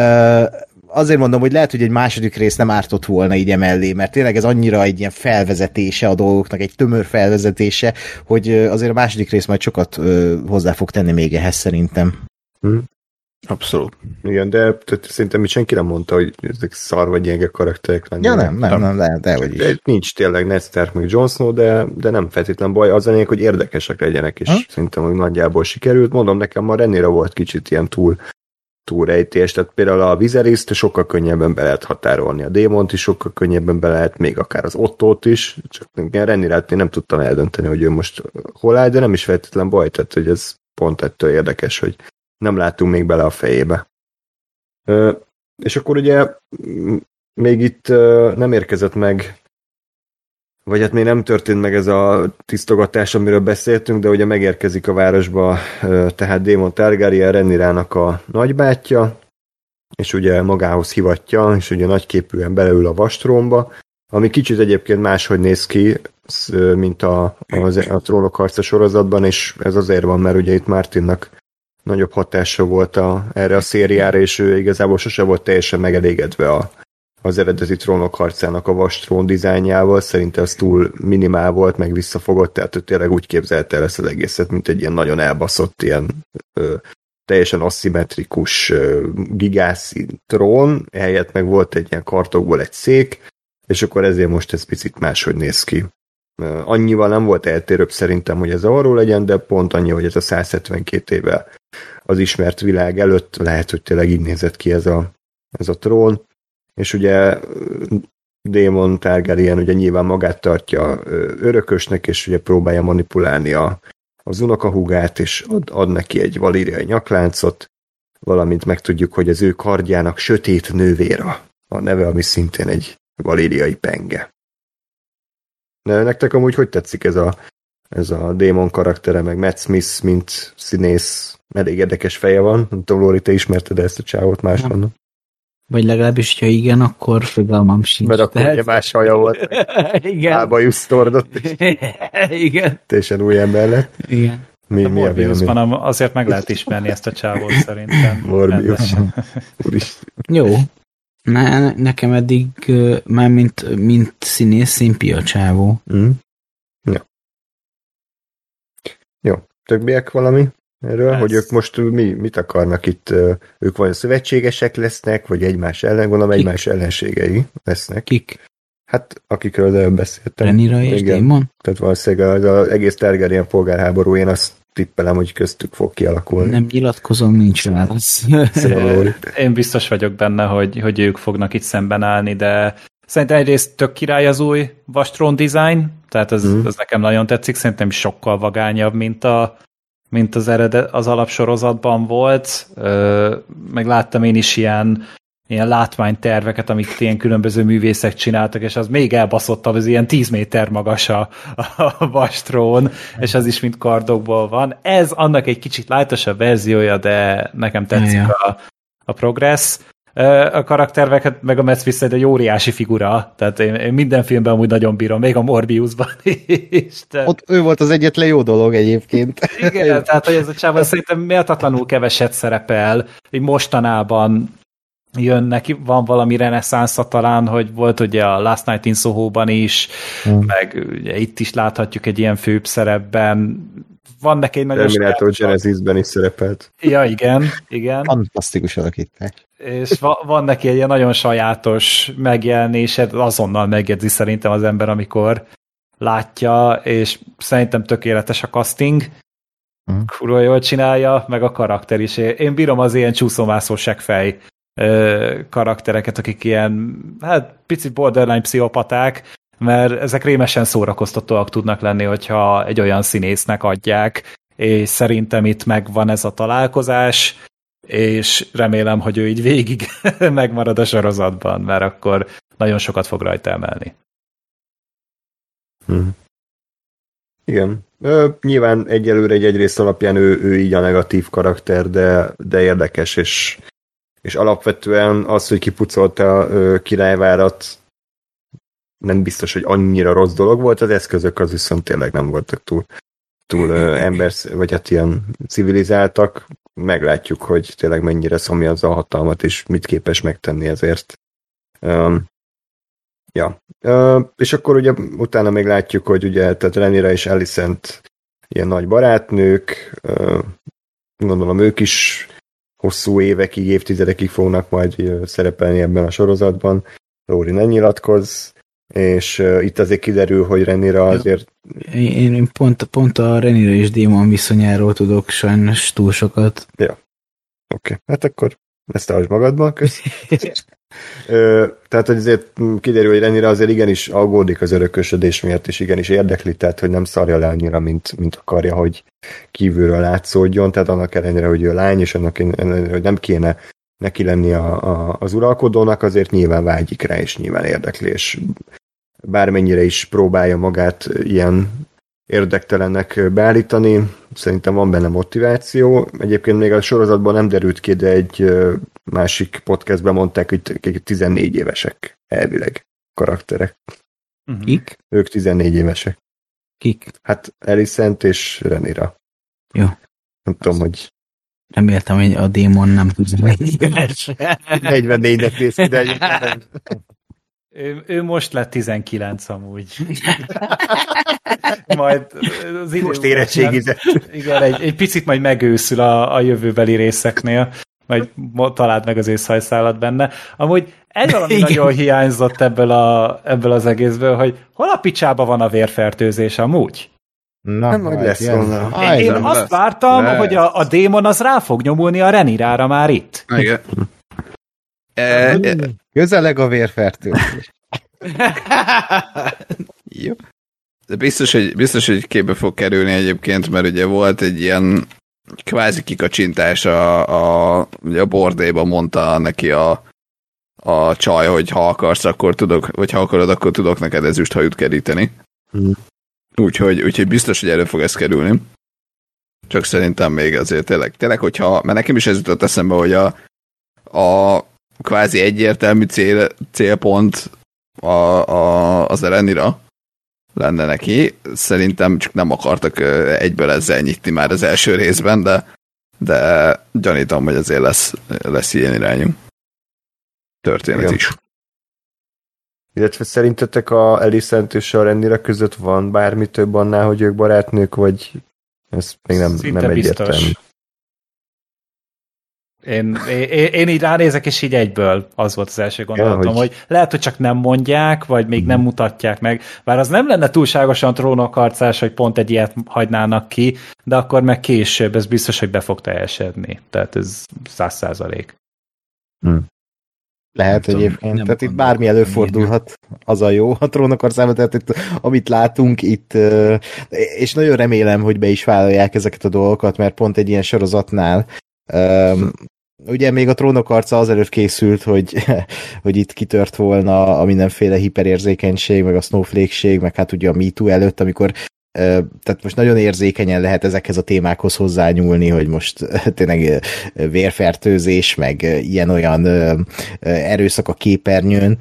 Azért mondom, hogy lehet, hogy egy második rész nem ártott volna így emellé, mert tényleg ez annyira egy ilyen felvezetése a dolgoknak, egy tömör felvezetése, hogy azért a második rész majd sokat hozzá fog tenni még ehhez szerintem. Hm. Abszolút. Igen, de szerintem mi senki nem mondta, hogy ezek szar vagy gyenge karakterek lennének. Ja nem, nem, nem, de, de hogy is. De nincs tényleg Ned Stark meg Jon Snow, de, de nem feltétlen baj. Az lényeg, hogy érdekesek legyenek, és ha? Szerintem, hogy nagyjából sikerült. Mondom, nekem ma Rhaenyra volt kicsit ilyen túl túlrejtés, tehát például a Viserys-t sokkal könnyebben be lehet határolni, a Daemont is sokkal könnyebben be lehet, még akár az Ottót is, csak Rhaenyrát én nem tudtam eldönteni, hogy ő most hol áll, de nem is feltétlen baj, tehát hogy ez pont ettől érdekes, hogy nem látunk még bele a fejébe. Ö, és akkor ugye még itt nem érkezett meg, vagy hát még nem történt meg ez a tisztogatás, amiről beszéltünk, de ugye megérkezik a városba tehát Daemon Targaryen, Rhaenyrának a nagybátyja, és ugye magához hivatja, és ugye nagyképűen beleül a vastrónba, ami kicsit egyébként máshogy néz ki, mint a, a, a Trónok harca sorozatban, és ez azért van, mert ugye itt Martinnak nagyobb hatása volt a, erre a szériára, és ő igazából sose volt teljesen megelégedve a az eredeti Trónok harcának a vastrón dizájnjával, szerintem az túl minimál volt, meg visszafogott, tehát ő tényleg úgy képzelte el ezt az egészet, mint egy ilyen nagyon elbaszott, ilyen ö, teljesen aszimmetrikus ö, gigászi trón, ehelyett meg volt egy ilyen kartokból egy szék, és akkor ezért most ez picit máshogy néz ki. Annyival nem volt eltérőbb szerintem, hogy ez arról legyen, de pont annyi, hogy ez a száz hetvenkét évvel az ismert világ előtt lehet, hogy tényleg így nézett ki ez a, ez a trón, és ugye Daemon Targaryen ugye nyilván magát tartja örökösnek, és ugye próbálja manipulálni a, az unokahúgát, és ad, ad neki egy valíriai nyakláncot, valamint megtudjuk, hogy az ő kardjának sötét nővéra a neve, ami szintén egy valíriai penge. De nektek amúgy hogy tetszik ez a, ez a Daemon karaktere, meg Matt Smith, mint színész, elég érdekes feje van. Nem tudom, Lóri, te ismerted ezt a csávót máshonnan? Vagy legalábbis, ha igen, akkor fogalmam sincs. Mert akkor ugye más haja volt. Igen. Álbajusz tordott. Igen. Teljesen új ember lett. Igen. Mi, a mi a vélemény? Morbiusban azért meg lehet ismerni ezt a csávót szerintem. Morbius. Jó. Ne, nekem eddig uh, már mint, mint színész szimpi a csávó. Mm. Jó. Jó. Többiek valami erről? Ez... Hogy ők most mi, mit akarnak itt? Ők vagy szövetségesek lesznek, vagy egymás ellen, gondolom Kik? egymás ellenségei lesznek. Kik? Hát, akikről az előbb beszéltem. Rhaenyra és Daemon? Tehát valószínűleg az, az egész Targaryen polgárháború, én azt tippelem, hogy köztük fog kialakulni. Nem nyilatkozom, nincs válasz. Én biztos vagyok benne, hogy, hogy ők fognak itt szemben állni, de szerintem egyrészt tök király az új Vastrón design, tehát az, mm. az nekem nagyon tetszik, szerintem sokkal vagányabb, mint, a, mint az eredet, az alapsorozatban volt. Meg láttam én is ilyen ilyen látványterveket, amit ilyen különböző művészek csináltak, és az még elbaszottabb, az ilyen tíz méter magas a, a vastrón, és az is mind kardokból van. Ez annak egy kicsit lájtosabb verziója, de nekem tetszik a, a progress. A karakterveket, meg a Matt Smith egy óriási figura, tehát én, én minden filmben amúgy nagyon bírom, még a Morbiusban is. De... Ott ő volt az egyetlen jó dolog egyébként. Igen, tehát hogy ez a csávon szerintem méltatlanul keveset szerepel, így mostanában jön neki, van valami reneszánsza talán, hogy volt ugye a Last Night in Soho-ban is, hmm. meg ugye itt is láthatjuk egy ilyen főbb szerepben. Van neki egy nagyon Terminator Genesisben is szerepelt. Ja, igen, igen. Fantasztikus alakítás. És va- van neki egy ilyen nagyon sajátos megjelenése, azonnal megjegyzi szerintem az ember, amikor látja, és szerintem tökéletes a casting. Hmm. Kurva jól csinálja, meg a karakter is. Én bírom az ilyen csúszómászó seggfej karaktereket, akik ilyen, hát picit borderline pszichopaták, mert ezek rémesen szórakoztatóak tudnak lenni, hogyha egy olyan színésznek adják, és szerintem itt megvan ez a találkozás, és remélem, hogy ő így végig megmarad a sorozatban, mert akkor nagyon sokat fog rajta emelni. Hmm. Igen. Ö, nyilván egyelőre egy egyrészt alapján ő, ő így a negatív karakter, de, de érdekes, és és alapvetően az, hogy kipucolta a királyvárat, nem biztos, hogy annyira rossz dolog volt, az eszközök az viszont tényleg nem voltak túl, túl ö, embersz, vagy hát ilyen civilizáltak. Meglátjuk, hogy tényleg mennyire szomjazza a hatalmat, és mit képes megtenni ezért. Um, ja. Uh, és akkor ugye utána még látjuk, hogy ugye tehát Rhaenyra és Alicent ilyen nagy barátnők, uh, gondolom ők is hosszú évekig, évtizedekig fognak majd szerepelni ebben a sorozatban. Lóri, ne nyilatkozz, és uh, itt azért kiderül, hogy Rhaenyra azért... Én, én pont, pont a Rhaenyra és Daemon viszonyáról tudok sajnos túl sokat. Ja. Oké, okay. Hát akkor ezt tartsd magadban, köszönöm. Tehát, hogy azért kiderül, hogy Rhaenyra azért igenis aggódik az örökösödés miatt, és igenis érdekli, tehát, hogy nem szarja le annyira, mint, mint akarja, hogy kívülről látszódjon, tehát annak ellenére, hogy ő lány, és annak ellenére, hogy nem kéne neki lenni a, a, az uralkodónak, azért nyilván vágyik rá, és nyilván érdekli, és bármennyire is próbálja magát ilyen érdektelennek beállítani, szerintem van benne motiváció. Egyébként még a sorozatban nem derült ki, de egy másik podcastben mondták, hogy tizennégy évesek elvileg karakterek. Kik? Ők tizennégy évesek. Kik? Hát Alicent és Rhaenyra. Jó. Nem tudom, hogy... Reméltem, hogy a Daemon nem tizennégy éves. negyvennégynek néz ki, de egyébként Ő, ő most lett tizenkilenc amúgy. Majd az idő most érettségizett. Igen, egy, egy picit majd megőszül a, a jövőbeli részeknél, majd találd meg az észhajszálat benne. Amúgy egy valami nagyon hiányzott ebből, a, ebből az egészből, hogy hol a picsába van a vérfertőzés amúgy? Na, nem, hogy lesz volna. Én, én azt lesz. vártam, lesz. hogy a, a démon az rá fog nyomulni a Renirára már itt. Igen. E, Közeleg a vérfertőzés. Jó. De biztos, hogy, biztos, hogy képbe fog kerülni egyébként, mert ugye volt egy ilyen kvázi kikacsintás a, a, ugye a bordéba mondta neki a, a csaj, hogy ha akarsz, akkor tudok, vagy ha akarod, akkor tudok neked ezüsthajút keríteni. Mm. Úgyhogy, úgyhogy biztos, hogy elő fog ez kerülni. Csak szerintem még azért tényleg, tényleg hogyha, mert nekem is ez jutott eszembe, hogy a, a kvázi egyértelmű cél, célpont a, a, az Elenira lenne neki. Szerintem csak nem akartak egyből ezzel nyitni már az első részben, de, de gyanítom, hogy azért lesz, lesz ilyen irányú történet igen. is. Illetve szerintetek a Alicent és a Rhaenyra között van bármi több annál, hogy ők barátnők, vagy ez még nem, nem egyértelmű? Én, én, én így ránézek, és így egyből az volt az első gondolatom, ja, hogy... hogy lehet, hogy csak nem mondják, vagy még mm. nem mutatják meg. Bár az nem lenne túlságosan trónokharcás, hogy pont egy ilyet hagynának ki, de akkor meg később ez biztos, hogy be fog teljesedni. Tehát ez száz százalék. Mm. Lehet nem egyébként, nem tehát itt bármi előfordulhat, az a jó a trónokharcában, tehát itt, amit látunk itt, és nagyon remélem, hogy be is vállalják ezeket a dolgokat, mert pont egy ilyen sorozatnál Um, ugye még a trónokharca azelőtt készült, hogy, hogy itt kitört volna a mindenféle hiperérzékenység, meg a snowflake-ség, meg hát ugye a MeToo előtt, amikor uh, tehát most nagyon érzékenyen lehet ezekhez a témákhoz hozzányúlni, hogy most tényleg vérfertőzés, meg ilyen-olyan uh, erőszak a képernyőn.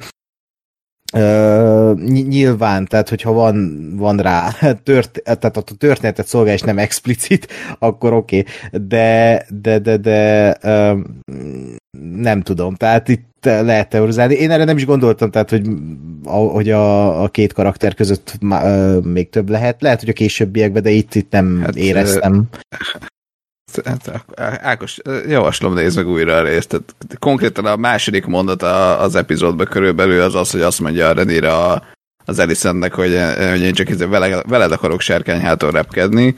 Uh, nyilván, tehát hogyha van, van rá tört, tehát a történetet szolgál és nem explicit, akkor oké, okay. de de, de, de uh, nem tudom, tehát itt lehet teorizálni. Én erre nem is gondoltam, tehát hogy, hogy a, a két karakter között uh, még több lehet. Lehet, hogy a későbbiekben, de itt, itt nem hát, éreztem. Hát, Ákos, javaslom, nézd meg újra a részt. Tehát konkrétan a második mondat az epizódban körülbelül az az, hogy azt mondja a Rhaenyra az Alicentnek, hogy, hogy én csak veled, veled akarok sárkányháton repkedni.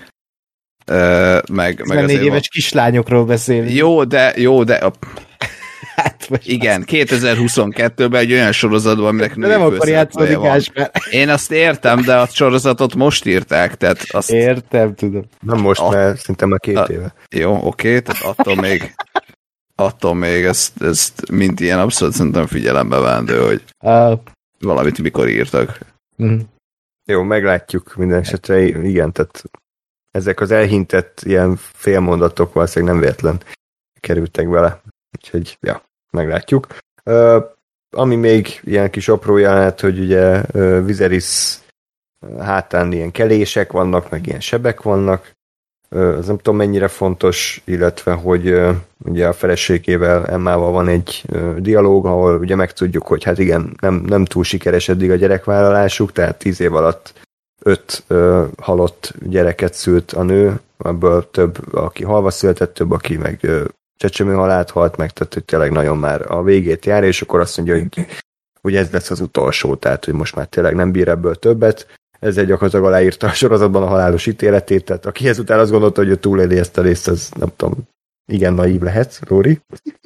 Meg, meg négy éves kislányokról beszélni. Jó, de jó, de a... Hát, igen, kétezer-huszonkettőben egy olyan sorozatban, aminek nem akar játszani Gáspár. Én azt értem, de a sorozatot most írták, tehát azt... Értem, tudom. Nem most, a... mert szerintem már két a... éve. Jó, oké, tehát attól még attól még ezt, ezt mint ilyen abszolút szerintem figyelembe vendő, hogy uh... valamit mikor írtak. Uh-huh. Jó, meglátjuk minden esetre, igen, tehát ezek az elhintett ilyen félmondatok valószínűleg nem véletlen kerültek bele. Úgyhogy, ja, meglátjuk. Uh, ami még ilyen kis apró jelenet, hogy ugye uh, Viserys hátán ilyen kelések vannak, meg ilyen sebek vannak. Uh, az nem tudom mennyire fontos, illetve, hogy uh, ugye a feleségével, Emmával van egy uh, dialóg, ahol ugye megtudjuk, hogy hát igen, nem, nem túl sikeres eddig a gyerekvállalásuk, tehát tíz év alatt öt uh, halott gyereket szült a nő, ebből több, aki halva született, több, aki meg uh, csecsemő halált halt meg, tehát hogy tényleg nagyon már a végét jár, és akkor azt mondja, hogy, hogy ez lesz az utolsó, tehát hogy most már tényleg nem bír ebből többet. Ezzel gyakorlatilag aláírta a sorozatban a halálos ítéletét, tehát aki ezután azt gondolta, hogy ő túléli ezt a részt, az nem tudom, igen naív lehet, Róri.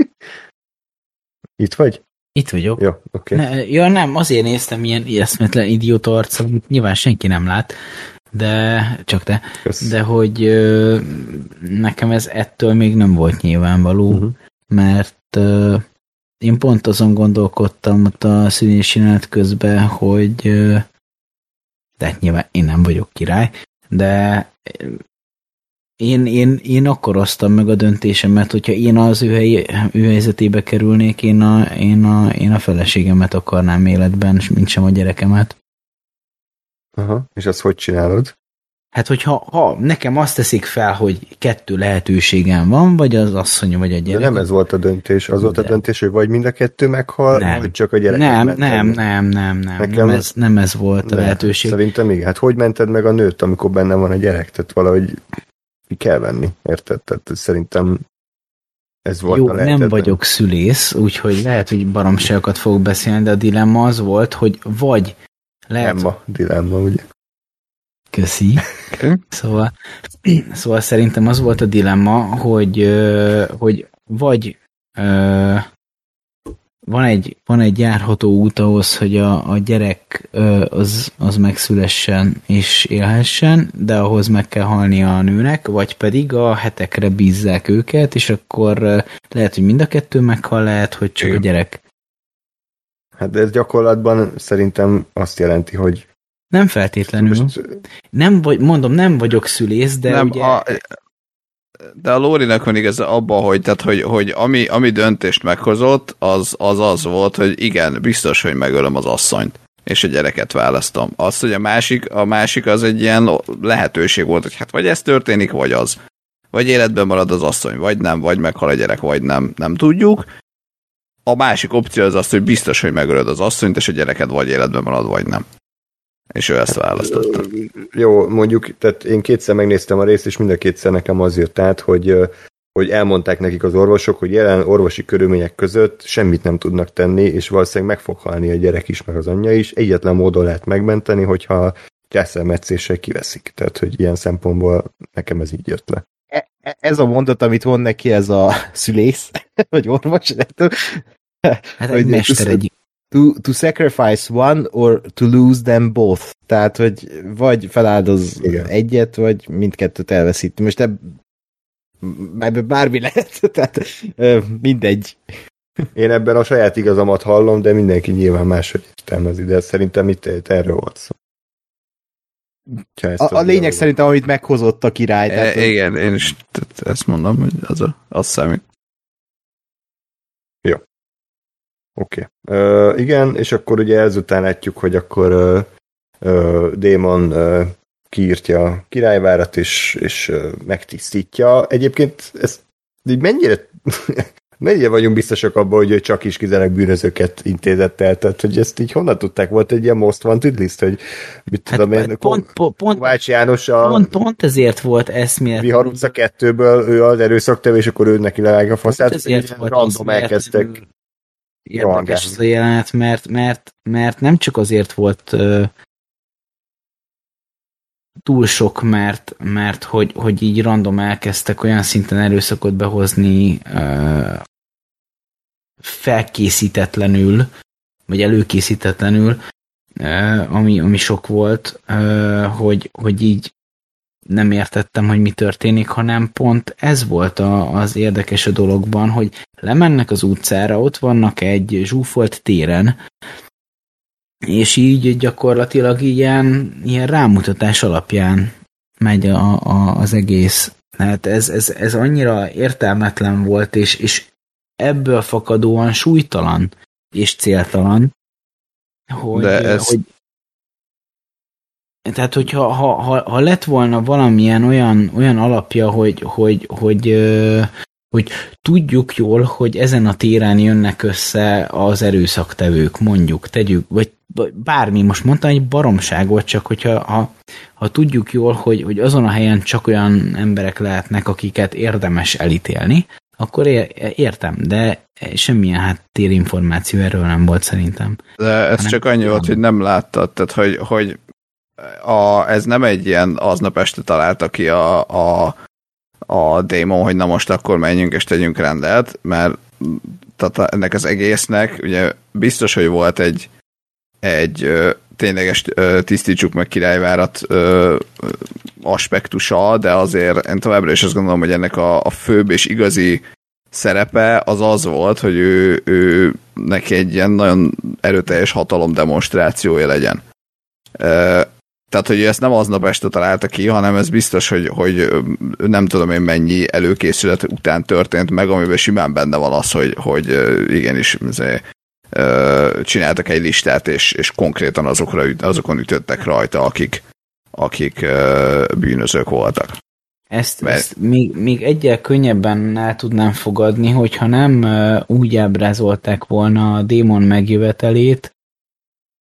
Itt vagy? Itt vagyok. Jó, oké. Okay. Ja, nem, azért néztem ilyen ijesztmetlen idióta arccal, amit nyilván senki nem lát, de csak te, Kösz. De hogy ö, nekem ez ettől még nem volt nyilvánvaló, uh-huh. mert ö, én pont azon gondolkodtam ott a színési jelenet közben, hogy ö, de nyilván én nem vagyok király, de én, én, én akkor hoztam meg a döntésemet, hogyha én az ő, hely, ő helyzetébe kerülnék, én a, én, a, én a feleségemet akarnám életben, mint sem a gyerekemet. Aha, és azt hogy csinálod? Hát, hogyha ha nekem azt teszik fel, hogy kettő lehetőségem van, vagy az asszony, vagy a gyerek. De nem ez volt a döntés. Az de. volt a döntés, hogy vagy mind a kettő meghal, nem. vagy csak a gyerek. Nem, nem, nem, nem, nem, nem, nem, ez, nem ez volt a de, lehetőség. Szerintem igen. Hát hogy mented meg a nőt, amikor benne van a gyerek? Tehát valahogy ki kell venni, érted? Tehát szerintem Ez volt Jó, a nem lehetetlen. vagyok szülész, úgyhogy lehet, hogy baromságokat fogok beszélni, de a dilemma az volt, hogy vagy lehet... Dilemma, dilemma, ugye? Köszi. Szóval, szóval szerintem az volt a dilemma, hogy, ö, hogy vagy ö, van egy, van egy járható út ahhoz, hogy a, a gyerek ö, az, az megszülessen és élhessen, de ahhoz meg kell halni a nőnek, vagy pedig a hetekre bízzák őket, és akkor ö, lehet, hogy mind a kettő meghal, lehet, hogy csak Igen. a gyerek. Hát de ez gyakorlatban szerintem azt jelenti, hogy Nem feltétlenül. most, Nem vagy, mondom, nem vagyok szülész, de nem, ugye... a, de a Lórinak van igaz abban, hogy, tehát, hogy, hogy ami, ami döntést meghozott, az, az az volt, hogy igen, biztos, hogy megölöm az asszonyt, és a gyereket választom. Az, hogy a másik, a másik az egy ilyen lehetőség volt, hogy hát vagy ez történik, vagy az. Vagy életben marad az asszony, vagy nem, vagy meghal a gyerek, vagy nem, nem tudjuk. A másik opció az az, hogy biztos, hogy megölöd az asszonyt, és a gyereket vagy életben marad, vagy nem. És ő ezt választotta. jó, mondjuk, tehát én kétszer megnéztem a részt, és mind a kétszer nekem az jött át, hogy, hogy elmondták nekik az orvosok, hogy jelen orvosi körülmények között semmit nem tudnak tenni, és valószínűleg meg fog halni a gyerek is, meg az anyja is. Egyetlen módon lehet megmenteni, hogyha gyászolmetszéssel kiveszik. Tehát, hogy ilyen szempontból nekem ez így jött le. Ez a mondat, amit von neki, ez a szülész, vagy orvos, nem tudom. Hát hogy egy mester to- egy... To, to sacrifice one or to lose them both. Tehát, hogy vagy feláldoz Igen. egyet, vagy mindkettőt elveszíti. Most ebb, ebben bármi lehet, tehát ö, mindegy. Én ebben a saját igazamat hallom, de mindenki nyilván máshogy értelmezi, de szerintem itt, itt erről volt szó. Ha ezt A, a tudja, lényeg hogy- szerintem, amit meghozott a király. Tehát, E, igen, én is tehát ezt mondom, hogy az, a, az számít. Oké. Okay. Igen, és akkor ugye ezután látjuk, hogy akkor uh, uh, Démon uh, kiírtja a királyvárat, és, és uh, megtisztítja. Egyébként ez így mennyire, mennyire vagyunk biztosak abban, hogy ő csak is kizárólag bűnözőket intézett el, tehát hogy ezt így honnan tudták? Volt egy ilyen most wanted list, hogy mit Hát, tudom én, pont, pont, pont, Kovács János a pont, pont ezért volt eszméletlen. Vihar utca kettőből, ő az erőszaktevő, és akkor ő neki levágja a faszát, Pont ezért így volt random elkezdtek. érdekes ez a jelenet, mert, mert, mert nem csak azért volt uh, túl sok, mert, mert hogy, hogy így random elkezdtek olyan szinten erőszakot behozni uh, felkészítetlenül, vagy előkészítetlenül, uh, ami, ami sok volt, uh, hogy, hogy így nem értettem, hogy mi történik, hanem pont ez volt a, az érdekes a dologban, hogy lemennek az utcára, ott vannak egy zsúfolt téren, és így gyakorlatilag ilyen, ilyen rámutatás alapján megy a, a, az egész. Hát ez, ez, ez annyira értelmetlen volt, és, és ebből fakadóan súlytalan és céltalan, hogy, De ez... hogy tehát, hogyha ha, ha, ha lett volna valamilyen olyan, olyan alapja, hogy, hogy, hogy, hogy tudjuk jól, hogy ezen a téren jönnek össze az erőszaktevők, mondjuk, tegyük, vagy bármi, most mondtam egy baromságot, csak hogyha ha, ha tudjuk jól, hogy, hogy azon a helyen csak olyan emberek lehetnek, akiket érdemes elítélni, akkor értem, de semmilyen háttérinformáció erről nem volt szerintem. De ez csak annyi volt, hogy nem láttad, tehát hogy, hogy a, ez nem egy ilyen aznap este találta ki a, a, a démon, hogy na most akkor menjünk és tegyünk rendet, mert tehát ennek az egésznek ugye biztos, hogy volt egy, egy ö, tényleges ö, tisztítsuk meg királyvárat ö, aspektusa, de azért én továbbra is azt gondolom, hogy ennek a, a főbb és igazi szerepe az az volt, hogy ő, ő neki egy ilyen nagyon erőteljes hatalom demonstrációja legyen. Ö, Tehát, hogy ő ezt nem aznap este találta ki, hanem ez biztos, hogy, hogy nem tudom én mennyi előkészület után történt meg, amiben simán benne van az, hogy, hogy igenis csináltak egy listát, és, és konkrétan azokra, azokon ütöttek rajta, akik, akik bűnözők voltak. Ezt, Mert... ezt még, még egyel könnyebben el tudnám fogadni, hogyha nem úgy ábrázolták volna a démon megjövetelét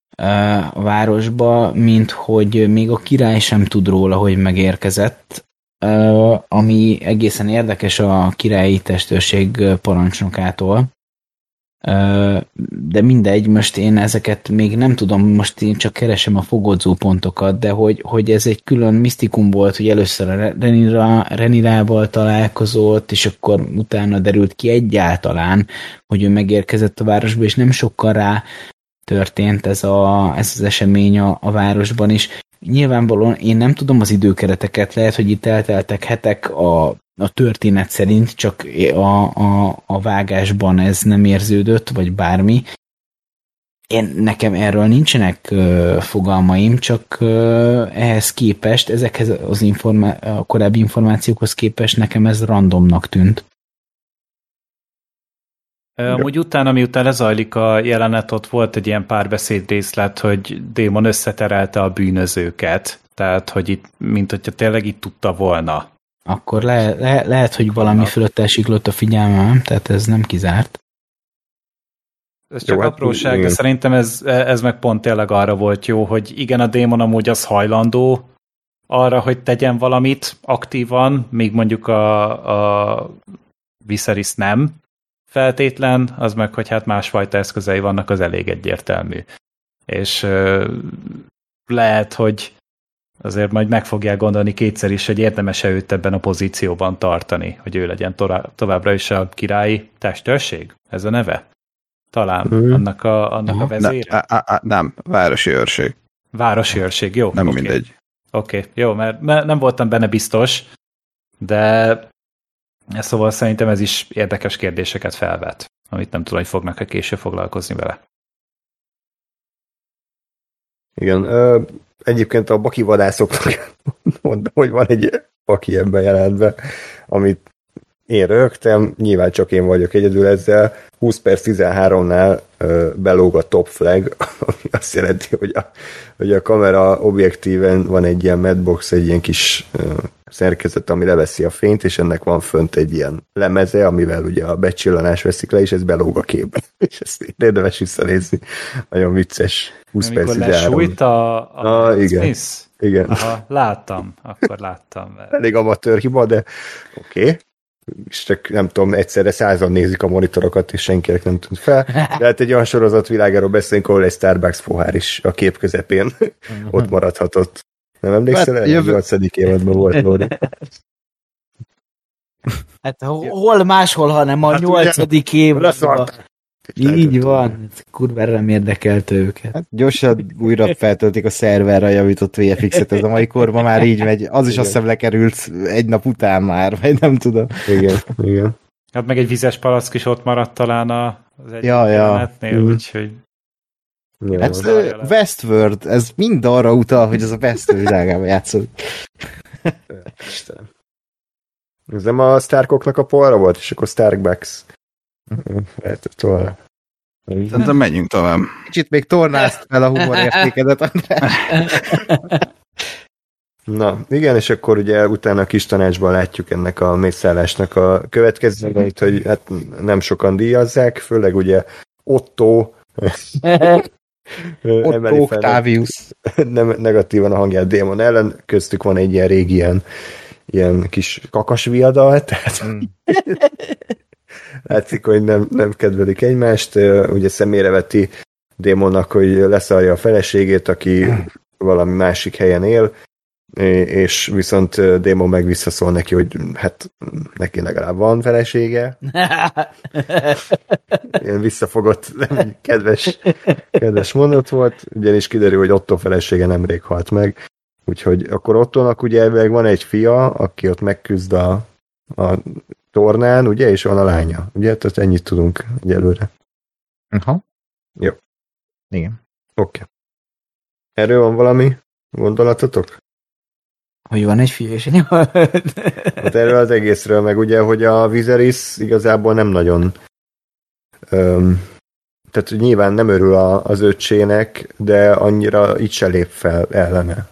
a városba, mint hogy még a király sem tud róla, hogy megérkezett, ami egészen érdekes a királyi testőrség parancsnokától. De mindegy, most én ezeket még nem tudom, most én csak keresem a fogodzó pontokat, de hogy, hogy ez egy külön misztikum volt, hogy először a Renira, Renirával találkozott, és akkor utána derült ki egyáltalán, hogy ő megérkezett a városba, és nem sokkal rá történt ez, a, ez az esemény a, a városban is. Nyilvánvalóan én nem tudom az időkereteket, lehet, hogy itt elteltek hetek a, a történet szerint, csak a, a, a vágásban ez nem érződött, vagy bármi. Én, nekem erről nincsenek uh, fogalmaim, csak uh, ehhez képest, ezekhez az informá- a korábbi információkhoz képest nekem ez randomnak tűnt. Amúgy utána, miután lezajlik a jelenet, ott volt egy ilyen párbeszéd részlet, hogy Démon összeterelte a bűnözőket. Tehát, hogy itt, mint hogyha tényleg itt tudta volna. Akkor le, le, lehet, hogy valami fölött elsiklott a figyelmem, tehát ez nem kizárt. Ez csak jó, apróság, hát, de szerintem ez, ez meg pont tényleg arra volt jó, hogy igen, a Démon amúgy az hajlandó arra, hogy tegyen valamit aktívan, míg mondjuk a, a Viserys nem feltétlen, az meg, hogy hát másfajta eszközei vannak, az elég egyértelmű. És euh, lehet, hogy azért majd meg fogják gondolni kétszer is, hogy érdemes-e őt ebben a pozícióban tartani, hogy ő legyen torá- továbbra is a királyi testőrség? Ez a neve? Talán mm. annak a, annak a vezére? Ne, a, a, nem, városi őrség. Városi őrség, jó. Nem okay. mindegy. Oké, okay. Jó, mert, mert nem voltam benne biztos, de szóval szerintem ez is érdekes kérdéseket felvet, amit nem tudom, hogy fognak-e később foglalkozni vele. Igen, ö, egyébként a baki vadászoknak mondom, hogy van egy baki ebben jelentve, amit én rögtem, nyilván csak én vagyok egyedül ezzel, húsz perc tizenháromnál ö, belóg a top flag, ami azt jelenti, hogy a, hogy a kamera objektíven van egy ilyen madbox, egy ilyen kis ö, szerkezet, ami leveszi a fényt, és ennek van fönt egy ilyen lemeze, amivel ugye a becsillanás veszik le, és ez belóg a képbe. És ezt érdemes visszanézni. Nagyon vicces. húsz perc tizenhárom. Amikor lesújt a, a ah, igen. Smith? Igen. Aha, láttam, akkor láttam. Mert... Elég amatőr hiba, de oké. Okay. És csak nem tudom, egyszerre százan nézik a monitorokat, és senkinek nem tűnt fel. De hát egy olyan sorozat világáról beszélünk, ahol egy Starbucks pohár is a kép közepén ott maradhatott. Nem emlékszel el? Jövő... nyolcadik évadban volt, Lóri. Hát hol máshol, hanem a nyolcadik évadban. Így van. Kurvára nem érdekelte őket. Hát gyorsan újra feltöltik a szerverre javított vé ef ikset, ez a mai korban már így megy. Az is igen. Azt hiszem lekerült egy nap után már, vagy nem tudom. Igen, igen. Hát meg egy vizes palack is ott maradt talán az egyik ja, jelenetnél, ja. Úgyhogy... Ja, hát uh, Westworld, ez mind arra utal, hogy ez a Westworld világában játszott. Istenem. Ez nem a Starkoknak a polra volt, és akkor Starbucks. Lehet, tovább. Szerintem menjünk tovább. Kicsit még tornázd fel a humorértékedet, András. Na, igen, és akkor ugye utána a kis tanácsban látjuk ennek a mészállásnak a következményeit, hogy hát nem sokan díjazzák, főleg ugye Otto Otto Octavius nem negatívan a hangját Démon ellen, köztük van egy ilyen régi ilyen, ilyen kis kakasviadal, tehát mm. látszik, hogy nem, nem kedvelik egymást, ugye szemére veti Démonnak, hogy leszarja a feleségét, aki valami másik helyen él, és viszont Démon meg visszaszól neki, hogy hát neki legalább van felesége. Ilyen visszafogott, kedves, kedves mondat volt, ugyanis kiderül, hogy Otto felesége nemrég halt meg, úgyhogy akkor Ottónak ugye elvileg van egy fia, aki ott megküzd a, a tornán, ugye, és van a lánya, ugye, tehát ennyit tudunk egyelőre. Aha. Jó. Igen. Oké. Okay. Erről van valami gondolatotok? Hogy van egy fia és egy hát erről az egészről, meg ugye, hogy a Viserys igazából nem nagyon öm, tehát nyilván nem örül a, az öccsének, de annyira így se lép fel ellene.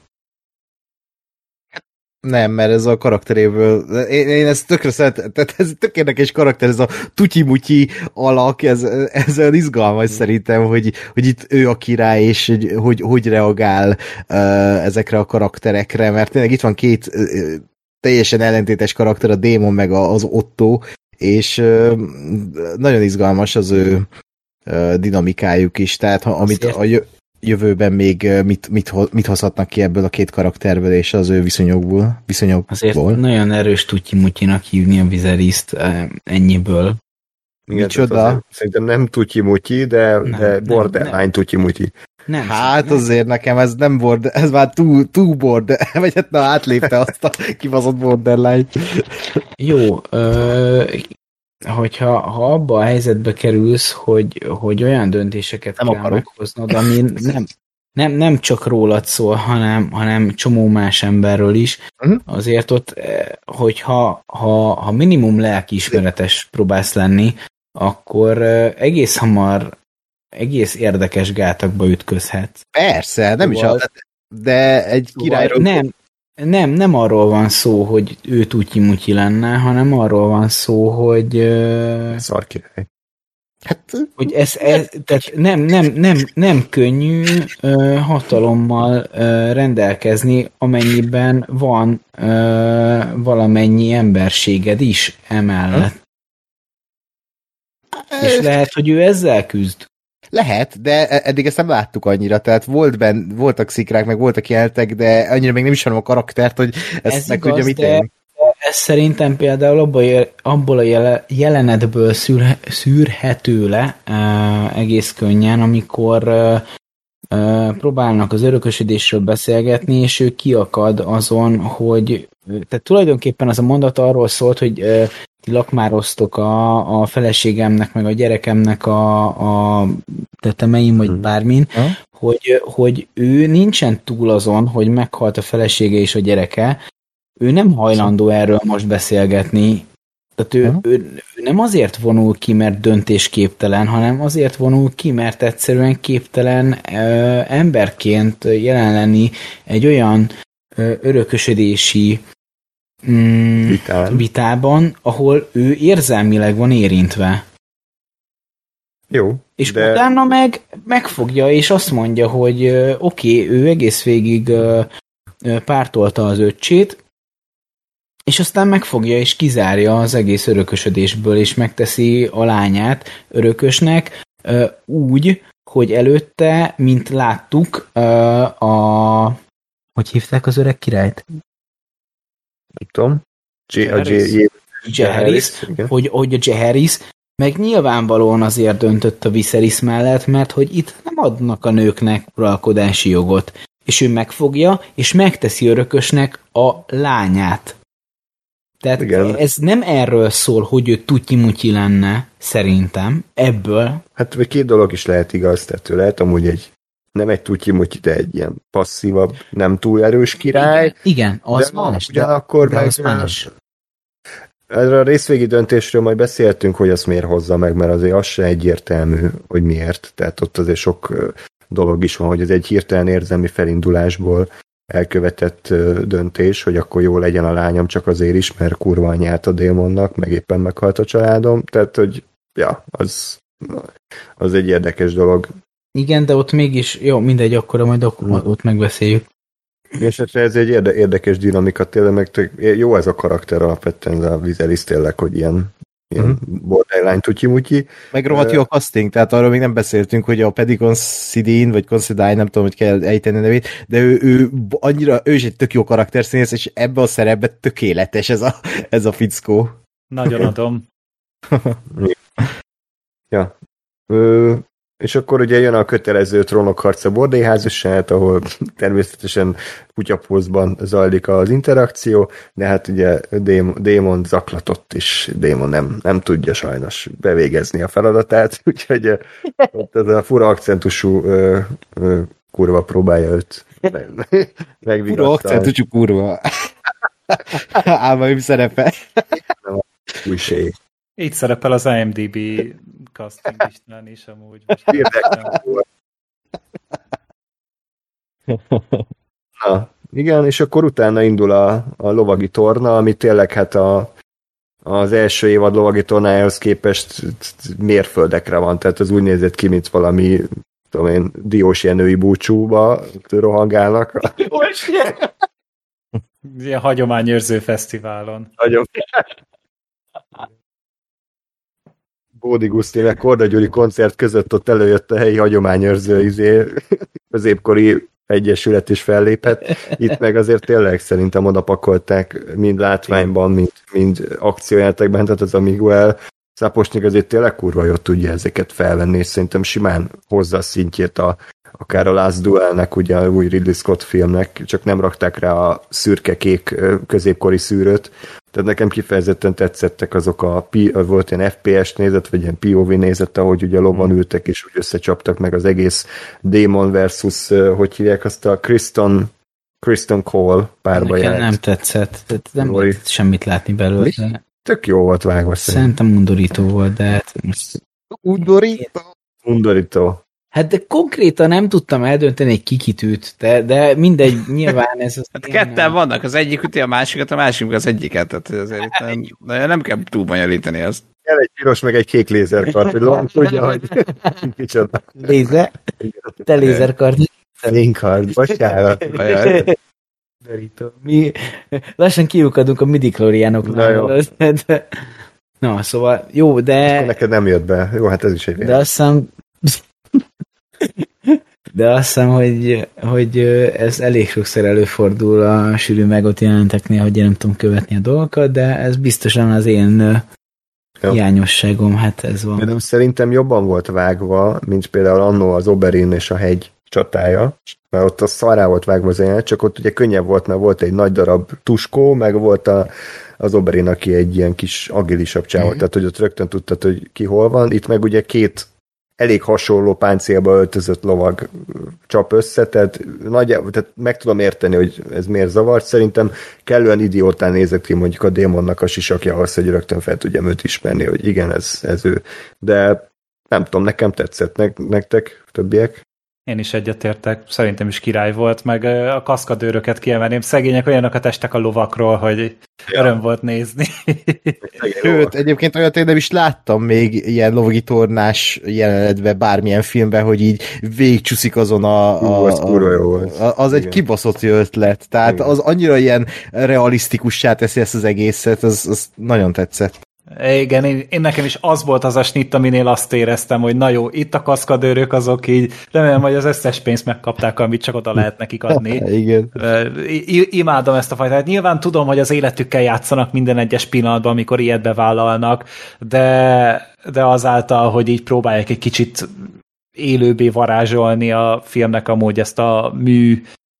Nem, mert ez a karakteréből, én, én ezt tökre szeretem, tehát ez tök érdekes karakter, ez a tutyi-mutyi alak, ez, ez olyan izgalmas szerintem, hogy, hogy itt ő a király, és hogy hogy, hogy reagál uh, ezekre a karakterekre, mert tényleg itt van két uh, teljesen ellentétes karakter, a démon meg a, az Otto, és ö, nagyon izgalmas az ő ö, dinamikájuk is, tehát ha, amit a jövőben még mit, mit, mit hozhatnak ki ebből a két karakterből és az ő viszonyokból. viszonyokból. Azért nagyon erős tutyi-mutyinak hívni a Viserys-t ennyiből. Micsoda? Szerintem nem tutyi-mutyi, de, nem, de borderline tutyi-mutyi. Nem, hát nem. Azért nekem ez nem border, ez már túl, túl border, vagy hát na átlépte azt a kibaszott borderline-t. Jó, ö, hogyha ha abba a helyzetbe kerülsz, hogy, hogy olyan döntéseket nem kell akarok. meghoznod, ami nem, nem, nem csak rólad szól, hanem, hanem csomó más emberről is, uh-huh. azért ott, hogyha ha, ha minimum lelkiismeretes próbálsz lenni, akkor egész hamar egész érdekes gátakba ütközhetsz. Persze, nem szóval, is az, de egy királyról... Nem, nem, nem arról van szó, hogy ő tutyi-mutyi lenne, hanem arról van szó, hogy... Szar király. Hát, hogy ez, ez tehát nem, nem, nem, nem könnyű uh, hatalommal uh, rendelkezni, amennyiben van uh, valamennyi emberséged is emellett. Ha? És lehet, hogy ő ezzel küzd. Lehet, de eddig ezt nem láttuk annyira, tehát volt ben, voltak szikrák, meg voltak jelentek, de annyira még nem ismerem a karaktert, hogy ezt ez meg igaz, tudja mit de ez szerintem például abból, abból a jelenetből szűr, szűrhető le uh, egész könnyen, amikor uh, uh, próbálnak az örökösödésről beszélgetni, és ő kiakad azon, hogy tehát tulajdonképpen az a mondat arról szólt, hogy uh, ti lakmároztok a, a feleségemnek, meg a gyerekemnek a, a tetemeim, vagy bármin, hmm. hogy, hogy ő nincsen túl azon, hogy meghalt a felesége és a gyereke, ő nem hajlandó erről most beszélgetni. Tehát ő, hmm. ő, ő nem azért vonul ki, mert döntésképtelen, hanem azért vonul ki, mert egyszerűen képtelen ö, emberként jelen lenni egy olyan ö, örökösödési Mm, Vitán. vitában, ahol ő érzelmileg van érintve. Jó. És de... utána meg megfogja, és azt mondja, hogy oké, okay, ő egész végig uh, pártolta az öccsét, és aztán megfogja és kizárja az egész örökösödésből, és megteszi a lányát örökösnek uh, úgy, hogy előtte, mint láttuk, uh, a... Hogy hívták az öreg királyt? Nem tudom. Jaehaerys, hogy, hogy a Jaehaerys meg nyilvánvalóan azért döntött a Viserys mellett, mert hogy itt nem adnak a nőknek uralkodási jogot. És ő megfogja, és megteszi örökösnek a lányát. Tehát igen. Ez nem erről szól, hogy ő tutyi-mutyi lenne, szerintem, ebből. Hát vagy két dolog is lehet igaz, tehát ő lehet amúgy egy nem egy tutyi-mutyi, de egy ilyen passzívabb, nem túl erős király. Igen, igen az de más. Ugyanakkor meg az más. Erre a részvégi döntésről majd beszéltünk, hogy azt miért hozza meg, mert azért az se egyértelmű, hogy miért. Tehát ott azért sok dolog is van, hogy ez egy hirtelen érzelmi felindulásból elkövetett döntés, hogy akkor jó legyen a lányom csak azért is, mert kurva anyját a démonnak, meg éppen meghalt a családom. Tehát, hogy ja, az, az egy érdekes dolog. Igen, de ott mégis, jó, mindegy, akkor majd ott megbeszéljük. És ez egy érde, érdekes dinamika, tényleg meg tök, jó ez a karakter alapvetően, a Viserys tényleg, hogy ilyen, ilyen mm. borderline tutyi-mutyi. Meg rohadt jó a casting, tehát arról még nem beszéltünk, hogy a Paddy Considine, vagy Considine, nem tudom, hogy kell ejteni a nevét, de ő, ő annyira, ő is egy tök jó karakterszínész, és ebbe a szerepbe tökéletes ez a, ez a fickó. Nagyon adom. ja. Ö, és akkor ugye jön a kötelező trónokharca bordélyházasság, ahol természetesen kutyapózban zajlik az interakció, de hát ugye Démon, Démon zaklatott, és Démon nem, nem tudja sajnos bevégezni a feladatát, úgyhogy ott ez a fura akcentusú ö, ö, kurva próbálja őt megvigasztalni. Fura akcentusú kurva. Álmaim szerepe. Újség. Így szerepel az I M D B casting listán is amúgy. Na, igen, és akkor utána indul a, a lovagi torna, ami tényleg hát a, az első évad lovagi tornájához képest mérföldekre van, tehát az úgy nézett ki, mint valami tudom én, Diósjenői búcsúba rohangálnak. Ilyen hagyományőrző fesztiválon. Nagyon. Bódi Guszti meg Korda Gyuri koncert között ott előjött a helyi hagyományőrző izé, középkori egyesület is fellépett. Itt meg azért tényleg szerintem odapakolták mind látványban, mind, mind akciójátekben, tehát az a Miguel Sapochnik azért tényleg kurva jól tudja ezeket felvenni, és szerintem simán hozza a szintjét a, akár a Last Duel-nek, ugye a új Ridley Scott filmnek, csak nem rakták rá a szürke-kék középkori szűrőt. Tehát nekem kifejezetten tetszettek azok a, volt ilyen ef pé es nézet, vagy ilyen pé o vé nézet, ahogy ugye lovon ültek, és úgy összecsaptak meg az egész Demon versus, hogy hívják azt a Kristen, Kristen Cole párba járt. Nem tetszett, tehát nem Lori. volt semmit látni belőle. Tök jó volt vágva. Szerintem undorító volt, de... Undorító? Undorító. Hát de konkrétan nem tudtam eldönteni egy kikitűt, de, de mindegy, nyilván ez... Az hát ketten nem... vannak, az egyik üti a másikat, a másik az egyiket, tehát azért itt nem, nem kell túl bonyolítani azt. Kell egy piros, meg egy kék lézerkart, hogy Lon tudja, hogy kicsoda. Lézer? Te lézerkart. Fénykard, bocsánat. Mi lassan kiukadunk a midichloriánoknál. Na, Na, szóval jó, de... Akkor neked nem jött be. Jó, hát ez is egy de azt hiszem... de azt hiszem, hogy, hogy ez elég sokszor előfordul a sűrű megot jelenteknél, hogy én nem tudom követni a dolgokat, de ez biztosan az én jó. hiányosságom, hát ez van. De szerintem jobban volt vágva, mint például annó az Oberyn és a hegy csatája, mert ott a szarrá volt vágva az jelenet, csak ott ugye könnyebb volt, mert volt egy nagy darab tuskó, meg volt a, az Oberyn, aki egy ilyen kis agilisabb csávó, mm-hmm. tehát hogy ott rögtön tudtad, hogy ki hol van. Itt meg ugye két elég hasonló páncélba öltözött lovag csap össze, tehát, nagy, tehát meg tudom érteni, hogy ez miért zavart. Szerintem kellően idiótán nézett ki mondjuk a démonnak a sisakja ahhoz, hogy rögtön fel tudjam őt ismerni, hogy igen, ez, ez ő. De nem tudom, nekem tetszett, ne, nektek többiek? Én is egyetértek, szerintem is király volt, meg a kaszkadőröket kiemelném. Szegények olyanok estek a lovakról, hogy ja. öröm volt nézni. Sőt, egyébként olyat én nem is láttam még ilyen lovagi tornás jelenetben, bármilyen filmben, hogy így végigcsúszik azon a... a, a, a, a az egy igen. kibaszott ötlet, tehát igen. az annyira ilyen realisztikussá teszi ezt az egészet, az, az nagyon tetszett. Igen, én, én nekem is az volt az a snitt, aminél azt éreztem, hogy na jó, itt a kaszkadőrök azok így, remélem, hogy az összes pénzt megkapták, amit csak oda lehet nekik adni. Igen. I- imádom ezt a fajtát. Nyilván tudom, hogy az életükkel játszanak minden egyes pillanatban, amikor ilyet bevállalnak, de, de azáltal, hogy így próbálják egy kicsit élőbbé varázsolni a filmnek amúgy ezt a mű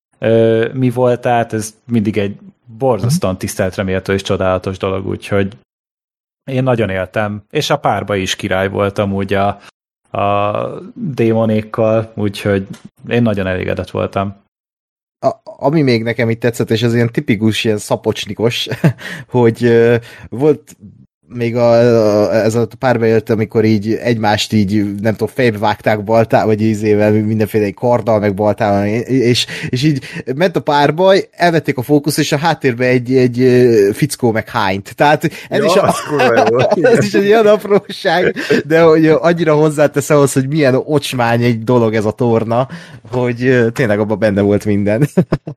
mi voltát, ez mindig egy borzasztóan tiszteletre méltó és csodálatos dolog, úgyhogy én nagyon éltem, és a párba is király volt amúgy a, a démonékkal, úgyhogy én nagyon elégedett voltam. A, ami még nekem itt tetszett, és az ilyen tipikus, ilyen szapocsnikos, hogy uh, volt még a, a, ez a párba jött, amikor így egymást így, nem tudom, fejbe vágták baltával, vagy ízével, mindenféle karddal, meg baltával, és, és így ment a párbaj, elvették a fókusz, és a háttérben egy, egy fickó meg hányt. Tehát ez, ja, is, a, ez is egy ilyen apróság, de hogy annyira hozzátesz ahhoz, hogy milyen ocsmány egy dolog ez a torna, hogy tényleg abban benne volt minden.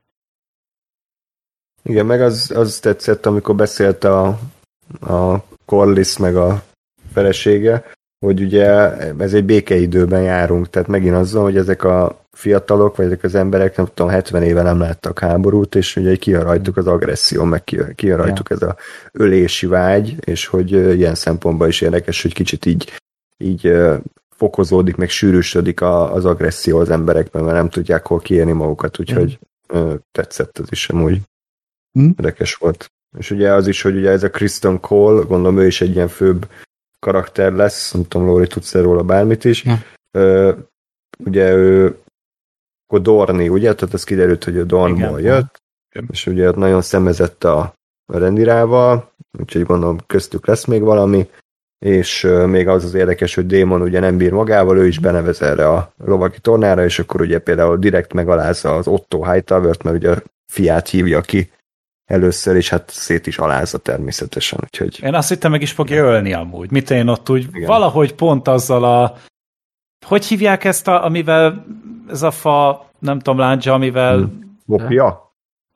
Igen, meg az, az tetszett, amikor beszélt a, a Corlys meg a felesége, hogy ugye ez egy békeidőben járunk, tehát megint azzal, hogy ezek a fiatalok, vagy ezek az emberek, nem tudom, hetven éve nem láttak háborút, és ugye kijön rajtuk az agresszió, meg kijön rajtuk ja. ez a ölési vágy, és hogy ilyen szempontból is érdekes, hogy kicsit így, így fokozódik, meg sűrűsödik az agresszió az emberekben, mert nem tudják hol kiélni magukat, úgyhogy mm. tetszett ez is amúgy. Mm. Érdekes volt. És ugye az is, hogy ugye ez a Kristen Cole, gondolom ő is egy ilyen főbb karakter lesz, nem tudom, Lóri, tudsz róla bármit is. Ja. Ö, ugye ő Dorni, ugye? Tehát az kiderült, hogy a Dornból jött, igen. És ugye nagyon szemezett a Rhaenyrával, úgyhogy gondolom köztük lesz még valami, és euh, még az az érdekes, hogy Daemon ugye nem bír magával, ő is benevez erre a lovagi tornára, és akkor ugye például direkt megalázza az Otto Hightowert, mert ugye a fiát hívja ki először, és hát szét is alázza természetesen. Úgyhogy... Én azt hittem, meg is fogja ölni amúgy. Mit én ott úgy igen. valahogy pont azzal a... Hogy hívják ezt, a, amivel ez a fa, nem tudom, láncsa, amivel... Lopja?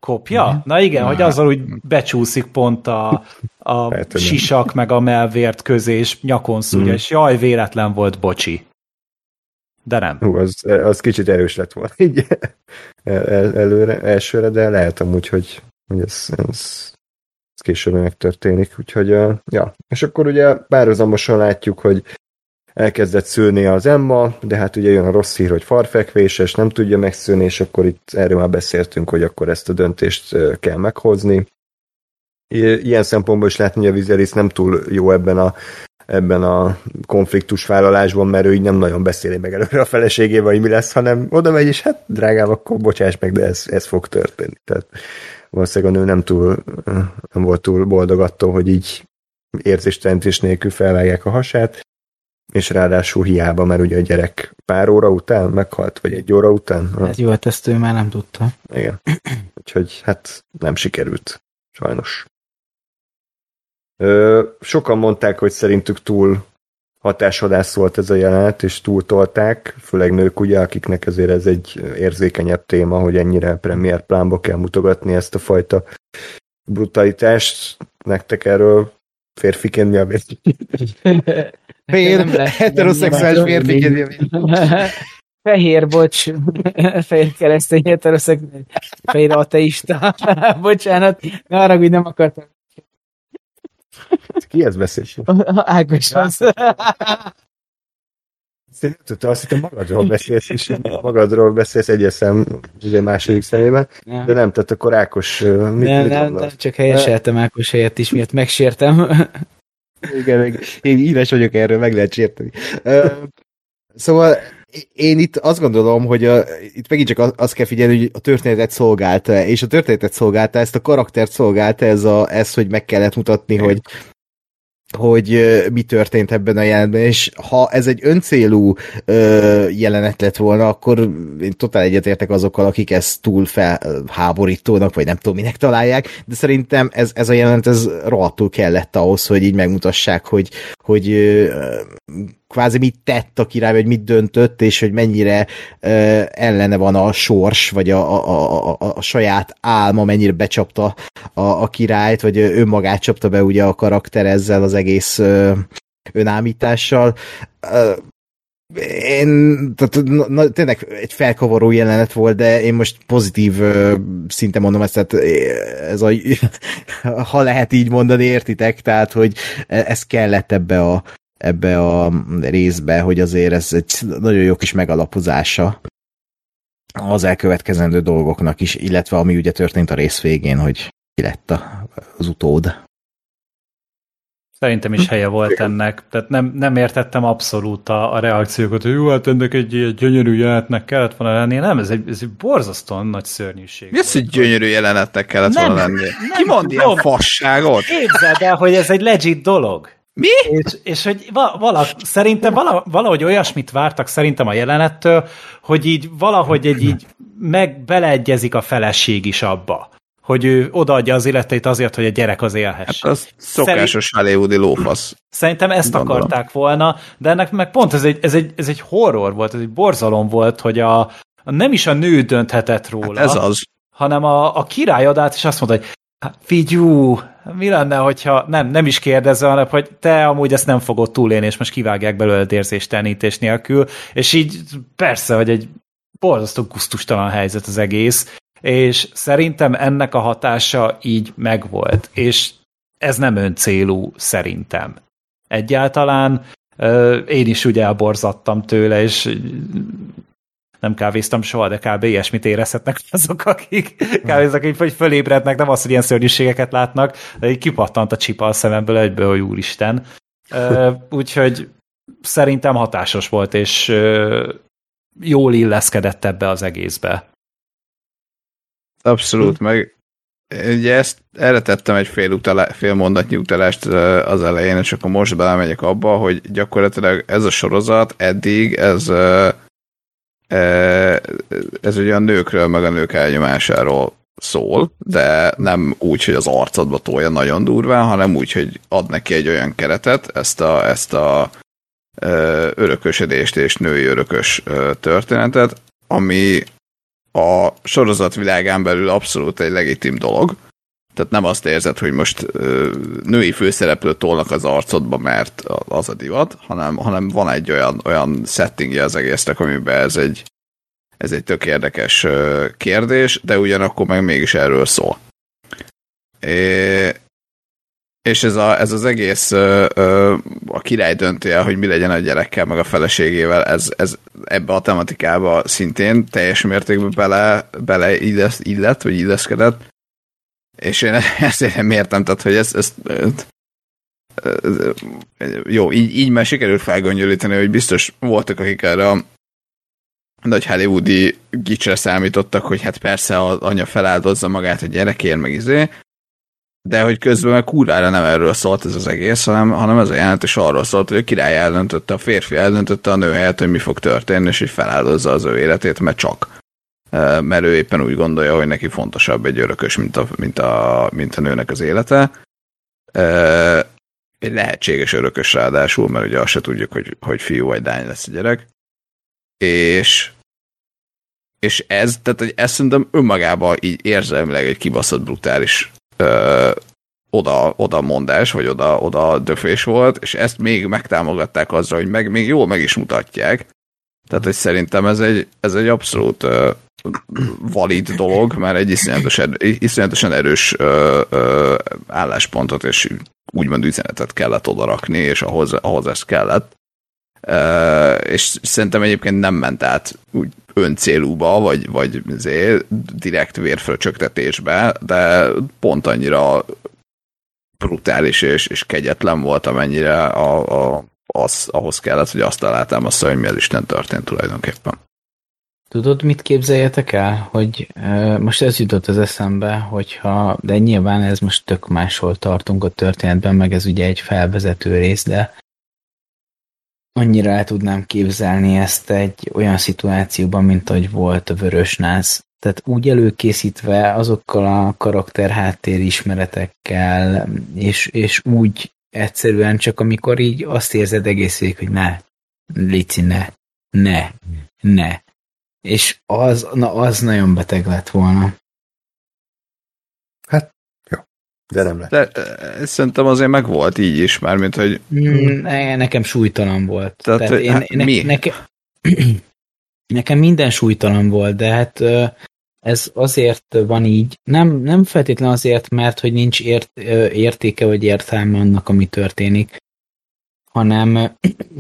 Kopja? Na igen, hogy azzal úgy becsúszik pont a, a sisak meg a mellvért közé, és nyakon szúrja, mm. és jaj, véletlen volt, bocsi. De nem. Hú, az, az kicsit erős lett volna így el, el, előre, elsőre, de lehet amúgy, hogy, hogy ez, ez, ez később megtörténik. Úgyhogy, ja. És akkor ugye párhuzamosan látjuk, hogy elkezdett szülni az Emma, de hát ugye jön a rossz hír, hogy farfekvéses, nem tudja megszülni, és akkor itt erről már beszéltünk, hogy akkor ezt a döntést kell meghozni. Ilyen szempontból is látni, hogy a Viserys nem túl jó ebben a, ebben a konfliktusvállalásban, mert ő így nem nagyon beszéli meg előre a feleségével, hogy mi lesz, hanem oda megy, és hát drágám, akkor bocsáss meg, de ez, ez fog történni. Tehát valószínűleg a nő nem, túl, nem volt túl boldog attól, hogy így érzéstelentés nélkül felvágják a hasát, és ráadásul hiába, mert ugye a gyerek pár óra után meghalt, vagy egy óra után. Hát jó, hát ezt ő már nem tudta. Igen. Úgyhogy hát nem sikerült. Sajnos. Ö, sokan mondták, hogy szerintük túl hatásvadász volt ez a jelenet, és túltolták, főleg nők ugye, akiknek ezért ez egy érzékenyebb téma, hogy ennyire premier plánba kell mutogatni ezt a fajta brutalitást. Nektek erről férfiként mi a vélemény? Fér, heteroszexuális férfiként. Fehér, bocs. Fehér keresztény, heteroszexuális. Fehér ateista. Bocsánat, ne haragudj, nem akartam. Ki ez beszél? Ágos az. Nem tudta, azt hittem magadról beszélsz, és magadról beszélsz egyes szem, ugye második szemében, nem. De nem, tehát akkor Ákos... Mit, nem, mit nem, nem, csak helyeseltem Ákos helyett is, miatt megsértem. Igen, én íres vagyok erről, meg lehet sérteni. Szóval én itt azt gondolom, hogy a, itt megint csak azt kell figyelni, hogy a történetet szolgálta, és a történetet szolgálta, ezt a karaktert szolgálta, ez, a, ez hogy meg kellett mutatni, hogy hogy mi történt ebben a jelenetben, és ha ez egy öncélú ö, jelenet lett volna, akkor én totál egyetértek azokkal, akik ezt túl felháborítónak, vagy nem tudom minek találják, de szerintem ez, ez a jelenet ez rohadtul kellett ahhoz, hogy így megmutassák, hogy, hogy ö, kvázi mit tett a király, vagy mit döntött, és hogy mennyire ö, ellene van a sors, vagy a, a, a, a, a saját álma, mennyire becsapta a, a királyt, vagy önmagát csapta be ugye a karakter ezzel az egész ö, önállítással. Ö, én, tehát na, tényleg egy felkavaró jelenet volt, de én most pozitív ö, szinten mondom ezt, tehát ez a, ha lehet így mondani, értitek, tehát, hogy ez kellett ebbe a ebbe a részbe, hogy azért ez egy nagyon jó kis megalapozása az elkövetkezendő dolgoknak is, illetve ami ugye történt a rész végén, hogy ki lett a, az utód. Szerintem is helye volt ennek. Tehát nem, nem értettem abszolút a, a reakciókat, hogy jó, hát ennek egy, egy gyönyörű jelenetnek kellett volna lennie. Nem, ez egy, ez egy borzasztóan nagy szörnyűség. Mi az, hogy gyönyörű jelenetnek kellett volna lennie? Ki mond ilyen fasságot? Képzeld el, hogy ez egy legit dolog. Mi? És, és hogy vala, szerintem vala, valahogy olyasmit vártak szerintem a jelenettől, hogy így valahogy egy így meg beleegyezik a feleség is abba, hogy ő odaadja az életét azért, hogy a gyerek az élhessen. Hát az szokásos Szerint... hollywoodi lófasz. Szerintem ezt Gondolom. akarták volna, de ennek meg pont ez egy, ez, egy, ez egy horror volt, ez egy borzalom volt, hogy a, a nem is a nő dönthetett róla, hát ez az. hanem a, a király odállt, és azt mondta, hogy hát, figyú, mi lenne, hogyha nem, nem is kérdezze, hanem, hogy te amúgy ezt nem fogod túlélni, és most kivágják belőled érzéstelenítés nélkül, és így persze, hogy egy borzasztó gusztustalan helyzet az egész, és szerintem ennek a hatása így megvolt, és ez nem öncélú szerintem. Egyáltalán én is ugye elborzadtam tőle, és nem kávéztam soha, de kb. Ilyesmit érezhetnek azok, akik kávéznak, hogy fölébrednek, nem az, hogy ilyen szörnyűségeket látnak, de így kipattant a csipa a szememből egyből, hogy úristen. Úgyhogy szerintem hatásos volt, és jól illeszkedett ebbe az egészbe. Abszolút, meg ugye ezt erre tettem egy fél, utalá, fél mondatnyi utalást az elején, és akkor most belemegyek abba, hogy gyakorlatilag ez a sorozat eddig, ez ez ugye a nőkről, meg a nők elnyomásáról szól, de nem úgy, hogy az arcodba tolja nagyon durván, hanem úgy, hogy ad neki egy olyan keretet, ezt a, ezt a örökösödést és női örökös történetet, ami a sorozatvilágán belül abszolút egy legitim dolog. Tehát nem azt érzed, hogy most ö, női főszereplőt tolnak az arcodba, mert az a divat, hanem, hanem van egy olyan, olyan settingje az egésznek, amiben ez egy, ez egy tök érdekes ö, kérdés, de ugyanakkor meg mégis erről szól. É, és ez, a, ez az egész ö, ö, a király dönti el, hogy mi legyen a gyerekkel, meg a feleségével, ez, ez ebbe a tematikába szintén teljes mértékben bele, bele illesz, illet, vagy illeszkedett. És én ezt nem értem, tehát, hogy ez, ez, ez jó, így, így már sikerült felgöngyölíteni, hogy biztos voltak, akik erre a nagy hollywoodi gicsre számítottak, hogy hát persze az anya feláldozza magát a gyerekért, meg izé, de hogy közben meg kurvára nem erről szólt ez az egész, hanem, hanem ez a jelentés arról szólt, hogy a király eldöntötte, a férfi eldöntötte a nő helyett, hogy mi fog történni, és hogy feláldozza az ő életét, mert csak. Mert ő éppen úgy gondolja, hogy neki fontosabb egy örökös, mint a, mint a, mint a nőnek az élete. Egy lehetséges örökös ráadásul, mert ugye azt se tudjuk, hogy, hogy fiú vagy lány lesz a gyerek. És, és ez, tehát hogy ezt szerintem önmagában így érzelmileg egy kibaszott brutális ö, oda, oda mondás, vagy oda, oda döfés volt, és ezt még megtámogatták azzal, hogy meg, még jól meg is mutatják. Tehát, hogy szerintem ez egy, ez egy abszolút ö, valid dolog, mert egy iszonyatosan, iszonyatosan erős ö, ö, álláspontot és úgymond üzenetet kellett odarakni, és ahhoz, ahhoz ez kellett. Ö, és szerintem egyébként nem ment át úgy öncélúba, vagy, vagy azért, direkt vérfröcsögtetésbe, de pont annyira brutális és, és kegyetlen volt, amennyire a, a, az, ahhoz kellett, hogy azt alátámasztja, hogy mi az Isten történt tulajdonképpen. Tudod, mit képzeljetek el? Hogy uh, most ez jutott az eszembe, hogyha, de nyilván ez most tök máshol tartunk a történetben, meg ez ugye egy felvezető rész, de annyira el tudnám képzelni ezt egy olyan szituációban, mint ahogy volt a Vörösnász. Tehát úgy előkészítve azokkal a karakter háttérismeretekkel, és, és úgy egyszerűen csak amikor így azt érzed egész végig, hogy ne, Lici, ne, ne, ne. És az, na az nagyon beteg lett volna. Hát, jó. De nem lett. De e, szerintem azért meg volt így is, mármint, hogy... Mm, nekem súlytalan volt. Tehát, Tehát én, hát, ne, mi? Neke, nekem minden súlytalan volt, de hát ez azért van így. Nem, nem feltétlenül azért, mert hogy nincs ért, értéke vagy értelme annak, ami történik, hanem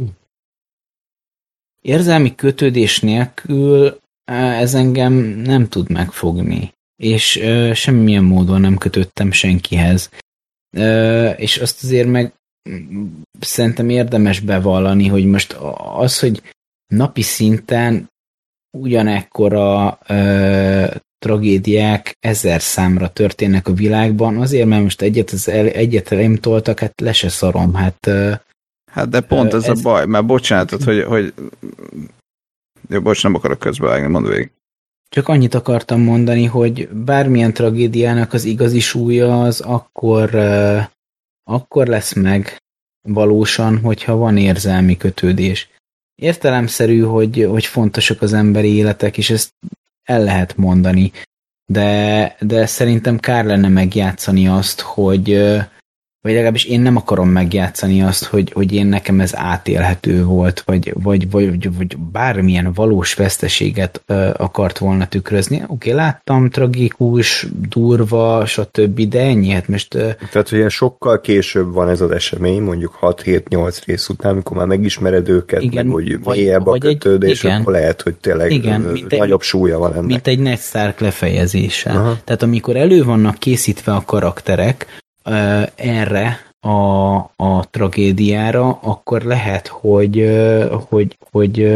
érzelmi kötődés nélkül ez engem nem tud megfogni. És uh, semmilyen módon nem kötöttem senkihez. Uh, és azt azért meg szerintem érdemes bevallani, hogy most az, hogy napi szinten ugyanekkora uh, tragédiák ezer számra történnek a világban, azért, mert most egyet, az el, egyet elém toltak, hát le se szarom, hát uh, Hát de pont ez, ez a baj, mert bocsánat, hogy, hogy jó, bocs, nem akarok közbevágni, mondd végig. Csak annyit akartam mondani, hogy bármilyen tragédiának az igazi súlya az akkor, uh, akkor lesz meg valósan, hogyha van érzelmi kötődés. Értelemszerű, hogy, hogy fontosak az emberi életek, és ezt el lehet mondani, de, de szerintem kár lenne megjátszani azt, hogy uh, vagy legalábbis én nem akarom megjátszani azt, hogy, hogy én nekem ez átélhető volt, vagy, vagy, vagy, vagy bármilyen valós veszteséget ö, akart volna tükrözni. Oké, okay, láttam, tragikus, durva, stb., de ennyi, hát most... Ö, Tehát, hogy ilyen sokkal később van ez az esemény, mondjuk hat-hét-nyolc rész után, amikor már megismered őket, igen, meg hogy mélyebb a kötődés, egy, akkor lehet, hogy tényleg igen, nagyobb egy, súlya van ennek. Mint egy Ned Stark lefejezése. Aha. Tehát amikor elő vannak készítve a karakterek, erre a, a tragédiára, akkor lehet, hogy hogy, hogy,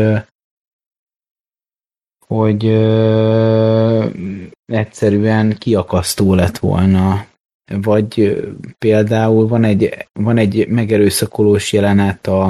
hogy egyszerűen kiakasztó lett volna. Vagy például van egy, van egy megerőszakolós jelenet a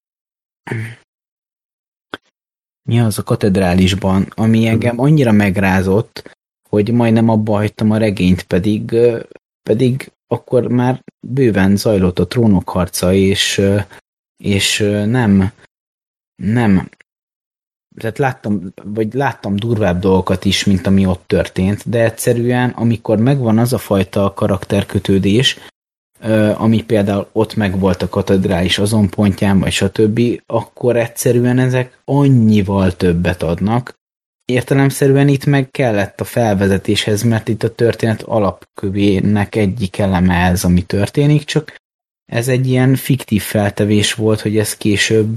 mi az a katedrálisban, ami engem annyira megrázott, hogy majdnem abba hagytam a regényt, pedig pedig akkor már bőven zajlott a trónok harca, és, és nem, nem tehát láttam, vagy láttam durvább dolgokat is, mint ami ott történt, de egyszerűen, amikor megvan az a fajta karakterkötődés, ami például ott megvolt a katedrális azon pontján, vagy stb., akkor egyszerűen ezek annyival többet adnak. Értelemszerűen itt meg kellett a felvezetéshez, mert itt a történet alapkövének egyik eleme ez, ami történik, csak ez egy ilyen fiktív feltevés volt, hogy ez később,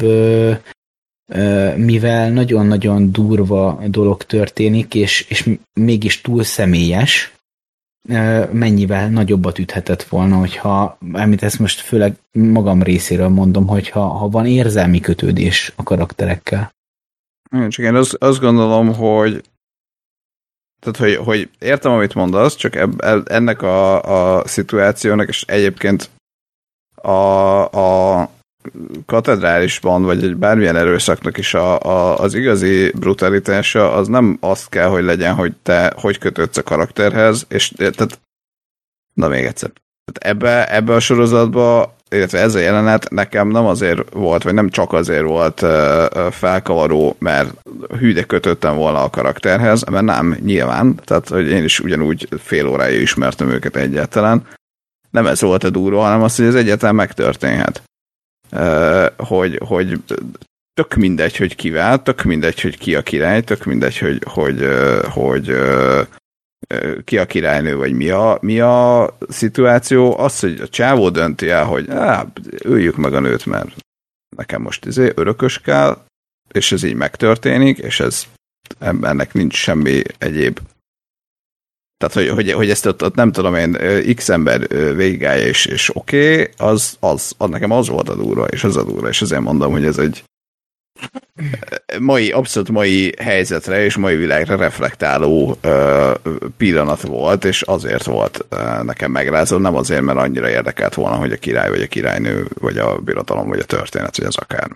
mivel nagyon-nagyon durva dolog történik, és, és mégis túl személyes, mennyivel nagyobbat üthetett volna, hogyha, amit ezt most főleg magam részéről mondom, hogyha ha van érzelmi kötődés a karakterekkel. Csak én azt, azt gondolom, hogy tehát, hogy, hogy értem, amit mondasz, csak eb, ennek a, a szituációnak, és egyébként a, a katedrálisban, vagy egy bármilyen erőszaknak is a, a, az igazi brutalitása, az nem azt kell, hogy legyen, hogy te hogy kötődsz a karakterhez, és tehát, na még egyszer, tehát ebbe, ebbe a sorozatba, illetve ez a jelenet nekem nem azért volt, vagy nem csak azért volt uh, felkavaró, mert hű, de kötöttem volna a karakterhez, mert nem, nyilván, tehát hogy én is ugyanúgy fél órája ismertem őket egyáltalán. Nem ez volt a durva, hanem az, hogy ez egyáltalán megtörténhet. Uh, hogy, hogy tök mindegy, hogy kivel, tök mindegy, hogy ki a király, tök mindegy, hogy, hogy, uh, hogy uh, ki a királynő, vagy mi a, mi a szituáció, az, hogy a csávó dönti el, hogy á, öljük meg a nőt, mert nekem most izé örökös kell, és ez így megtörténik, és ez ennek nincs semmi egyéb. Tehát, hogy, hogy, hogy ezt ott, ott nem tudom én, x ember végigálja, és, és oké, okay, az, az, az nekem az volt a durva, és az a durva, és azért mondom, hogy ez egy mai, abszolút mai helyzetre és mai világra reflektáló uh, pillanat volt, és azért volt uh, nekem megrázó, nem azért, mert annyira érdekelt volna, hogy a király, vagy a királynő, vagy a birodalom, vagy a történet, vagy az akármi.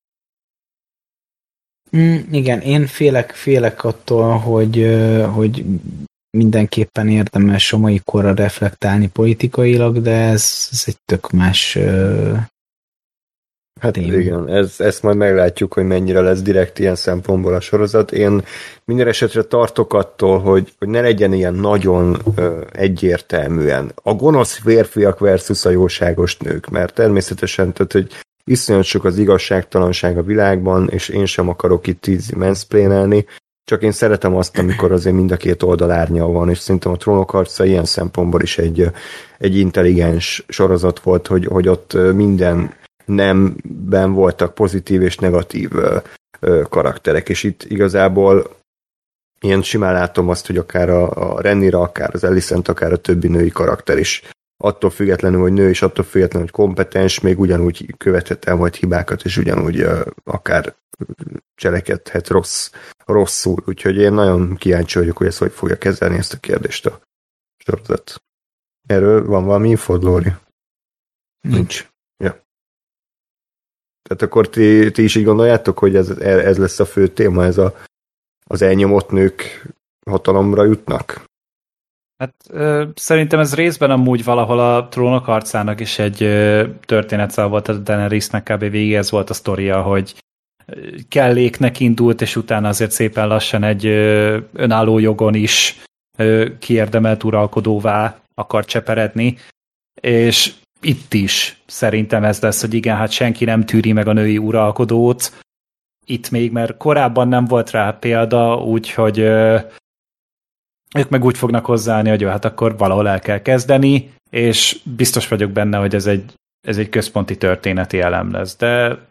Mm, igen, én félek, félek attól, hogy, uh, hogy mindenképpen érdemes a mai korra reflektálni politikailag, de ez, ez egy tök más uh, Hát téma. Igen, ez, ezt majd meglátjuk, hogy mennyire lesz direkt ilyen szempontból a sorozat. Én minden esetre tartok attól, hogy, hogy ne legyen ilyen nagyon ö, egyértelműen a gonosz férfiak versus a jóságos nők, mert természetesen, tehát, hogy iszonyat sok az igazságtalanság a világban, és én sem akarok itt tíz mansplainelni, csak én szeretem azt, amikor azért mind a két oldal árnyal van, és szerintem a Trónok harca ilyen szempontból is egy, egy intelligens sorozat volt, hogy, hogy ott minden nemben voltak pozitív és negatív ö, ö, karakterek, és itt igazából én simán látom azt, hogy akár a, a Rhaenyra, akár az Alicent, akár a többi női karakter is attól függetlenül, hogy nő, és attól függetlenül, hogy kompetens, még ugyanúgy követhet el majd hibákat, és ugyanúgy ö, akár cselekedhet rossz, rosszul, úgyhogy én nagyon kíváncsi vagyok, hogy ezt hogy fogja kezelni ezt a kérdést a sorozat. Erről van valami infód, Lóri? Nincs. Ja. Tehát akkor ti, ti is így gondoljátok, hogy ez, ez lesz a fő téma, ez a, az elnyomott nők hatalomra jutnak? Hát ö, szerintem ez részben amúgy valahol a Trónok harcának is egy ö, történetszál volt, tehát Daenerysnek kb. Végig ez volt a sztoria, hogy kelléknek indult, és utána azért szépen lassan egy ö, önálló jogon is ö, kiérdemelt uralkodóvá akar cseperedni, és itt is szerintem ez lesz, hogy igen, hát senki nem tűri meg a női uralkodót. Itt még, mert korábban nem volt rá példa, úgyhogy ö, ők meg úgy fognak hozzáállni, hogy jó, hát akkor valahol el kell kezdeni, és biztos vagyok benne, hogy ez egy, ez egy központi történeti elem lesz. De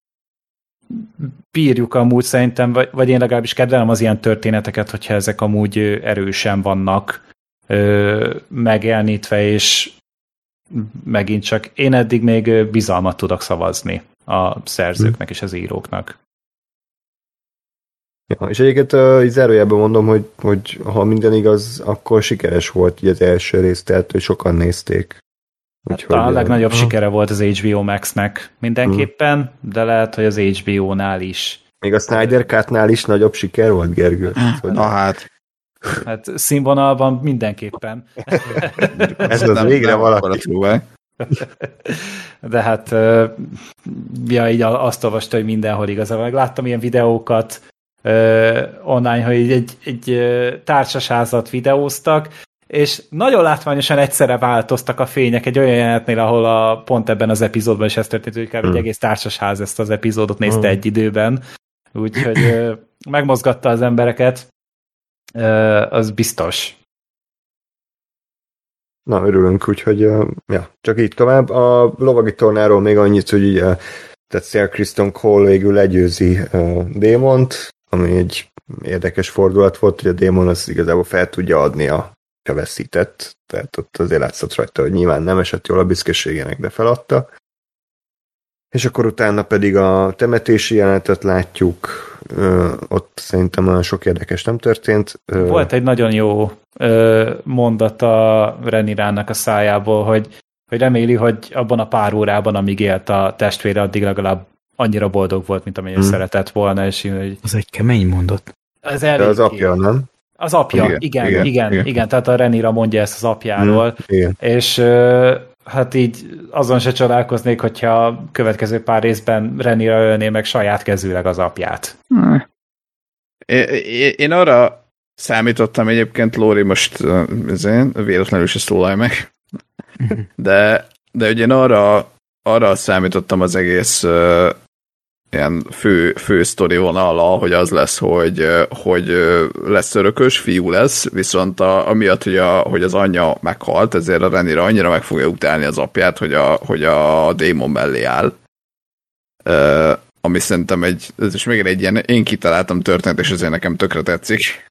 bírjuk amúgy szerintem, vagy, vagy én legalábbis kedvelem az ilyen történeteket, hogyha ezek amúgy erősen vannak ö, megjelenítve, és megint csak én eddig még bizalmat tudok szavazni a szerzőknek és az íróknak. Ja, és egyébként uh, így zárójában mondom, hogy, hogy ha minden igaz, akkor sikeres volt így az első rész, tehát hogy sokan nézték. Úgyhogy, hát a legnagyobb uh, sikere volt az há bé o Max-nek mindenképpen, uh, de lehet, hogy az há bé o-nál is. Még a Snyder Cut-nál is nagyobb siker volt, Gergő? Uh, Na hát. Hát színvonalban mindenképpen. Ez az nem, végre nem valaki. De hát ja, így azt olvasta, hogy mindenhol igazából. Meg láttam ilyen videókat, ö, online, hogy egy, egy társasházat videóztak, és nagyon látványosan egyszerre változtak a fények egy olyan jelenetnél, ahol a, pont ebben az epizódban is ez történt, hogy kb. Hmm. egy egész társasház ezt az epizódot nézte hmm. egy időben, úgyhogy ö, megmozgatta az embereket, ö, az biztos. Na, örülünk, úgyhogy ja, csak így tovább. A lovagi tornáról még annyit, hogy ugye, tehát Sir Kristen Cole végül legyőzi uh, Démont, ami egy érdekes fordulat volt, hogy a Démon az igazából fel tudja adni a veszített, tehát ott azért látszott rajta, hogy nyilván nem esett jól a büszkeségének, de feladta. És akkor utána pedig a temetési jelenetet látjuk, ö, ott szerintem olyan sok érdekes nem történt. Ö, Volt egy nagyon jó ö, mondat a Renirának a szájából, hogy, hogy reméli, hogy abban a pár órában, amíg élt a testvére, addig legalább annyira boldog volt, mint amilyen hmm. szeretett volna. És, hogy az egy kemény mondat. Az de az apja, nem? Az apja, igen, igen, igen, igen, igen. igen. Tehát a Renira mondja ezt az apjáról, mm, és uh, hát így azon se csodálkoznék, hogyha a következő pár részben Renira ölné meg saját kezűleg az apját. Hmm. Én, én arra számítottam egyébként, Lóri, most uh, véletlenül se szólalj meg, de, de ugye én arra, arra számítottam az egész uh, ilyen fő, fő sztori vonala, hogy az lesz, hogy, hogy lesz örökös, fiú lesz, viszont a, amiatt, hogy, a, hogy az anyja meghalt, ezért a Renira annyira meg fogja utálni az apját, hogy a, hogy a démon mellé áll. Uh, ami szerintem egy, ez is még egy ilyen, én kitaláltam történet, és ezért nekem tökre tetszik.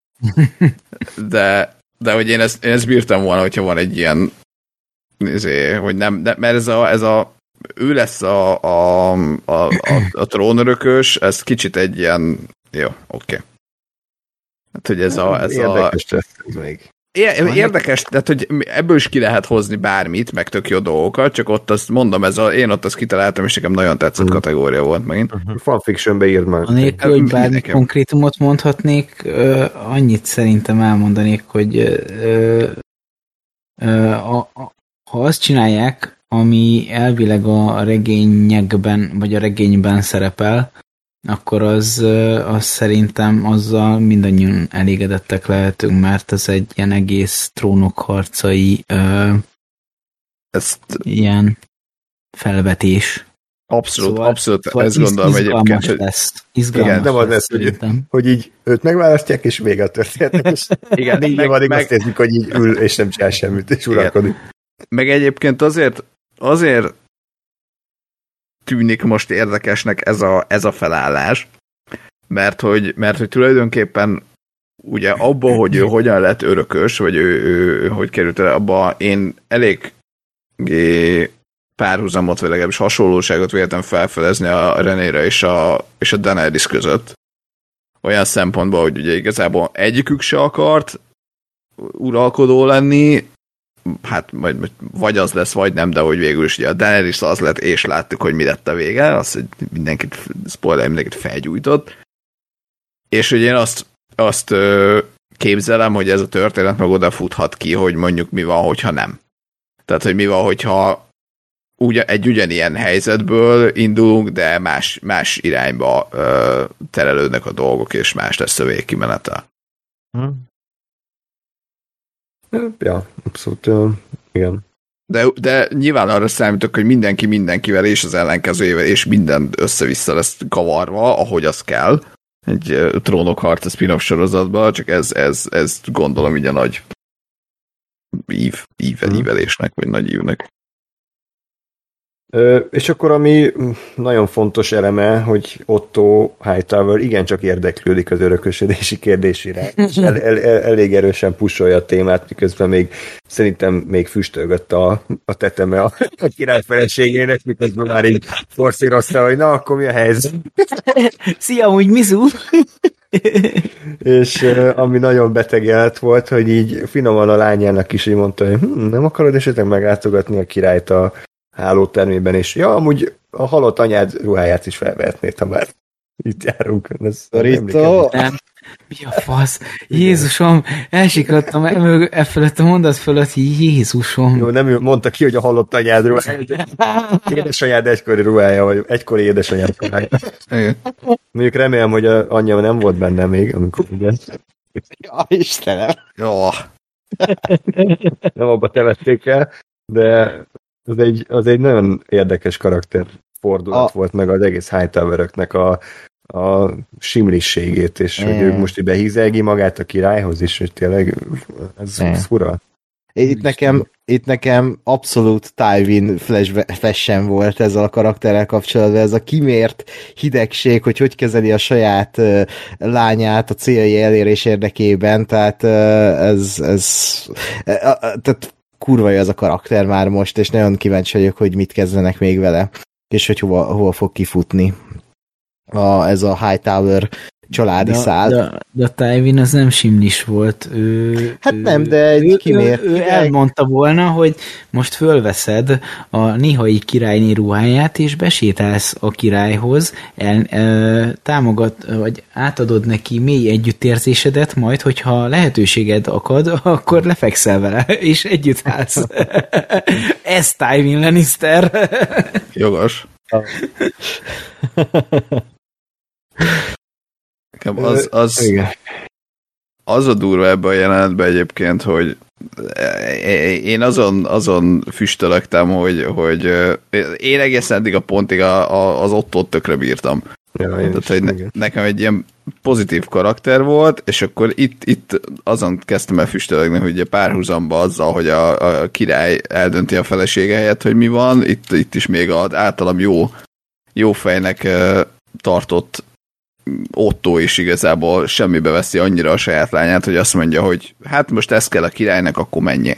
De, de hogy én ezt, én ezt bírtam volna, hogyha van egy ilyen, ezért, hogy nem, de, mert ez a, ez a ő lesz a, a, a, a, a trónörökös, ez kicsit egy ilyen, jó, oké. Okay. Hát, hogy ez a... Ez érdekes a, lesz ez még. Érdekes, tehát, hogy ebből is ki lehet hozni bármit, meg tök jó dolgokat, csak ott azt mondom, ez a, én ott azt kitaláltam, és nekem nagyon tetszett uh-huh. kategória volt megint. Uh-huh. Fanfictionbe írd meg. Anélkül, hogy bármi konkrétumot mondhatnék, ö, annyit szerintem elmondanék, hogy ö, ö, a, a, ha azt csinálják, ami elvileg a regényekben, vagy a regényben szerepel, akkor az, az szerintem azzal mindannyian elégedettek lehetünk, mert ez egy ilyen egész trónok harcai ö, ezt ilyen felvetés. Abszolút, szóval, abszolút, szóval ezt gondolom egyébként. Hogy... lesz. Izgalmas igen, nem az lesz, lesz, hogy, hogy így őt megválasztják, és vége a történet. Igen, négy év addig azt érzik, hogy így ül, és nem csinál semmit, és uralkodik. Meg egyébként azért, azért tűnik most érdekesnek ez a, ez a felállás, mert hogy, mert hogy tulajdonképpen ugye abban, hogy ő hogyan lett örökös, vagy ő, ő, ő hogy került el, abban én elég párhuzamot, vagy legalábbis hasonlóságot véltem felfedezni a Renéra és a, és a Daenerys között. Olyan szempontból, hogy ugye igazából egyikük se akart uralkodó lenni, hát majd vagy az lesz, vagy nem, de hogy végül is ugye a Daenerys az lett, és láttuk, hogy mi lett a vége, az, hogy mindenkit, spoiler, mindenkit felgyújtott. És hogy én azt, azt ö, képzelem, hogy ez a történet meg odafuthat ki, hogy mondjuk mi van, hogyha nem. Tehát, hogy mi van, hogyha ugye, egy ugyanilyen helyzetből indulunk, de más, más irányba ö, terelődnek a dolgok, és más lesz a végkimenete. Hmm. Ja, abszolút, uh, igen. De, de nyilván arra számítok, hogy mindenki mindenkivel és az ellenkezőjével és minden össze-vissza lesz kavarva, ahogy az kell. Egy uh, trónokharc a spin-off sorozatban, csak ez, ez, ez gondolom így a nagy ív, íve, hmm. ívelésnek, vagy nagy ívnek. Ö, és akkor ami nagyon fontos eleme, hogy Otto Hightower igencsak érdeklődik az örökösödési kérdésére, és el, el, el, elég erősen pusolja a témát, miközben még szerintem még füstölgött a, a teteme a, a király feleségének, miközben már így forszírozta, hogy na, akkor mi a helyzet? Szia, úgy Mizu! És uh, ami nagyon beteg jelet volt, hogy így finoman a lányának is így mondta, hogy hm, nem akarod esetleg meglátogatni a királyt a hálótermében, és ja, amúgy a halott anyád ruháját is felvehetnéd, ha már Itt járunk. Ez Dorito. Nem. Mi a fasz? Jézusom, elsikadtam e, mög- e fölött a mondat fölött, Jézusom. Jó, nem ő mondta ki, hogy a halott anyád ruhája. Édesanyád egykori ruhája, vagy egykori édesanyád ruhája. Igen. Mondjuk remélem, hogy a anyja nem volt benne még, amikor ugye Ja, Istenem. Jó. nem abba temették el, de az egy, az egy nagyon érdekes karakter fordulat A- volt, meg az egész Hightoweröknek a, a simlisségét, és Mm. hogy ő most így behízelgi magát a királyhoz is, hogy tényleg ez, Mm. ez fura. Itt nekem, itt nekem abszolút Tywin flash, flash volt ezzel a karakterrel kapcsolatban, ez a kimért hidegség, hogy hogy kezeli a saját uh, lányát a célja elérés érdekében, tehát uh, ez, ez uh, uh, tehát kurva jó ez a karakter már most, és nagyon kíváncsi vagyok, hogy mit kezdenek még vele, és hogy hova, hova fog kifutni a, ez a Hightower családi De, szál. de, de a Tywin az nem simlis volt. Ő, Hát ő, nem, de egy ő, kimért ő, ő hideg. elmondta volna, hogy most fölveszed a nihai királyné ruháját, és besétálsz a királyhoz, el, e, támogat, vagy átadod neki mély együttérzésedet, majd, hogyha lehetőséged akad, akkor lefekszel vele, és együtt állsz. Ez Tywin Lannister. Jogos. Nekem az, az, Igen. az a durva ebben a jelenetben egyébként, hogy én azon, azon füstölögtem, hogy, hogy én egészen eddig a pontig a, a, az Ottót tökre bírtam. Ja, én Tehát, is, hogy ne, igen. nekem egy ilyen pozitív karakter volt, és akkor itt, itt azon kezdtem el füstölögni, hogy a párhuzamba azzal, hogy a, a király eldönti a felesége helyett, hogy mi van, itt, itt is még az általam jó, jó fejnek tartott Ottó is igazából semmibe veszi annyira a saját lányát, hogy azt mondja, hogy hát most ez kell a királynak, akkor menjél.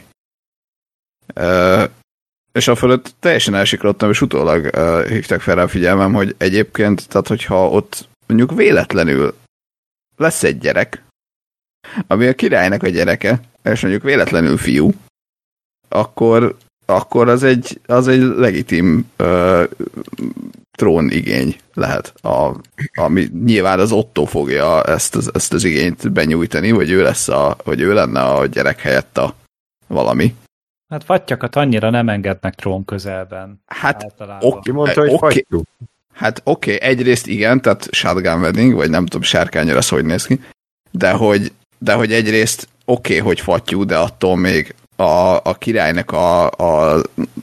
Uh, és a fölött teljesen elsiklottam, és utólag uh, hívtak fel rá a figyelmem, hogy egyébként, tehát hogyha ott mondjuk véletlenül lesz egy gyerek, ami a királynak a gyereke, és mondjuk véletlenül fiú, akkor, akkor az egy, az egy legitim uh, trónigény lehet, a, ami nyilván az Ottó fogja ezt az, ezt az igényt benyújtani, hogy ő lesz a, hogy ő lenne a gyerek helyett a valami. Hát fattyakat annyira nem engednek trón közelben. Hát általában. oké. Ki mondta, hogy Oké. fagyjuk? Hát oké, okay, egyrészt igen, tehát shotgun wedding, vagy nem tudom, sárkányra az hogy néz ki, de hogy, de hogy egyrészt oké, okay, hogy fattyú, de attól még a, a királynak a, a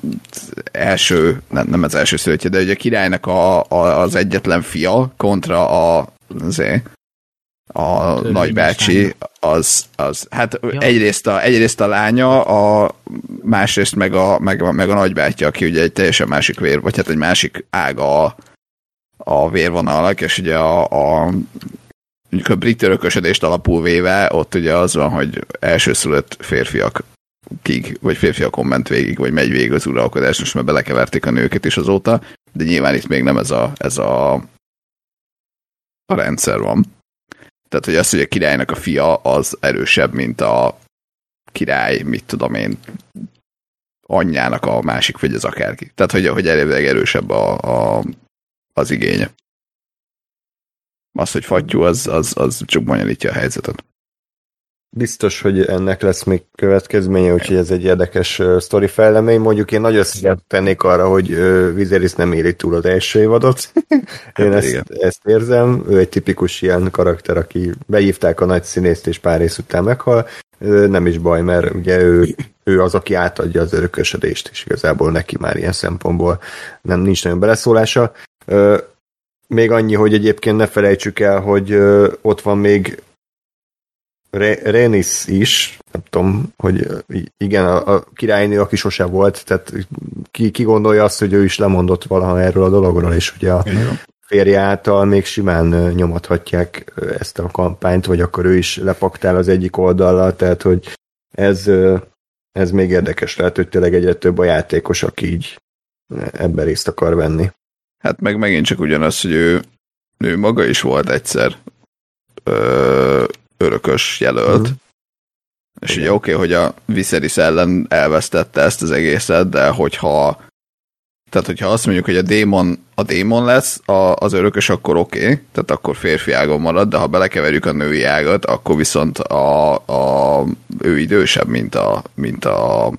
első, nem, nem az első szülöttje, de ugye a királynak a, a, az egyetlen fia kontra a, azért, a Törvény nagybácsi, az, az hát Ja. egyrészt, a, egyrészt a lánya, a másrészt meg a, meg, a, meg a nagybátyja, aki ugye egy teljesen másik vér, vagy hát egy másik ága a, a vérvonalak, és ugye a, a mondjuk a brit örökösödést alapul véve, ott ugye az van, hogy elsőszülött férfiak kig, vagy férfiakon ment végig, vagy megy végig az uralkodás, most már belekeverték a nőket is azóta, de nyilván itt még nem ez a, ez a, a rendszer van. Tehát, hogy az, hogy a királynak a fia az erősebb, mint a király, mit tudom én, anyjának a másik, vagy az akárki. Tehát, hogy, hogy elég erősebb a, a, az igénye. Az, hogy fattyú, az, az, az csak bonyolítja a helyzetet. Biztos, hogy ennek lesz még következménye, úgyhogy ez egy érdekes uh, sztori fejlemény. Mondjuk én nagy összeget tennék arra, hogy uh, Viserys nem éri túl az első évadot. Én Hát ezt, ezt érzem. Ő egy tipikus ilyen karakter, aki beívták a nagy színészt, és pár rész után meghal. Uh, nem is baj, mert ugye ő, ő az, aki átadja az örökösödést, és igazából neki már ilyen szempontból nem nincs nagyon beleszólása. Uh, még annyi, hogy egyébként ne felejtsük el, hogy uh, ott van még Rhaenys is, nem tudom, hogy igen, a, a királynő, aki sose volt, tehát ki, ki gondolja azt, hogy ő is lemondott valaha erről a dologról, és ugye a férje által még simán nyomathatják ezt a kampányt, vagy akkor ő is lepaktál az egyik oldallal, tehát hogy ez, ez még érdekes lehet, hogy tényleg egyre több a játékos, aki így ebben részt akar venni. Hát meg megint csak ugyanaz, hogy ő, ő maga is volt egyszer ö, örökös jelölt. Mm. És igen. Ugye oké, okay, hogy a Viserys ellen elvesztette ezt az egészet, de hogyha Tehát, hogyha azt mondjuk, hogy a démon, a démon lesz, a, az örökös, akkor oké, okay, tehát akkor férfi ágon marad, de ha belekeverjük a női ágat, akkor viszont a, a, ő idősebb, mint a, mint a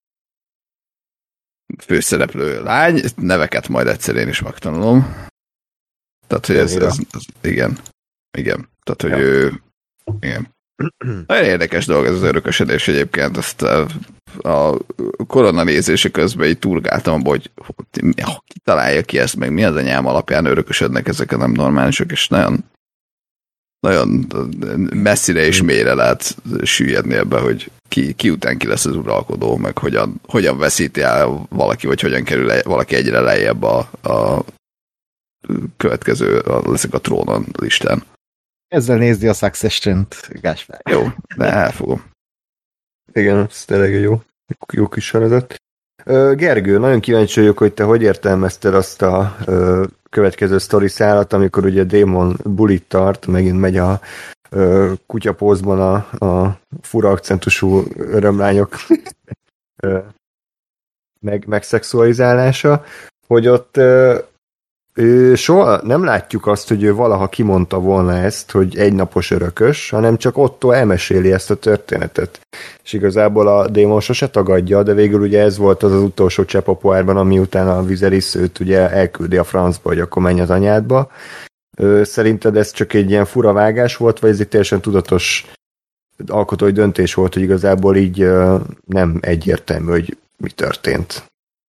főszereplő lány. Neveket majd egyszer én is megtanulom. Tehát, hogy ez, ez, ez igen. Igen. Tehát, hogy ja. ő igen. Nagyon érdekes dolog ez az örökösödés egyébként. Ezt a korona nézése közben így turgáltam abba, hogy ki találja ki ezt, meg mi az anyám alapján örökösödnek ezek a nem normálisok, és nagyon nagyon messzire és mélyre lehet süllyedni ebbe, hogy ki, ki után ki lesz az uralkodó, meg hogyan, hogyan veszíti el valaki, vagy hogyan kerül le, valaki egyre lejjebb a, a következő, leszek a trónon listán. Ezzel nézni a Succession-t, Gáspár. Jó, de elfogom. Igen, ez tényleg jó, jó kis sorozat. Gergő, nagyon kíváncsi vagyok, hogy te hogy értelmezted azt a ö, következő sztori szállat, amikor ugye Démon bulit tart, megint megy a ö, kutyapózban a, a fura akcentusú örömlányok ö, meg, megszexualizálása, hogy ott ö, ő soha nem látjuk azt, hogy ő valaha kimondta volna ezt, hogy egynapos örökös, hanem csak Otto elmeséli ezt a történetet. És igazából a démon sose tagadja, de végül ugye ez volt az az utolsó csepp a pohárban, ami után a Viserys őt ugye elküldi a francba, hogy akkor menj az anyádba. Szerinted ez csak egy ilyen fura vágás volt, vagy ez egy teljesen tudatos alkotói döntés volt, hogy igazából így nem egyértelmű, hogy mi történt?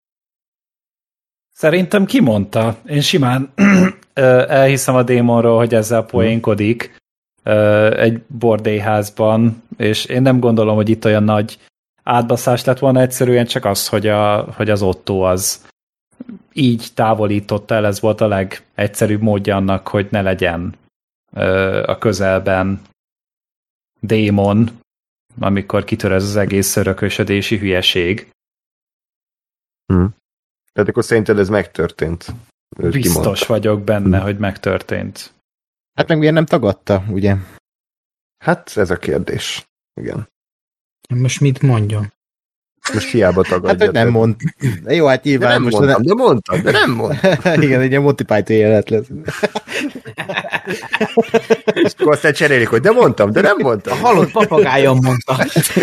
Szerintem kimondta. Én simán elhiszem a démonról, hogy ezzel poénkodik egy bordélyházban, és én nem gondolom, hogy itt olyan nagy átbaszás lett volna, egyszerűen csak az, hogy, a, hogy az Otto az így távolította el, ez volt a legegyszerűbb módja annak, hogy ne legyen a közelben démon, amikor kitör ez az egész örökösödési hülyeség. Hm. Tehát akkor szerinted ez megtörtént? Biztos kimondta. Vagyok benne, hogy megtörtént. Hát meg miért nem tagadta, ugye? Hát ez a kérdés. Igen. Most mit mondjon? Most hiába tagadja. Hát, hogy nem mond. De jó, hát nyilván de nem most... Mondtam, de mondtam, de nem mondtam. Igen, egy ilyen Monty Python jelenet lesz. És akkor aztán cserélik, hogy de mondtam, de nem mondtam. A halott papagájon mondta.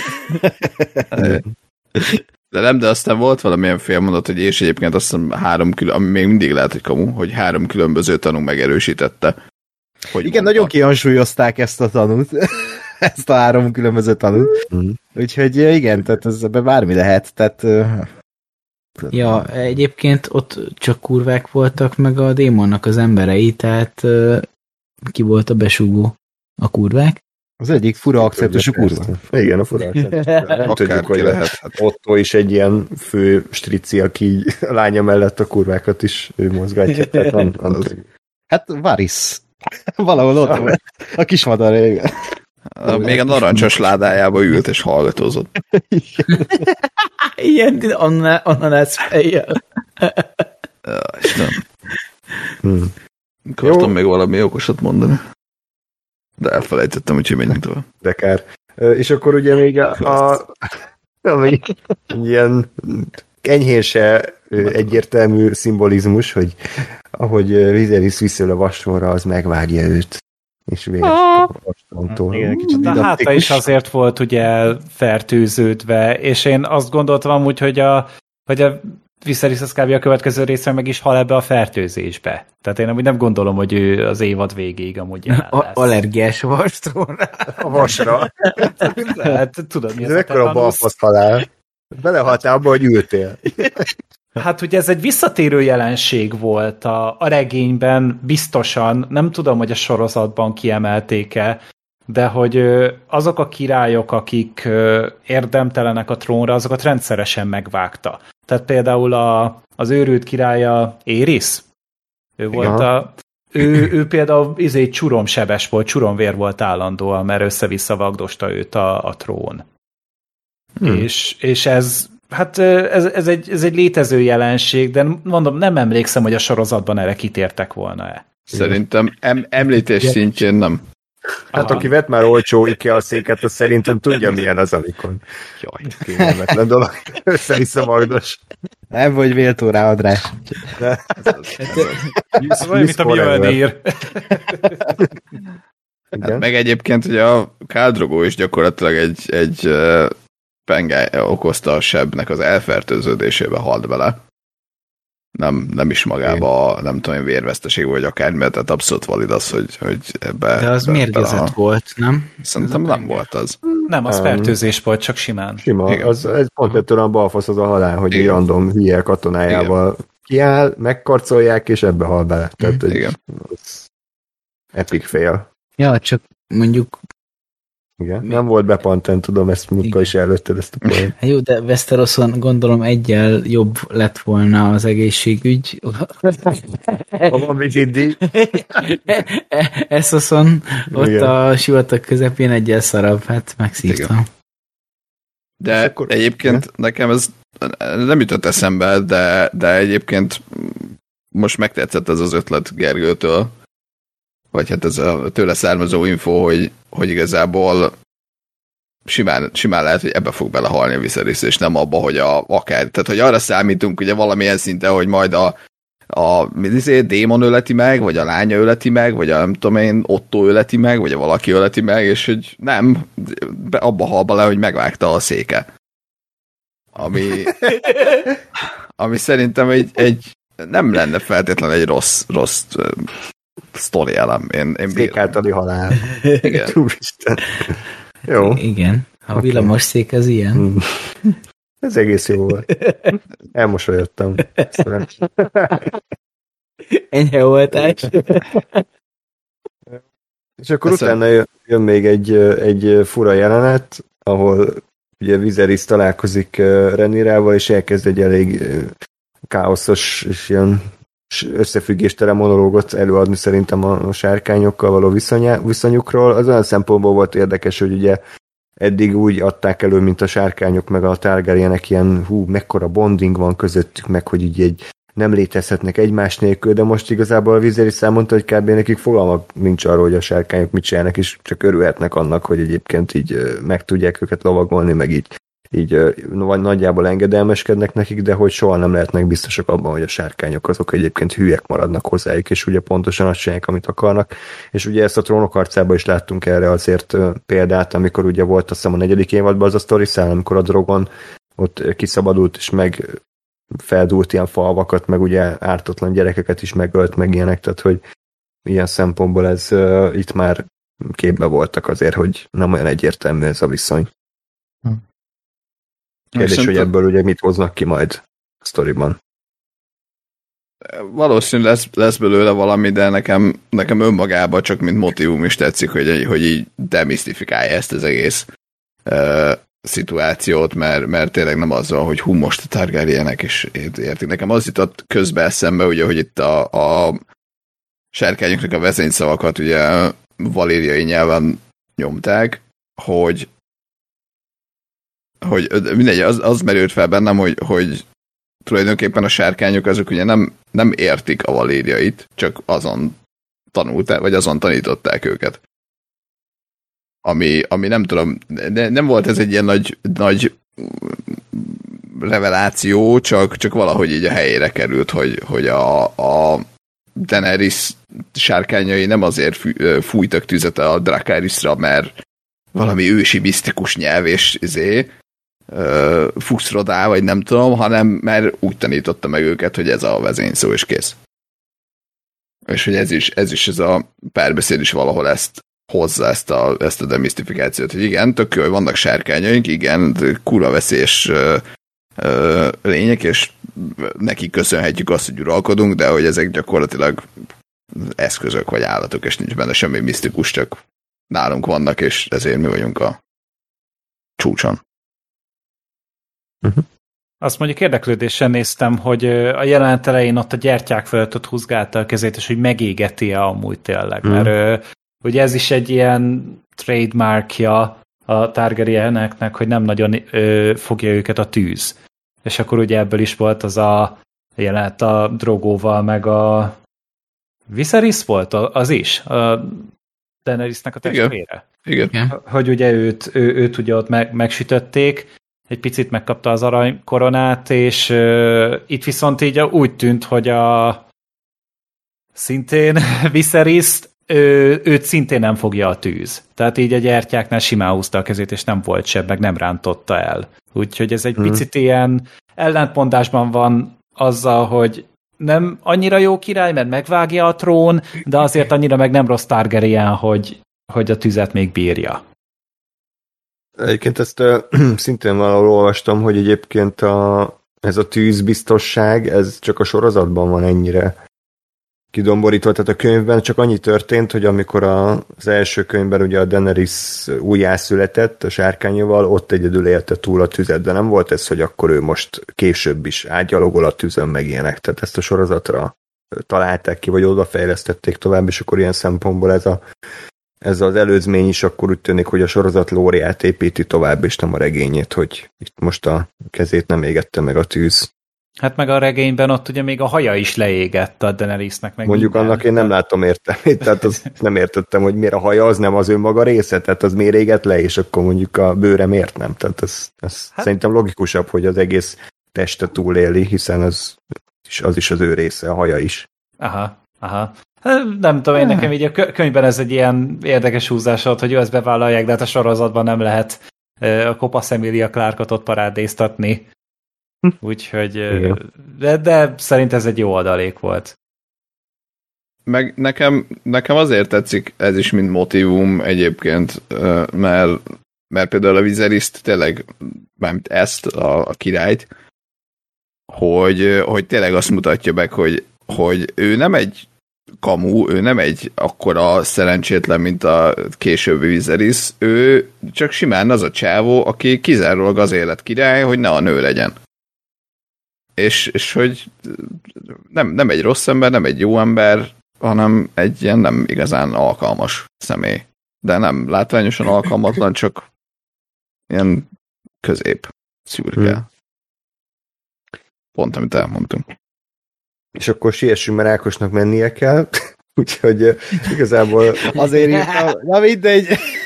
De nem, de aztán volt valamilyen félmondat, hogy és egyébként azt hiszem három külön, ami még mindig lehet, hogy kamu, hogy három különböző tanú megerősítette. Hogy igen, mondta. Nagyon kihangsúlyozták ezt a tanút. Ezt a három különböző tanút. Mm. Úgyhogy igen, tehát ez ebben bármi lehet. Tehát, ja, egyébként ott csak kurvák voltak, meg a démonnak az emberei, tehát ki volt a besúgó? A kurvák? Az egyik fura akcentusú kurva. Igen, a fura akcentusú. Nem tudjuk, hogy lehet. Hát Otto is egy ilyen fő strici, aki a lánya mellett a kurvákat is ő mozgatja. Tehát nem, nem hát Varys. Valahol ott volt. A kismadar. Igen. Még a narancsos ládájába ült és hallgatózott. Ilyen ananász fejjel. Istenem. Hmm. Akartam Jó. még valami okosat mondani. De elfelejtettem, úgyhogy menjünk tovább. De kár. És akkor ugye még a, a ami ilyen enyhén se egyértelmű szimbolizmus, hogy ahogy Viserys viszül a vasonra, az megvágja őt. És vér a vastontól. De háta is azért volt ugye fertőződve, és én azt gondoltam amúgy, hogy a, hogy a Viserys az kb. A következő részre meg is hal ebbe a fertőzésbe. Tehát én amúgy nem gondolom, hogy ő az évad végéig amúgy jelen lesz. Allergiás vastróra. A vasra. Hát tudod, mi ez? Ez ekkora balfasz halál. Belehaltál abba, hogy ültél. Hát ugye ez egy visszatérő jelenség volt a, a regényben, biztosan, nem tudom, hogy a sorozatban kiemelték-e, de hogy azok a királyok, akik érdemtelenek a trónra, azokat rendszeresen megvágta. Tehát például a, az őrült királya Éris, ő volt ja. a, ő, ő például izé, csuromsebes volt, csuromvér volt állandóan, mert össze-vissza vagdosta őt a, a trón. Hmm. És, és ez Hát ez, ez, egy, ez egy létező jelenség, de mondom, nem emlékszem, hogy a sorozatban erre kitértek volna-e. Szerintem em, említés szintjén nem. Hát Aha. aki vett már olcsó IKEA széket, az szerintem tudja, milyen az, amikor jaj, kényelmetlen dolog. Össze-vissza magdos. Nem vagy véltó rá, András. De- Ez olyan, mint a forever. Mjölnir. Igen. Hát meg egyébként ugye a káldrogó is gyakorlatilag egy, egy uh, pengály okozta a sebnek az elfertőződésébe, halt bele. Nem, nem is magába, a, nem tudom, én vérveszteség vagy akármi, mert tehát abszolút valid az, hogy, hogy ebbe... De az ebbe- mérgezett a- volt, nem? Szerintem nem volt az. Nem, az Um, fertőzés volt, csak simán. Sima, Igen. az, ez pont ettől a balfasz az a halál, hogy egy Igen. random hülye katonájával kiáll, megkarcolják, és ebbe hal bele. Tehát, hogy Igen. az epic fail. Ja, csak mondjuk, Igen. Nem volt bepantent, tudom, ezt múltkor is előtted ezt a poén. hát jó, de Westeroson gondolom egyel jobb lett volna az egészségügy. Ha van vizidi, Essoson ott Igen. a sivatag közepén egyel szarabb, hát megszívtam. De És akkor- egyébként nekem ez nem jutott eszembe, de, de egyébként most megtetszett ez az ötlet Gergőtől, vagy hát ez a tőle származó info, hogy, hogy igazából simán, simán lehet, hogy ebbe fog belehalni a Viserys, és nem abba, hogy a, akár, tehát hogy arra számítunk ugye valamilyen szinten, hogy majd a, a a démon öleti meg, vagy a lánya öleti meg, vagy a nem tudom én, Otto öleti meg, vagy a valaki öleti meg, és hogy nem, be, abba hal bele, hogy megvágta a széke. Ami, ami szerintem egy, egy nem lenne feltétlenül egy rossz, rossz uh, sztori elem. Én, én szék általi halál. Igen. Úristen. Jó. Igen, a Oké. villamos szék az ilyen. Mm. Ez egész jó volt. Elmosolyodtam. Szóval- Enyhe voltás. És akkor Persze. utána jön, jön még egy, egy fura jelenet, ahol ugye Viserys találkozik Rhaenyrával, és elkezd egy elég káoszos és ilyen összefüggéstelen monológot előadni szerintem a, a sárkányokkal való viszonya, viszonyukról. Az olyan szempontból volt érdekes, hogy ugye eddig úgy adták elő, mint a sárkányok meg a Targaryenek ilyen, hú, mekkora bonding van közöttük, meg hogy így egy nem létezhetnek egymás nélkül, de most igazából a Viserys elmondta, hogy kb. Nekik fogalmak nincs arról, hogy a sárkányok mit csinálnak, és csak örülhetnek annak, hogy egyébként így ö, meg tudják őket lovagolni, meg így, így ö, vagy nagyjából engedelmeskednek nekik, de hogy soha nem lehetnek biztosak abban, hogy a sárkányok azok egyébként hülyek maradnak hozzájuk, és ugye pontosan azt csinálják, amit akarnak. És ugye ezt a Trónok harcában is láttunk erre azért ö, példát, amikor ugye volt azt hiszem a negyedik évadban az a sztori szál, amikor a Drogon ott ö, kiszabadult, és meg feldúlt ilyen falvakat, meg ugye ártatlan gyerekeket is megölt, meg ilyenek, tehát hogy ilyen szempontból ez uh, itt már képbe voltak azért, hogy nem olyan egyértelmű ez a viszony. Kérdés, hogy Viszont ebből ugye mit hoznak ki majd a sztoriban. valószínűleg lesz, lesz belőle valami, de nekem, nekem önmagában csak mint motivum is tetszik, hogy, hogy így demisztifikálja ezt az egész uh, szituációt, mert, mert tényleg nem az van, hogy hú, most a Targaryenek is értik. Nekem az jutott közbe eszembe, ugye, hogy itt a, a sárkányoknak a vezényszavakat ugye valériai nyelven nyomták, hogy hogy mindegy, az, az merült fel bennem, hogy, hogy tulajdonképpen a sárkányok azok ugye nem, nem értik a valériait, csak azon tanulták, vagy azon tanították őket. Ami, ami nem tudom, de nem volt ez egy ilyen nagy, nagy reveláció, csak, csak valahogy így a helyére került, hogy, hogy a, a Daenerys sárkányai nem azért fújtak tüzet a Dracarysra, mert valami ősi misztikus nyelv és izé, fuxrodá, vagy nem tudom, hanem mert úgy tanította meg őket, hogy ez a vezényszó is kész. És hogy ez is, ez is ez a párbeszéd is valahol ezt hozza, ezt a, ezt a demisztifikációt, hogy igen, tök jó, hogy vannak sárkányaink, igen, kurva veszélyes ö, ö, lények, és nekik köszönhetjük azt, hogy uralkodunk, de hogy ezek gyakorlatilag eszközök vagy állatok, és nincs benne semmi misztikus, csak nálunk vannak, és ezért mi vagyunk a csúcson. Uh-huh. Azt mondjuk érdeklődéssel néztem, hogy a jelenet elején ott a gyertyák fölött ott húzgálta a kezét, és hogy megégeti-e amúgy tényleg, uh-huh. mert ugye ez is egy ilyen trademarkja a Targaryeneknek, hogy nem nagyon ö, fogja őket a tűz. És akkor ugye ebből is volt az a jelenet a Drogóval, meg a Viserys volt az is. A Daenerysnek a testvére. Igen. Igen. Hogy ugye őt, ő, őt ugye ott meg, megsütötték, egy picit megkapta az aranykoronát, és uh, itt viszont így úgy tűnt, hogy a szintén Viserys, ő, őt szintén nem fogja a tűz. Tehát így a gyertyáknál simán húzta a kezét, és nem volt sebb, meg nem rántotta el. Úgyhogy ez egy hmm. picit ilyen ellentmondásban van azzal, hogy nem annyira jó király, mert megvágja a trón, de azért annyira meg nem rossz Targaryen, hogy, hogy a tüzet még bírja. Egyébként ezt uh, szintén valahol olvastam, hogy egyébként a, ez a tűzbiztosság, ez csak a sorozatban van ennyire kidomborítva, tehát a könyvben csak annyi történt, hogy amikor a, az első könyvben ugye a Daenerys újjászületett a sárkányával, ott egyedül élte túl a tüzet, de nem volt ez, hogy akkor ő most később is átgyalogol a tűzön meg ilyenek, tehát ezt a sorozatra találták ki, vagy odafejlesztették tovább, és akkor ilyen szempontból ez, a, ez az előzmény is akkor úgy tűnik, hogy a sorozat lóriát építi tovább, és nem a regényét, hogy itt most a kezét nem égette meg a tűz. Hát meg a regényben ott ugye még a haja is leégett a Daenerysnek. Meg Mondjuk minden. Annak én nem látom értelmét, tehát az nem értettem, hogy miért a haja az nem az önmaga része, tehát az miért égett le, és akkor mondjuk a bőre miért nem. Tehát ez, ez hát, szerintem logikusabb, hogy az egész teste túléli, hiszen az, az is az ő része, a haja is. Aha, aha. Nem tudom, én nekem így a könyvben ez egy ilyen érdekes húzás volt, hogy ő ezt bevállalják, de hát a sorozatban nem lehet a kopasz Emilia Clarke-ot ott parádéztatni. Úgyhogy, de, de szerint ez egy jó adalék volt. Meg nekem, nekem azért tetszik ez is, mint motívum egyébként, mert, mert például a Viserys-t tényleg, mármint ezt a, a királyt, hogy, hogy tényleg azt mutatja meg, hogy, hogy ő nem egy kamu, ő nem egy akkora szerencsétlen, mint a későbbi Viserys, ő csak simán az a csávó, aki kizárólag az élet király, hogy ne a nő legyen. És, és hogy nem, nem egy rossz ember, nem egy jó ember, hanem egy ilyen nem igazán alkalmas személy. De nem látványosan alkalmatlan, csak ilyen közép szürke. Hmm. Pont, amit elmondtunk. És akkor siessünk, mert Ákosnak mennie kell. Úgyhogy igazából azért írtam, na mindegy,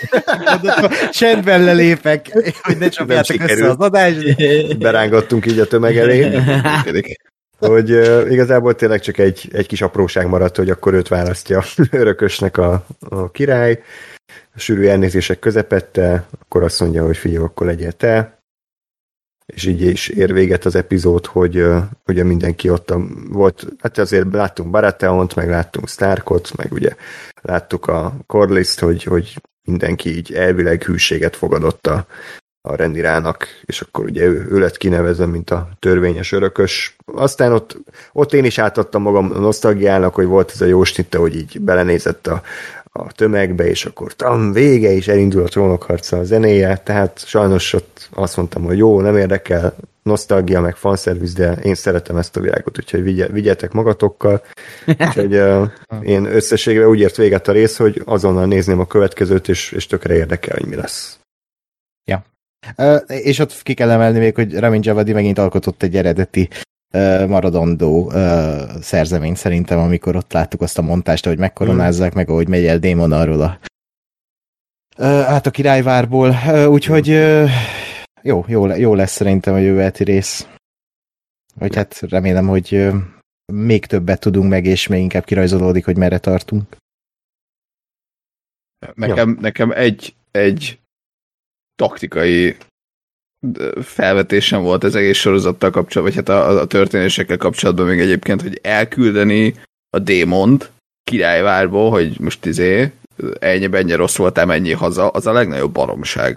csendben lelépek, hogy ne csapjátok össze az adást. Berángattunk így a tömeg elé. Hogy uh, igazából tényleg csak egy, egy kis apróság maradt, hogy akkor őt választja örökösnek a, a király. A sűrű elnézések közepette, akkor azt mondja, hogy figyelj, akkor legyél te. És így is ér véget az epizód, hogy ugye mindenki ott volt, hát azért láttunk Baratheont, meg láttunk Starkot, meg ugye láttuk a Corlys-t, hogy, hogy mindenki így elvileg hűséget fogadott a, a Rhaenyrának, és akkor ugye ő, ő lett kinevezve, mint a törvényes örökös. Aztán ott, ott én is átadtam magam a nosztalgiának, hogy volt ez a jó snitte, hogy így belenézett a, a tömegbe, és akkor tam, vége, és elindul a Trónokharca a zenéje, tehát sajnos ott azt mondtam, hogy jó, nem érdekel, nosztalgia, meg fanszerviz, de én szeretem ezt a világot, úgyhogy vigye, vigyetek magatokkal. Úgyhogy uh, én összességében úgy ért véget a rész, hogy azonnal nézném a következőt, és, és tökre érdekel, hogy mi lesz. Ja. Uh, és ott ki kell emelni még, hogy Ramin Djawadi megint alkotott egy eredeti uh, maradandó uh, szerzeményt szerintem, amikor ott láttuk azt a montást, ahogy megkoronázzák, hmm. meg ahogy megy el Daemon arról a uh, át a királyvárból. Uh, úgyhogy uh, jó, jó, jó lesz szerintem a jövő heti rész. Vagy hát remélem, hogy uh, még többet tudunk meg, és még inkább kirajzolódik, hogy merre tartunk. Nekem, nekem egy, egy taktikai felvetésem volt az egész sorozattal kapcsolatban, vagy hát a, a történésekkel kapcsolatban még egyébként, hogy elküldeni a Daemont királyvárból, hogy most izé ennyi, ennyi rossz voltál, mennyi haza, az a legnagyobb baromság.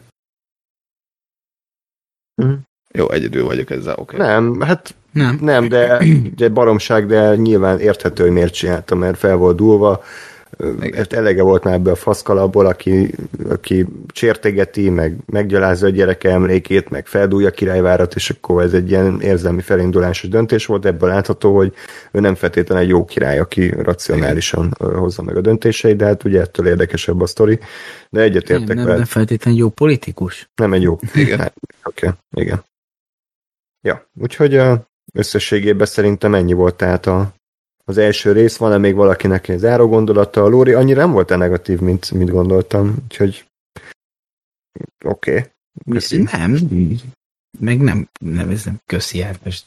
Mm. Jó, egyedül vagyok ezzel, oké. Okay. Nem, hát nem, nem de, de baromság, de nyilván érthető, hogy miért csinálta, mert fel volt dúlva. Ezt elege volt már ebből a faszkalapból, aki, aki csértegeti, meg meggyalázza a gyereke emlékét, meg feldúlja királyvárat, és akkor ez egy ilyen érzelmi felindulásos döntés volt. Ebből látható, hogy ő nem feltétlenül egy jó király, aki racionálisan hozza meg a döntéseit, de hát ugye ettől érdekesebb a sztori. De egyetértek nem, vele. Nem feltétlenül jó politikus. Nem egy jó. Igen. Hát, oké, okay, igen. Ja, úgyhogy összességében szerintem ennyi volt tehát a az első rész, van-e még valakinek egy záró gondolata? A Lóri annyira nem volt-e negatív, mint, mint gondoltam, úgyhogy oké. Okay. Nem, meg nem nevezem köszi Ákos.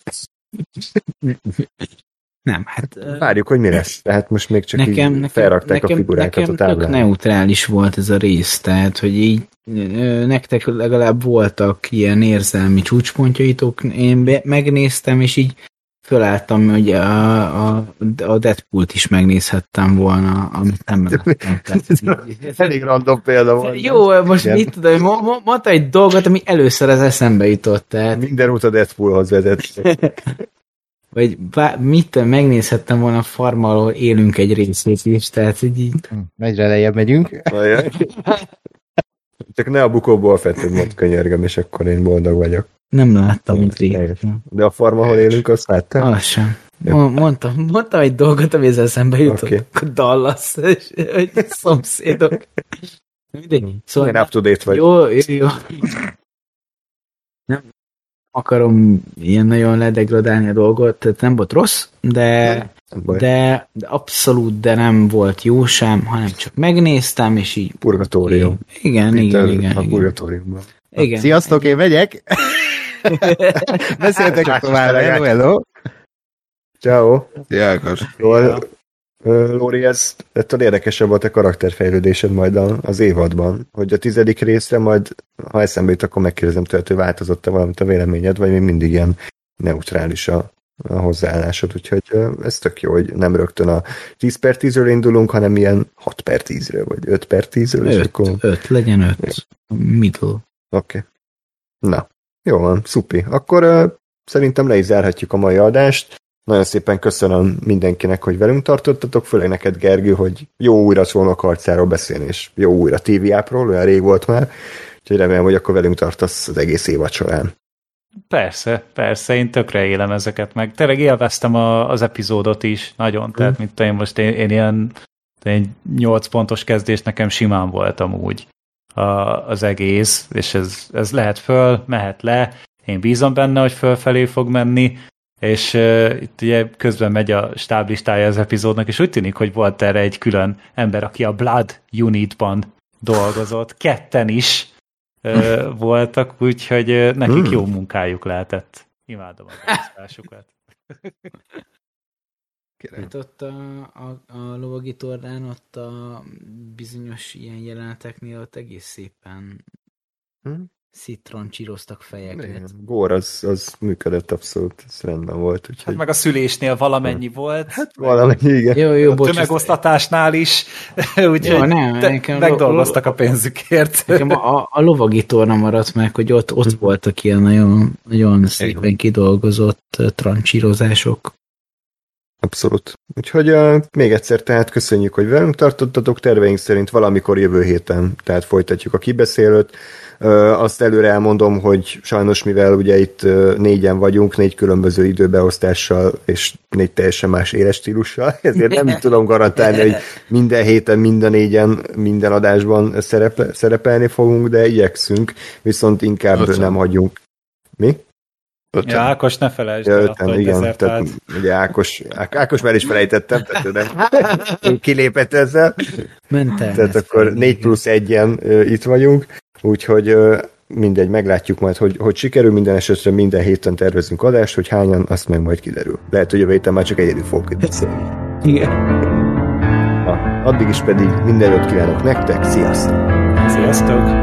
Nem, hát... Várjuk, hogy mi lesz. Tehát most még csak nekem, így nekem, felrakták nekem, a figurákat nekem a táblán. Nekem neutrális volt ez a rész, tehát, hogy így nektek legalább voltak ilyen érzelmi csúcspontjaitok, én be, megnéztem, és így fölálltam, hogy a, a, a Deadpool-t is megnézhettem volna, amit nem láttam. Elég random példa volt. Jó, most igen. Mit tudom, mondta egy dolgot, ami először az eszembe jutott. Tehát... Minden út a Deadpoolhoz vezet. Vagy bár, mit megnézhettem volna a Farma, ahol élünk egy részét is, tehát hogy így... Egyre lejjebb megyünk. Csak ne a bukóból fetted, mond könyörgöm, és akkor én boldog vagyok. Nem láttam, mint régen. De a Farma, ahol élünk, azt láttam? Az sem. Mondtam, mondtam egy dolgot, ami ezzel eszembe jutott. Okay. Dallas, hogy szomszédok. Mindegy. Szóval én up-to-date vagy. Jó, jó, jó. Nem akarom ilyen nagyon ledegradálni a dolgot, tehát nem volt rossz, de, de, de abszolút, de nem volt jó sem, hanem csak megnéztem, és így... Purgatórium. Igen, Itt igen, igen. A purgatóriumban. Igen. Sziasztok, én megyek! Beszéltek a tovább, hello, hello! Ciao. Jákos. Lóri, ez ettől érdekesebb volt a karakterfejlődésed majd az évadban, hogy a tizedik részre majd, ha eszembe jut, akkor megkérdezem tőle, hogy változott-e valamit a véleményed, vagy még mindig ilyen neutrális a, a hozzáállásod, úgyhogy ez tök jó, hogy nem rögtön a tíz per tízről indulunk, hanem ilyen hat per tízről, vagy öt per tízről. öt, akkor... öt, legyen öt. Middle. Oké. Okay. Na, jó van, szupi. Akkor uh, szerintem le is zárhatjuk a mai adást. Nagyon szépen köszönöm mindenkinek, hogy velünk tartottatok, főleg neked, Gergő, hogy jó újra Szolnok harcáról beszélni, és jó újra té vé ápról, olyan rég volt már, úgyhogy remélem, hogy akkor velünk tartasz az egész évad során. Persze, persze, én tökre élem ezeket meg. Tényleg élveztem a, az epizódot is nagyon, hmm. tehát mint én most én, én ilyen egy nyolc pontos kezdés nekem simán volt amúgy a, az egész, és ez, ez lehet föl, mehet le, én bízom benne, hogy fölfelé fog menni, és uh, itt ugye közben megy a stáblistája az epizódnak, és úgy tűnik, hogy volt erre egy külön ember, aki a Blood Unitban dolgozott, ketten is uh, voltak, úgyhogy uh, nekik hmm. jó munkájuk lehetett. Imádom a választásukat. Itt ott a, a, a lovagi tornán, ott a bizonyos ilyen jeleneteknél ott egész szépen hmm? szitroncsíroztak fejeket. Gór, az, az működött abszolút, ez rendben volt. Úgyhogy... Hát meg a szülésnél valamennyi volt. Hát valamennyi, igen. Jó, jó, a bocs, tömegosztatásnál is, úgyhogy megdolgoztak a pénzükért. Nekem a, a lovagi torna maradt meg, hogy ott, ott voltak ilyen nagyon, nagyon szépen kidolgozott trancsírozások. Abszolút. Úgyhogy uh, még egyszer tehát köszönjük, hogy velünk tartottatok, terveink szerint valamikor jövő héten, tehát folytatjuk a kibeszélőt. Uh, azt előre elmondom, hogy sajnos mivel ugye itt uh, négyen vagyunk, négy különböző időbeosztással és négy teljesen más éles stílussal, ezért nem tudom garantálni, hogy minden héten, minden négyen, minden adásban szerepe, szerepelni fogunk, de igyekszünk, viszont inkább Ötszön. nem hagyunk. Mi? Öten. Ja, Ákos, ne felejtsd ja, öten, el, igen, tehát ugye Ákos, Ákos már is felejtettem, tehát nem kilépett ezzel. Mentem. Tehát akkor négy plusz egyen uh, itt vagyunk, úgyhogy uh, mindegy, meglátjuk majd, hogy, hogy sikerül, minden esetre minden héten tervezünk adást, hogy hányan, azt meg majd kiderül. Lehet, hogy jövő héten már csak egyedül fogok itt beszélni. Igen. Na, addig is pedig minden jót kívánok nektek, sziasztok! Sziasztok!